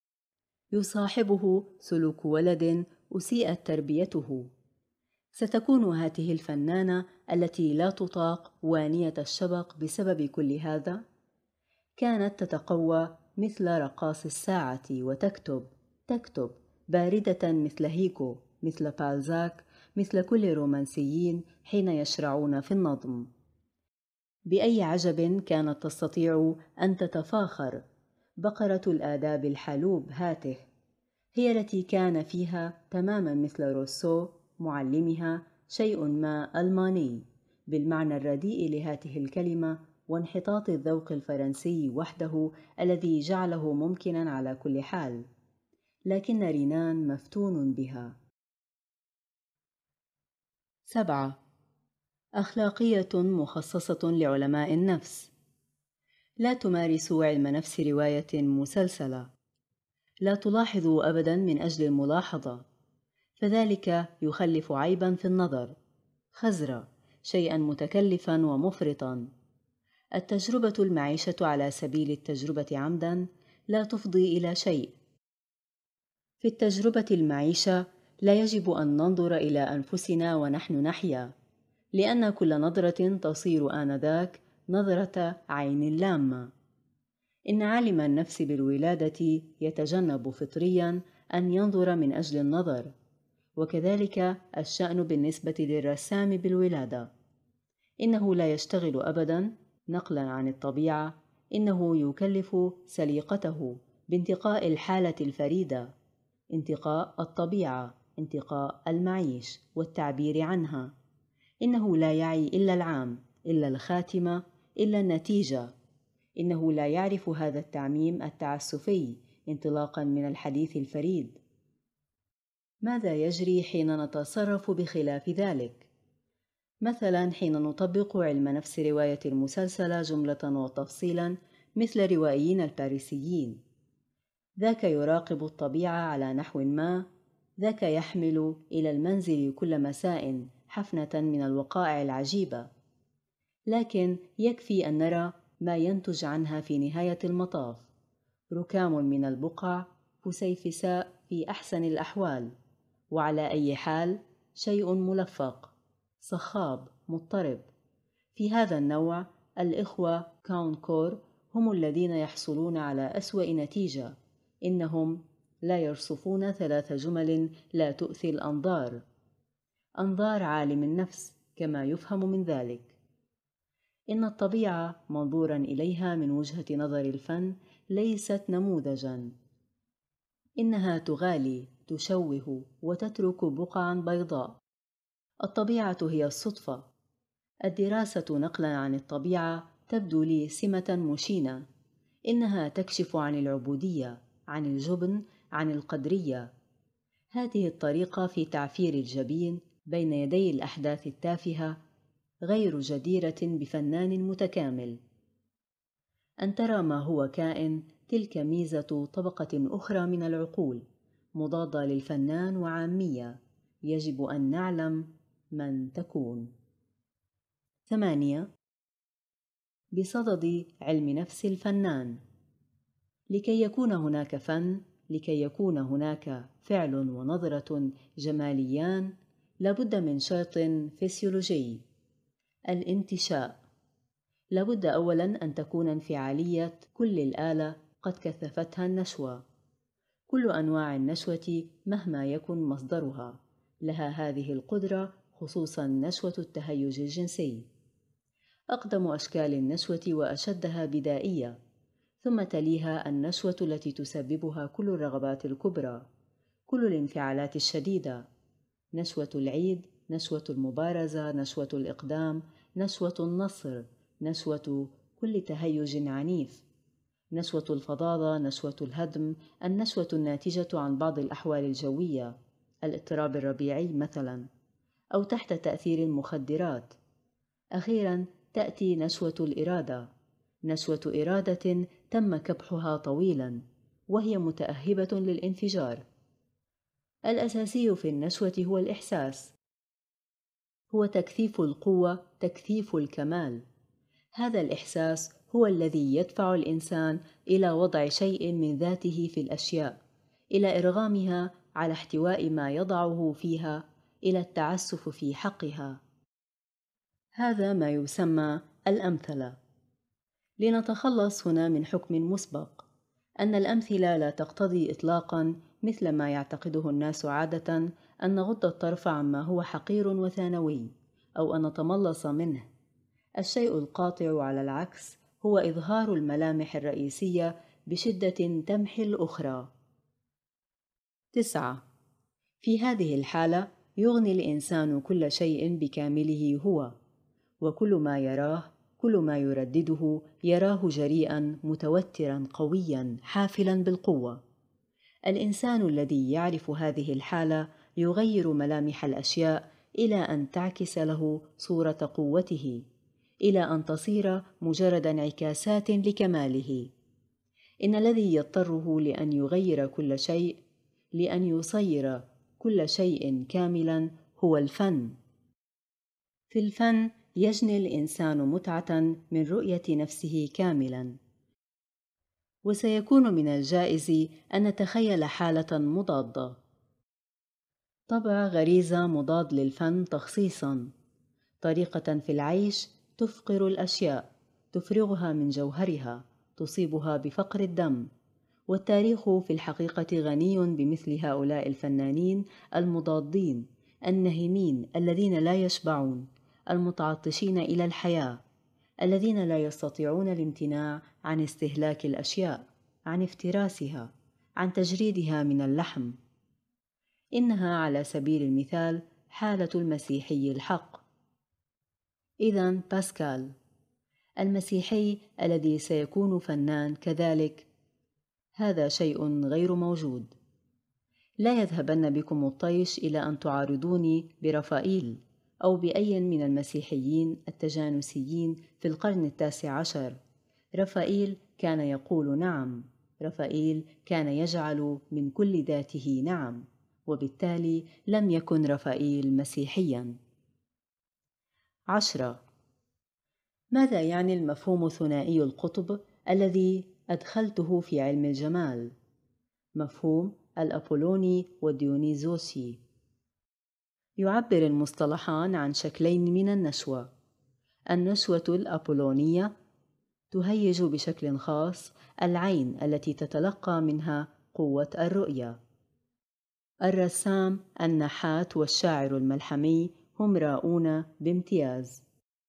يصاحبه سلوك ولد أسيئت تربيته. ستكون هذه الفنانة التي لا تطاق وانية الشبق بسبب كل هذا. كانت تتقوى مثل رقاص الساعة وتكتب باردة مثل هيكو، مثل بالزاك، مثل كل الرومانسيين حين يشرعون في النظم. بأي عجب كانت تستطيع أن تتفاخر. بقرة الآداب الحلوب هاته، هي التي كان فيها تماما مثل روسو معلمها شيء ما ألماني بالمعنى الرديء لهذه الكلمة، وانحطاط الذوق الفرنسي وحده الذي جعله ممكنا على كل حال. لكن رينان مفتون بها. 7. أخلاقية مخصصة لعلماء النفس. لا تمارسوا علم نفس رواية مسلسلة. لا تلاحظوا أبدا من أجل الملاحظة، فذلك يخلف عيبا في النظر، خزرة، شيئا متكلفا ومفرطا. التجربة المعيشة على سبيل التجربة عمدا لا تفضي إلى شيء. في التجربة المعيشة لا يجب أن ننظر إلى أنفسنا ونحن نحيا، لأن كل نظرة تصير آنذاك نظرة عين لامة. إن عالم النفس بالولادة يتجنب فطريا أن ينظر من أجل النظر، وكذلك الشأن بالنسبة للرسام بالولادة. إنه لا يشتغل أبدا نقلا عن الطبيعة، إنه يكلف سليقته بانتقاء الحالة الفريدة، انتقاء الطبيعة، انتقاء المعيش والتعبير عنها. إنه لا يعي إلا العام، إلا الخاتمة، إلا النتيجة. إنه لا يعرف هذا التعميم التعسفي انطلاقا من الحديث الفريد. ماذا يجري حين نتصرف بخلاف ذلك؟ مثلا حين نطبق علم نفس رواية المسلسل جملة وتفصيلا مثل روائيين الباريسيين. ذاك يراقب الطبيعة على نحو ما، ذاك يحمل إلى المنزل كل مساء حفنة من الوقائع العجيبة، لكن يكفي أن نرى ما ينتج عنها في نهاية المطاف: ركام من البقع، فسيفساء في أحسن الأحوال، وعلى أي حال شيء ملفق، صخاب، مضطرب. في هذا النوع الإخوة كاونكور هم الذين يحصلون على أسوأ نتيجة: إنهم لا يرصفون 3 جمل لا تؤذي الأنظار، أنظار عالم النفس كما يفهم من ذلك. إن الطبيعة منظوراً إليها من وجهة نظر الفن ليست نموذجاً، إنها تغالي، تشوه، وتترك بقعاً بيضاء. الطبيعة هي الصدفة. الدراسة نقلاً عن الطبيعة تبدو لي سمة مشينة. إنها تكشف عن العبودية، عن الجبن، عن القدرية. هذه الطريقة في تعفير الجبين بين يدي الأحداث التافهة غير جديرة بفنان متكامل. أن ترى ما هو كائن، تلك ميزة طبقة أخرى من العقول، مضادة للفنان وعامية. يجب أن نعلم من تكون. 8. بصدد علم نفس الفنان. لكي يكون هناك فن، لكي يكون هناك فعل ونظرة جماليان، لابد من شرط فسيولوجي: الانتشاء. لابد أولاً أن تكون انفعالية كل الآلة قد كثفتها النشوة. كل أنواع النشوة مهما يكن مصدرها لها هذه القدرة، خصوصاً نشوة التهيج الجنسي. أقدم أشكال النشوة وأشدها بدائية، ثم تليها النشوة التي تسببها كل الرغبات الكبرى، كل الانفعالات الشديدة: نشوة العيد، نشوة المبارزة، نشوة الإقدام، نشوة النصر، نشوة كل تهيج عنيف، نشوة الفظاظة، نشوة الهدم، النشوة الناتجة عن بعض الأحوال الجوية، الاضطراب الربيعي مثلاً، أو تحت تأثير المخدرات. أخيراً تأتي نشوة الإرادة، نشوة إرادة تم كبحها طويلاً، وهي متأهبة للانفجار. الأساسي في النشوة هو الإحساس، هو تكثيف القوة، تكثيف الكمال. هذا الإحساس هو الذي يدفع الإنسان إلى وضع شيء من ذاته في الأشياء، إلى إرغامها على احتواء ما يضعه فيها، إلى التعسف في حقها. هذا ما يسمى الأمثلة. لنتخلص هنا من حكم مسبق أن الأمثلة لا تقتضي إطلاقاً، مثل ما يعتقده الناس عادة، أن نغض الطرف عما هو حقير وثانوي، أو أن نتملص منه. الشيء القاطع على العكس هو إظهار الملامح الرئيسية بشدة تمحي الأخرى. 9. في هذه الحالة يغني الإنسان كل شيء بكامله هو، وكل ما يراه، كل ما يردده، يراه جريئاً، متوتراً، قوياً، حافلاً بالقوة. الإنسان الذي يعرف هذه الحالة يغير ملامح الأشياء إلى أن تعكس له صورة قوته، إلى أن تصير مجرد انعكاسات لكماله. إن الذي يضطره لأن يغير كل شيء، لأن يصير كل شيء كاملاً، هو الفن. في الفن يجني الإنسان متعة من رؤية نفسه كاملاً. وسيكون من الجائز أن نتخيل حالة مضادة، طبع غريزة مضاد للفن تخصيصاً، طريقة في العيش تفقر الأشياء، تفرغها من جوهرها، تصيبها بفقر الدم. والتاريخ في الحقيقة غني بمثل هؤلاء الفنانين المضادين، النهمين، الذين لا يشبعون، المتعطشين إلى الحياة، الذين لا يستطيعون الامتناع عن استهلاك الأشياء، عن افتراسها، عن تجريدها من اللحم. إنها على سبيل المثال حالة المسيحي الحق. إذن باسكال المسيحي الذي سيكون فنان كذلك، هذا شيء غير موجود. لا يذهبن بكم الطيش إلى أن تعارضوني برافائيل أو بأي من المسيحيين التجانسيين في القرن 19. رافائيل كان يقول نعم، رافائيل كان يجعل من كل ذاته نعم، وبالتالي لم يكن رافائيل مسيحياً. 10. ماذا يعني المفهوم ثنائي القطب الذي أدخلته في علم الجمال؟ مفهوم الأبولوني والديونيزوسي. يعبر المصطلحان عن شكلين من النشوة. النشوة الأبولونية تهيج بشكل خاص العين التي تتلقى منها قوة الرؤية. الرسام، النحات والشاعر الملحمي هم راؤون بامتياز.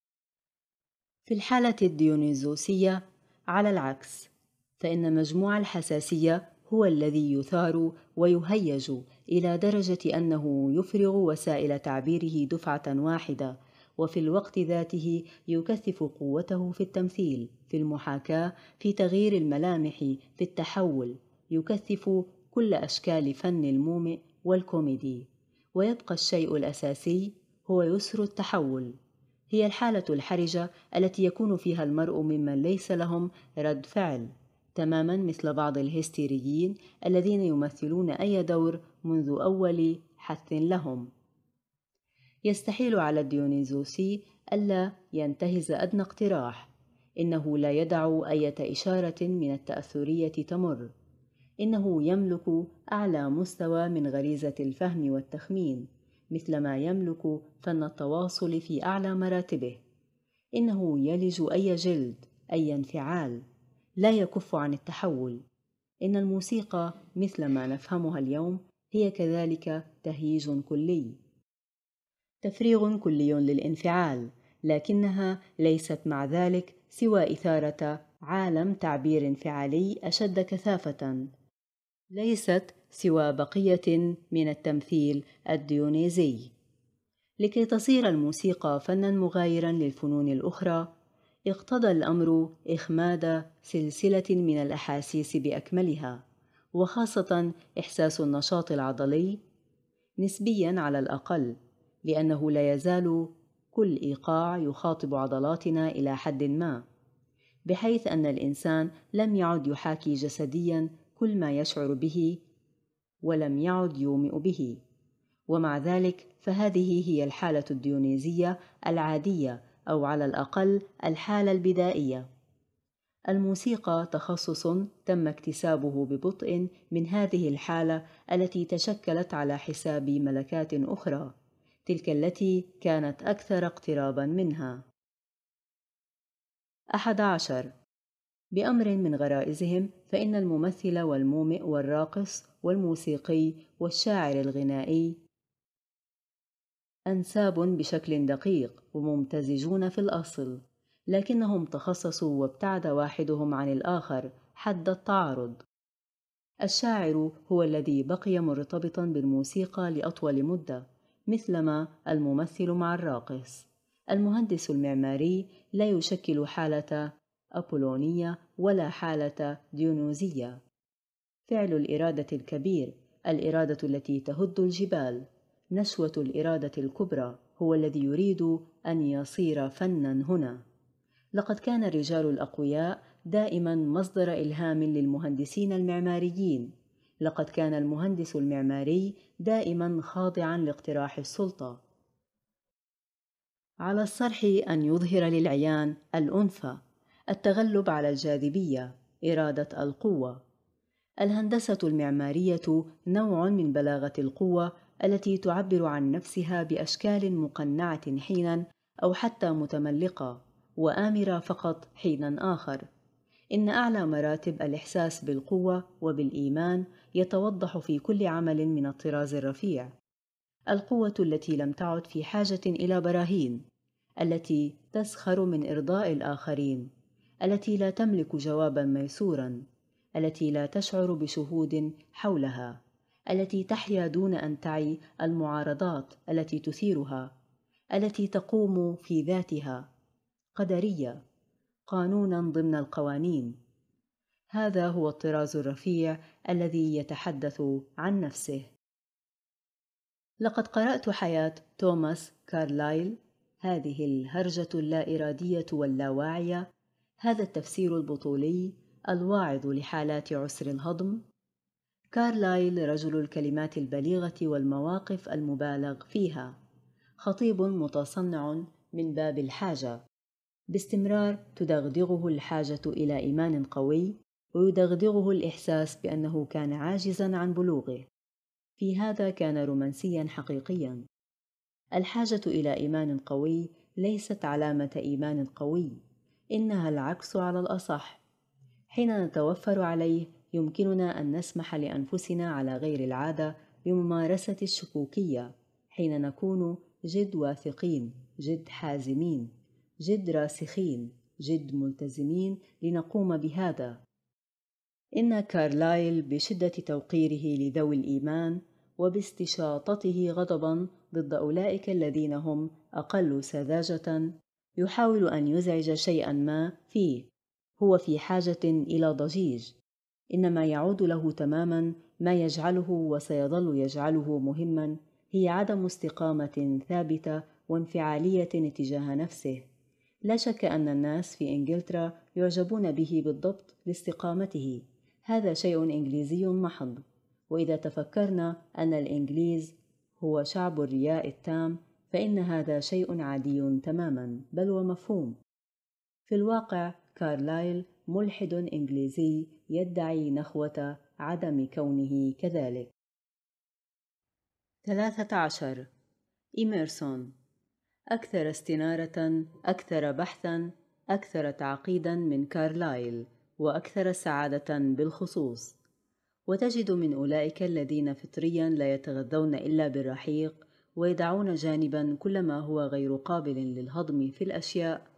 في الحالة الديونيزوسية على العكس، فإن مجموع الحساسية هو الذي يثار ويهيج إلى درجة أنه يفرغ وسائل تعبيره دفعة واحدة، وفي الوقت ذاته يكثف قوته في التمثيل، في المحاكاة، في تغيير الملامح، في التحول، يكثف كل أشكال فن المومئ والكوميدي، ويبقى الشيء الأساسي هو يسر التحول. هي الحالة الحرجة التي يكون فيها المرء ممن ليس لهم رد فعل، تماماً مثل بعض الهستيريين الذين يمثلون أي دور منذ أول حث لهم. يستحيل على الديونيزوسي ألا ينتهز أدنى اقتراح. إنه لا يدع أي إشارة من التأثرية تمر. إنه يملك أعلى مستوى من غريزة الفهم والتخمين، مثلما يملك فن التواصل في أعلى مراتبه. إنه يلج أي جلد، أي انفعال، لا يكف عن التحول. إن الموسيقى مثل ما نفهمها اليوم هي كذلك تهييج كلي، تفريغ كلي للانفعال، لكنها ليست مع ذلك سوى إثارة عالم تعبير انفعالي أشد كثافة، ليست سوى بقية من التمثيل الديونيزي. لكي تصير الموسيقى فناً مغايراً للفنون الأخرى، اقتضى الأمر إخماد سلسلة من الأحاسيس بأكملها، وخاصة إحساس النشاط العضلي، نسبياً على الأقل، لأنه لا يزال كل إيقاع يخاطب عضلاتنا إلى حد ما، بحيث أن الإنسان لم يعد يحاكي جسدياً كل ما يشعر به ولم يعد يومئ به. ومع ذلك فهذه هي الحالة الديونيزية العادية، أو على الأقل الحالة البدائية. الموسيقى تخصص تم اكتسابه ببطء من هذه الحالة التي تشكلت على حساب ملكات أخرى، تلك التي كانت أكثر اقتراباً منها. 11. بأمر من غرائزهم، فإن الممثل والمومئ والراقص والموسيقي والشاعر الغنائي أنساب بشكل دقيق وممتزجون في الأصل، لكنهم تخصصوا وابتعد واحدهم عن الآخر حد التعارض. الشاعر هو الذي بقي مرتبطا بالموسيقى لأطول مدة، مثلما الممثل مع الراقص. المهندس المعماري لا يشكل حالة أبولونية ولا حالة ديونوزية. فعل الإرادة الكبير، الإرادة التي تهد الجبال، نشوة الإرادة الكبرى، هو الذي يريد أن يصير فناً هنا. لقد كان الرجال الأقوياء دائماً مصدر إلهام للمهندسين المعماريين. لقد كان المهندس المعماري دائماً خاضعاً لاقتراح السلطة. على الصرح أن يظهر للعيان الأنثى، التغلب على الجاذبية، إرادة القوة. الهندسة المعمارية نوع من بلاغة القوة التي تعبر عن نفسها بأشكال مقنعة حيناً، أو حتى متملقة وآمرة فقط حيناً آخر. إن أعلى مراتب الإحساس بالقوة وبالإيمان يتوضح في كل عمل من الطراز الرفيع. القوة التي لم تعد في حاجة إلى براهين، التي تسخر من إرضاء الآخرين، التي لا تملك جواباً ميسوراً، التي لا تشعر بشهود حولها، التي تحيا دون أن تعي المعارضات التي تثيرها، التي تقوم في ذاتها، قدرية، قانوناً ضمن القوانين. هذا هو الطراز الرفيع الذي يتحدث عن نفسه. لقد قرأت حياة توماس كارلايل، هذه الهرجة اللا إرادية واللاواعية، هذا التفسير البطولي، الواعظ لحالات عسر الهضم. كارلايل رجل الكلمات البليغة والمواقف المبالغ فيها، خطيب متصنع من باب الحاجة، باستمرار تدغدغه الحاجة إلى إيمان قوي، ويدغدغه الإحساس بأنه كان عاجزاً عن بلوغه. في هذا كان رومانسياً حقيقياً. الحاجة إلى إيمان قوي ليست علامة إيمان قوي، إنها العكس على الأصح. حين نتوفر عليه يمكننا أن نسمح لأنفسنا على غير العادة بممارسة الشكوكية، حين نكون جد واثقين، جد حازمين، جد راسخين، جد ملتزمين لنقوم بهذا. إن كارلايل بشدة توقيره لذوي الإيمان وباستشاطته غضباً ضد أولئك الذين هم أقل سذاجة يحاول أن يزعج شيئاً ما فيه. هو في حاجة إلى ضجيج، إنما يعود له تماماً ما يجعله وسيظل يجعله مهماً هي عدم استقامة ثابتة وانفعالية تجاه نفسه. لا شك أن الناس في إنجلترا يعجبون به بالضبط لاستقامته، هذا شيء إنجليزي محض. وإذا تفكرنا أن الإنجليز هو شعب الرياء التام، فإن هذا شيء عادي تماماً، بل ومفهوم. في الواقع كارلايل ملحد إنجليزي يدعي نخوة عدم كونه كذلك. 13. إيميرسون، أكثر استنارة، أكثر بحثاً، أكثر تعقيداً من كارلايل، وأكثر سعادة بالخصوص. وتجد من أولئك الذين فطرياً لا يتغذون إلا بالرحيق ويدعون جانباً كل ما هو غير قابل للهضم في الأشياء.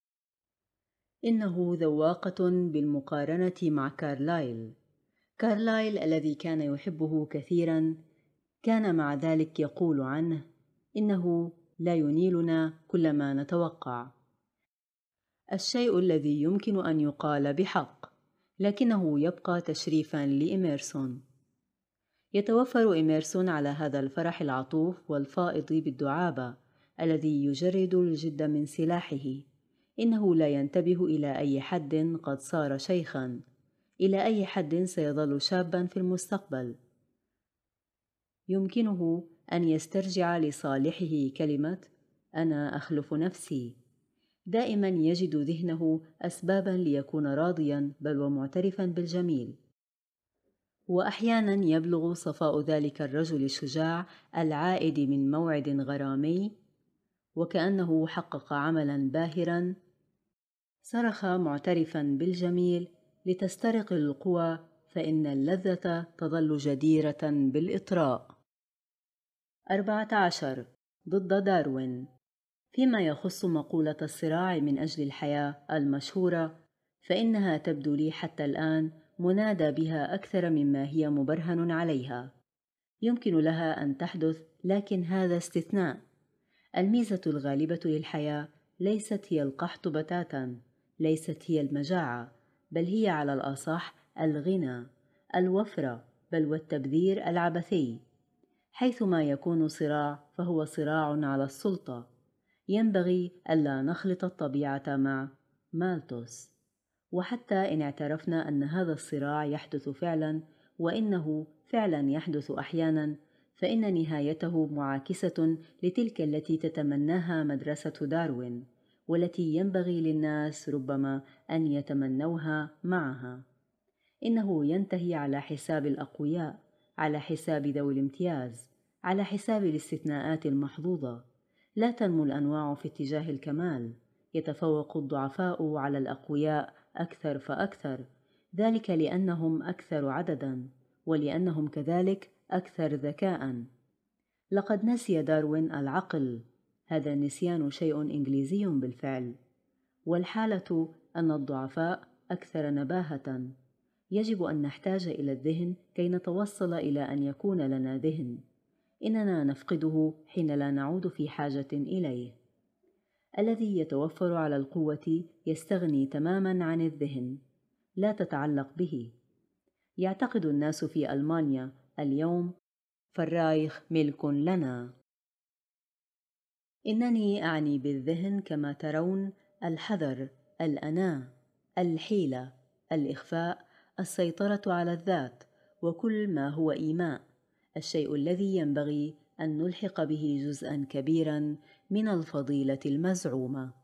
إنه ذواقة بالمقارنة مع كارلايل. كارلايل الذي كان يحبه كثيراً كان مع ذلك يقول عنه: إنه لا ينيلنا كل ما نتوقع. الشيء الذي يمكن أن يقال بحق، لكنه يبقى تشريفاً لإيميرسون. يتوفر إيميرسون على هذا الفرح العطوف والفائض بالدعابة الذي يجرد الجد من سلاحه. إنه لا ينتبه إلى أي حد قد صار شيخاً، إلى أي حد سيظل شاباً في المستقبل. يمكنه أن يسترجع لصالحه كلمة أنا أخلف نفسي. دائماً يجد ذهنه أسباباً ليكون راضياً بل ومعترفاً بالجميل. وأحياناً يبلغ صفاء ذلك الرجل الشجاع العائد من موعد غرامي وكأنه حقق عملاً باهراً، صرخ معترفاً بالجميل لتسترق القوى، فإن اللذة تظل جديرة بالإطراء. 14. ضد داروين. فيما يخص مقولة الصراع من أجل الحياة المشهورة، فإنها تبدو لي حتى الآن منادى بها أكثر مما هي مبرهن عليها. يمكن لها أن تحدث، لكن هذا استثناء. الميزة الغالبة للحياة ليست هي القحط بتاتا، ليست هي المجاعة، بل هي على الأصح الغنى، الوفرة، بل والتبذير العبثي. حيثما يكون صراع فهو صراع على السلطة. ينبغي ألا نخلط الطبيعة مع مالثوس. وحتى إن اعترفنا أن هذا الصراع يحدث فعلا، وإنه فعلا يحدث أحيانا، فإن نهايته معاكسة لتلك التي تتمناها مدرسة داروين، والتي ينبغي للناس ربما أن يتمنوها معها. إنه ينتهي على حساب الأقوياء، على حساب ذوي الامتياز، على حساب الاستثناءات المحظوظة. لا تنمو الأنواع في اتجاه الكمال، يتفوق الضعفاء على الأقوياء أكثر فأكثر، ذلك لأنهم أكثر عدداً، ولأنهم كذلك أكثر ذكاءً. لقد نسي داروين العقل، هذا النسيان شيء إنجليزي بالفعل. والحالة أن الضعفاء أكثر نباهة. يجب أن نحتاج إلى الذهن كي نتوصل إلى أن يكون لنا ذهن. إننا نفقده حين لا نعود في حاجة إليه. الذي يتوفر على القوة يستغني تماماً عن الذهن، لا تتعلق به. يعتقد الناس في ألمانيا اليوم: فالرايخ ملك لنا. إنني أعني بالذهن كما ترون الحذر، الأناة، الحيلة، الإخفاء السيطرة على الذات وكل ما هو إيماء، الشيء الذي ينبغي أن نلحق به جزءاً كبيراً من الفضيلة المزعومة.